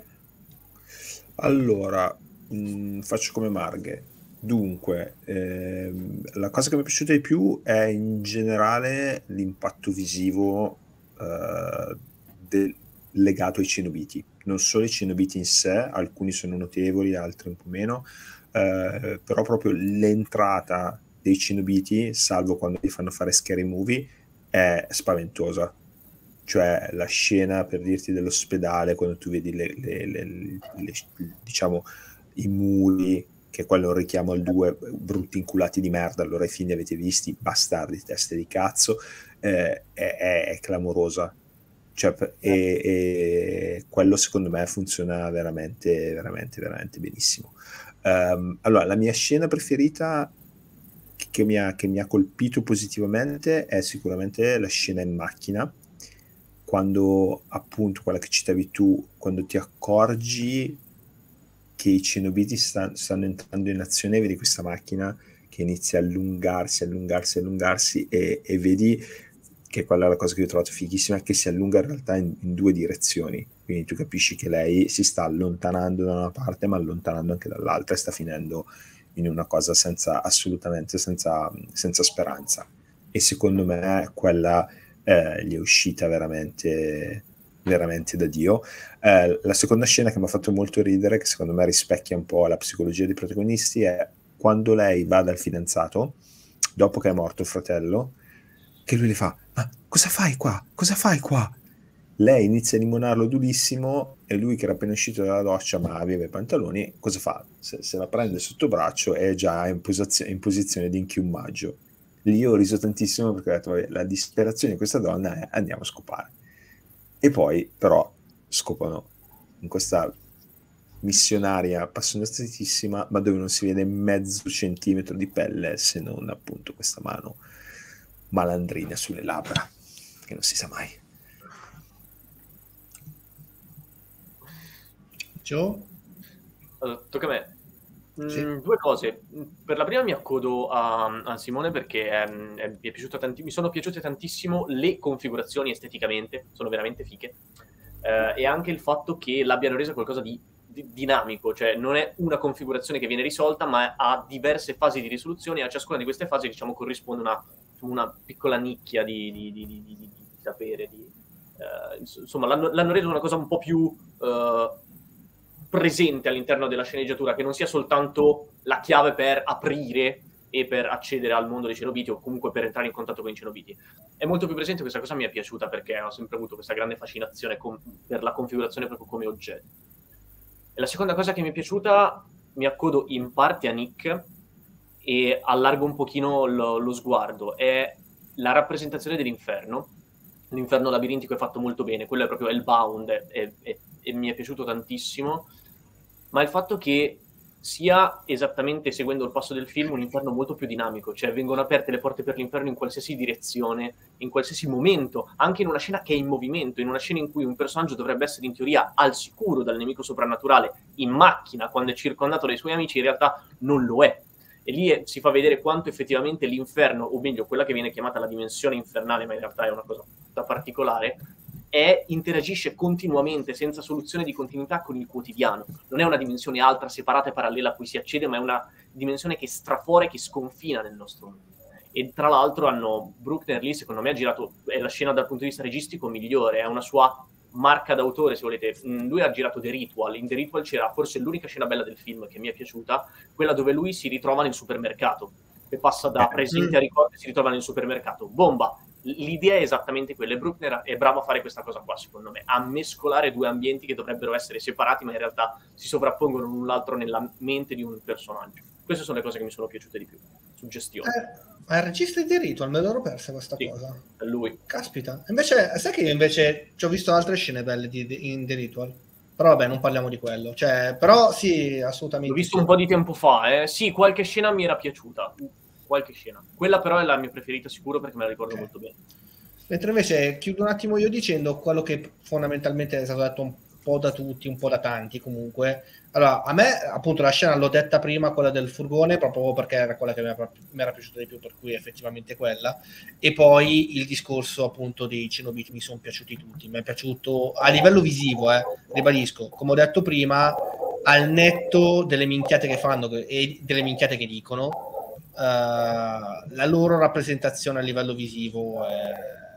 C: Allora, mh, faccio come Marghe. Dunque, ehm, la cosa che mi è piaciuta di più è in generale l'impatto visivo eh, del- legato ai cenobiti. Non solo i cenobiti in sé, alcuni sono notevoli, altri un po' meno, eh, però proprio l'entrata dei cenobiti, salvo quando li fanno fare scary movie, è spaventosa. Cioè la scena, per dirti, dell'ospedale, quando tu vedi le, le- le- le- diciamo i muri, che quello è un richiamo al due, brutti inculati di merda, allora ai fini avete visti, bastardi, teste di cazzo, eh, è, è- è clamorosa. Cioè, per- e, e quello secondo me funziona veramente, veramente, veramente benissimo. Ehm, allora, la mia scena preferita che che mi ha, che mi ha colpito positivamente è sicuramente la scena in macchina, quando appunto quella che citavi tu, quando ti accorgi che i cenobiti sta- stanno entrando in azione, vedi questa macchina che inizia a allungarsi, allungarsi, allungarsi e, e vedi che quella è la cosa che io ho trovato fighissima, che si allunga in realtà in, in due direzioni, quindi tu capisci che lei si sta allontanando da una parte ma allontanando anche dall'altra e sta finendo in una cosa senza assolutamente senza, senza speranza, e secondo me quella eh, gli è uscita veramente veramente da Dio. Eh, la seconda scena che mi ha fatto molto ridere, che secondo me rispecchia un po' la psicologia dei protagonisti, è quando lei va dal fidanzato dopo che è morto il fratello, che lui le fa: ma cosa fai qua? Cosa fai qua? Lei inizia a limonarlo durissimo e lui, che era appena uscito dalla doccia ma aveva i pantaloni, cosa fa? Se, se la prende sotto braccio e è già in, posizio- in posizione di inchiummaggio. Lì ho riso tantissimo perché ho detto: vabbè, la disperazione di questa donna è andiamo a scopare. E poi però scoprono in questa missionaria appassionatissima, ma dove non si vede mezzo centimetro di pelle, se non appunto questa mano malandrina sulle labbra, che non si sa mai.
B: Joe?
F: Allora, tocca a me. Mm,
B: Sì.
F: Due cose. Per la prima mi accodo a, a Simone perché ehm, è- mi, è piaciuta tanti- mi sono piaciute tantissimo le configurazioni esteticamente, sono veramente fighe. Eh, e anche il fatto che l'abbiano resa qualcosa di, di- dinamico, cioè non è una configurazione che viene risolta, ma ha diverse fasi di risoluzione e a ciascuna di queste fasi diciamo corrisponde una, una piccola nicchia di, di, di, di, di- di sapere. Di, eh, ins- insomma, l'hanno, l'hanno reso una cosa un po' più eh, presente all'interno della sceneggiatura, che non sia soltanto la chiave per aprire e per accedere al mondo dei cenobiti o comunque per entrare in contatto con i cenobiti. È molto più presente, questa cosa mi è piaciuta perché ho sempre avuto questa grande fascinazione con- per la configurazione proprio come oggetto. E la seconda cosa che mi è piaciuta, mi accodo in parte a Nick e allargo un pochino lo, lo sguardo, è la rappresentazione dell'inferno. L'inferno labirintico è fatto molto bene, quello è proprio Hellbound e, e, e mi è piaciuto tantissimo, ma il fatto che sia esattamente seguendo il passo del film un inferno molto più dinamico, cioè vengono aperte le porte per l'inferno in qualsiasi direzione, in qualsiasi momento, anche in una scena che è in movimento, in una scena in cui un personaggio dovrebbe essere in teoria al sicuro dal nemico soprannaturale, in macchina, quando è circondato dai suoi amici, in realtà non lo è. E lì è- si fa vedere quanto effettivamente l'inferno, o meglio, quella che viene chiamata la dimensione infernale, ma in realtà è una cosa tutta particolare, è, interagisce continuamente, senza soluzione di continuità con il quotidiano. Non è una dimensione altra, separata e parallela a cui si accede, ma è una dimensione che strafora e che sconfina nel nostro mondo. E tra l'altro hanno, Bruckner lì secondo me ha girato, è la scena dal punto di vista registico migliore, è una sua marca d'autore, se volete. Mm, Lui ha girato The Ritual, in The Ritual c'era forse l'unica scena bella del film che mi è piaciuta, quella dove lui si ritrova nel supermercato, e passa da presente a ricordo e si ritrova nel supermercato. Bomba! L'idea è esattamente quella, e Bruckner è bravo a fare questa cosa qua, secondo me, a mescolare due ambienti che dovrebbero essere separati, ma in realtà si sovrappongono l'un l'altro nella mente di un personaggio. Queste sono le cose che mi sono piaciute di più. Suggestione.
B: Eh, ma il regista di Ritual, me l'ero persa questa
F: Sì,
B: cosa.
F: è lui.
B: Caspita. Invece, sai che io invece ci ho visto altre scene belle di, di- in The Ritual? Però vabbè, non parliamo di quello. Cioè, però sì, assolutamente.
F: L'ho visto
B: sì.
F: un po' di tempo fa, eh. Sì, qualche scena mi era piaciuta. Qualche scena. Quella però è la mia preferita sicuro perché me la ricordo molto bene.
B: Mentre invece chiudo un attimo io dicendo quello che fondamentalmente è stato detto un po' da tutti, un po' da tanti comunque. Allora, a me appunto la scena l'ho detta prima, quella del furgone, proprio perché era quella che mi era, mi era piaciuta di più, per cui effettivamente quella. E poi il discorso appunto dei cenobiti mi sono piaciuti tutti. Mi è piaciuto a livello visivo, eh, ribadisco, come ho detto prima, al netto delle minchiate che fanno e delle minchiate che dicono, Uh, la loro rappresentazione a livello visivo è,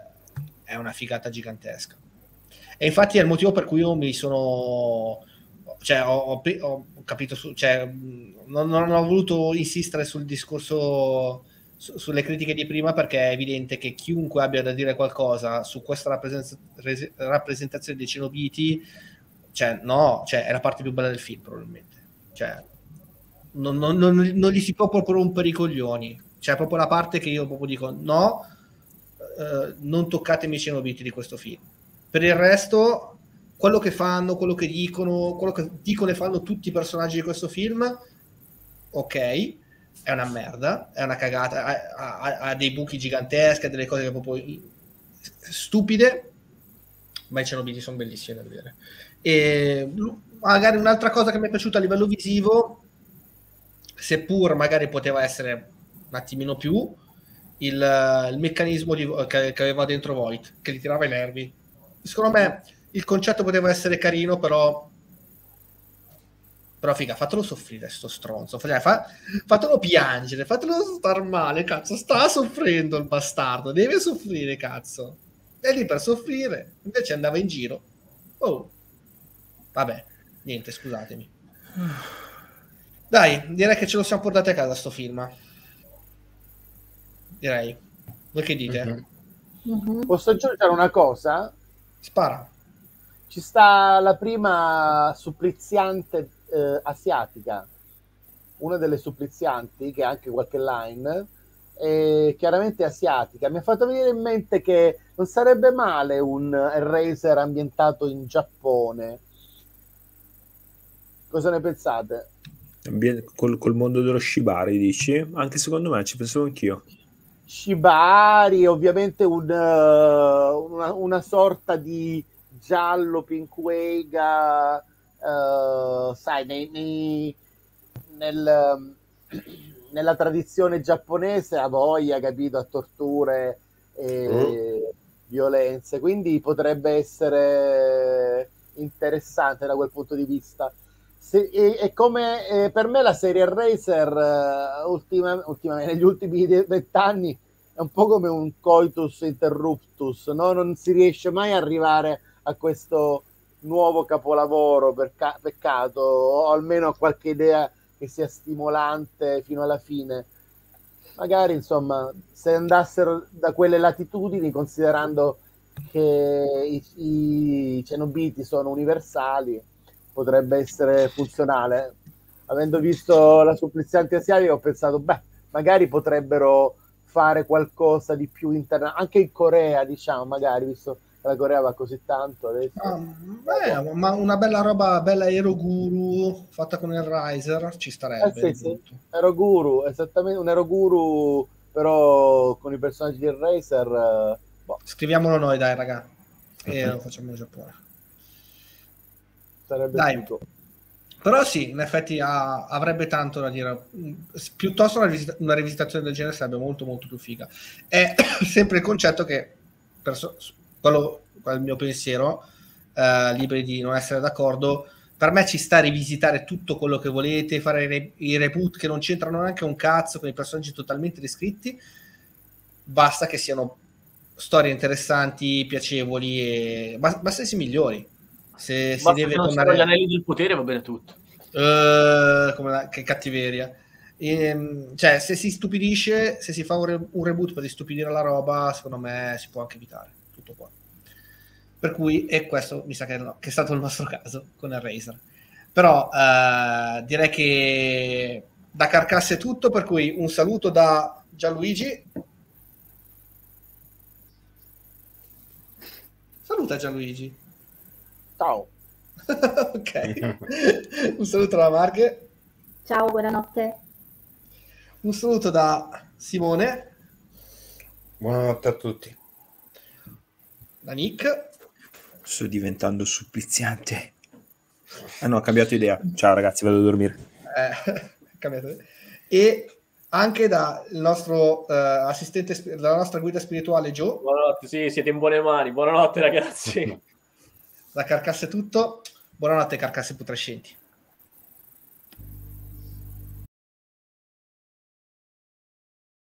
B: è una figata gigantesca, e infatti è il motivo per cui io mi sono cioè ho, ho, ho capito su, cioè, non, non ho voluto insistere sul discorso su, sulle critiche di prima, perché è evidente che chiunque abbia da dire qualcosa su questa rappresent- res- rappresentazione dei cenobiti, cioè no, cioè è la parte più bella del film probabilmente, cioè Non, non, non, non gli si può proprio rompere i coglioni, c'è proprio la parte che io proprio dico no, eh, non toccatemi i cenobiti di questo film. Per il resto, quello che fanno, quello che dicono, quello che dicono e fanno tutti i personaggi di questo film, ok, è una merda, è una cagata, ha, ha, ha dei buchi giganteschi, ha delle cose proprio stupide, ma i cenobiti sono bellissimi da vedere. E magari un'altra cosa che mi è piaciuta a livello visivo, seppur magari poteva essere un attimino più, il, il meccanismo di, che, che aveva dentro Voight, che gli tirava i nervi. Secondo me il concetto poteva essere carino, però però figa, fatelo soffrire sto stronzo, fa, fatelo piangere, fatelo star male, cazzo, sta soffrendo il bastardo, deve soffrire, cazzo, è lì per soffrire, invece andava in giro. Oh, vabbè, niente, scusatemi. Dai, direi che ce lo siamo portati a casa sto film. Direi. Voi che dite?
G: Mm-hmm. Mm-hmm. Posso aggiungere una cosa?
B: Spara.
G: Ci sta la prima suppliziante eh, asiatica. Una delle supplizianti, che ha anche qualche line, è chiaramente asiatica. Mi ha fatto venire in mente che non sarebbe male un Eraser ambientato in Giappone. Cosa ne pensate?
C: Col, col mondo dello shibari, dici? Anche secondo me, ci pensavo anch'io.
G: Shibari, ovviamente un, uh, una, una sorta di giallo pinkweiga, uh, sai, nei, nei, nel, nella tradizione giapponese a voglia, capito, a torture e mm. violenze, quindi potrebbe essere interessante da quel punto di vista. Se, e, e come eh, per me la serie Eraser uh, ultima, ultimamente, negli ultimi vent'anni è un po' come un coitus interruptus, no? Non si riesce mai a arrivare a questo nuovo capolavoro, per ca- peccato, o almeno a qualche idea che sia stimolante fino alla fine. Magari, insomma, se andassero da quelle latitudini, considerando che i, i cenobiti sono universali, potrebbe essere funzionale. Avendo visto La suppliziante asiatica ho pensato, beh, magari potrebbero fare qualcosa di più interna, anche in Corea, diciamo, magari, visto che la Corea va così tanto adesso.
B: Ah, beh, ma una bella roba, bella Eroguru fatta con il Riser ci starebbe.
G: Eh sì, sì. Eroguru, esattamente, un Eroguru però con i personaggi di Eraser. Boh.
B: Scriviamolo noi, dai, raga, e uh-huh. lo facciamo in Giappone.
G: Sarebbe
B: dai.
G: Figo.
B: Però sì, in effetti ha, avrebbe tanto da dire. Piuttosto una, rivisita- una rivisitazione del genere sarebbe molto molto più figa. È sempre il concetto che, perso- quello è il mio pensiero, eh, liberi di non essere d'accordo, per me ci sta a rivisitare tutto quello che volete, fare i, re- i reboot che non c'entrano neanche un cazzo, con i personaggi totalmente riscritti, basta che siano storie interessanti, piacevoli, e basta che si migliori. Se si deve tornare
F: gli anelli del potere va bene tutto.
B: Uh, come la... che cattiveria. E, cioè, se si stupidisce, se si fa un, re... un reboot per stupidire la roba, secondo me si può anche evitare tutto qua. Per cui, e questo mi sa che, no, che è stato il nostro caso con Eraser. Però uh, direi che da Carcassa è tutto, per cui un saluto da Gianluigi. Saluta Gianluigi.
G: Ciao.
B: Ok. Un saluto da Marghe.
D: Ciao, buonanotte.
B: Un saluto da Simone.
E: Buonanotte a tutti.
B: Da Nick.
C: Sto diventando suppliziante. Ah no, ho cambiato idea. Ciao ragazzi, vado a dormire.
B: Eh, cambiato. E anche dal nostro uh, assistente, dalla nostra guida spirituale Joe.
F: Buonanotte, sì, siete in buone mani. Buonanotte ragazzi.
B: Da Carcasse è tutto. Buonanotte Carcasse putrescenti.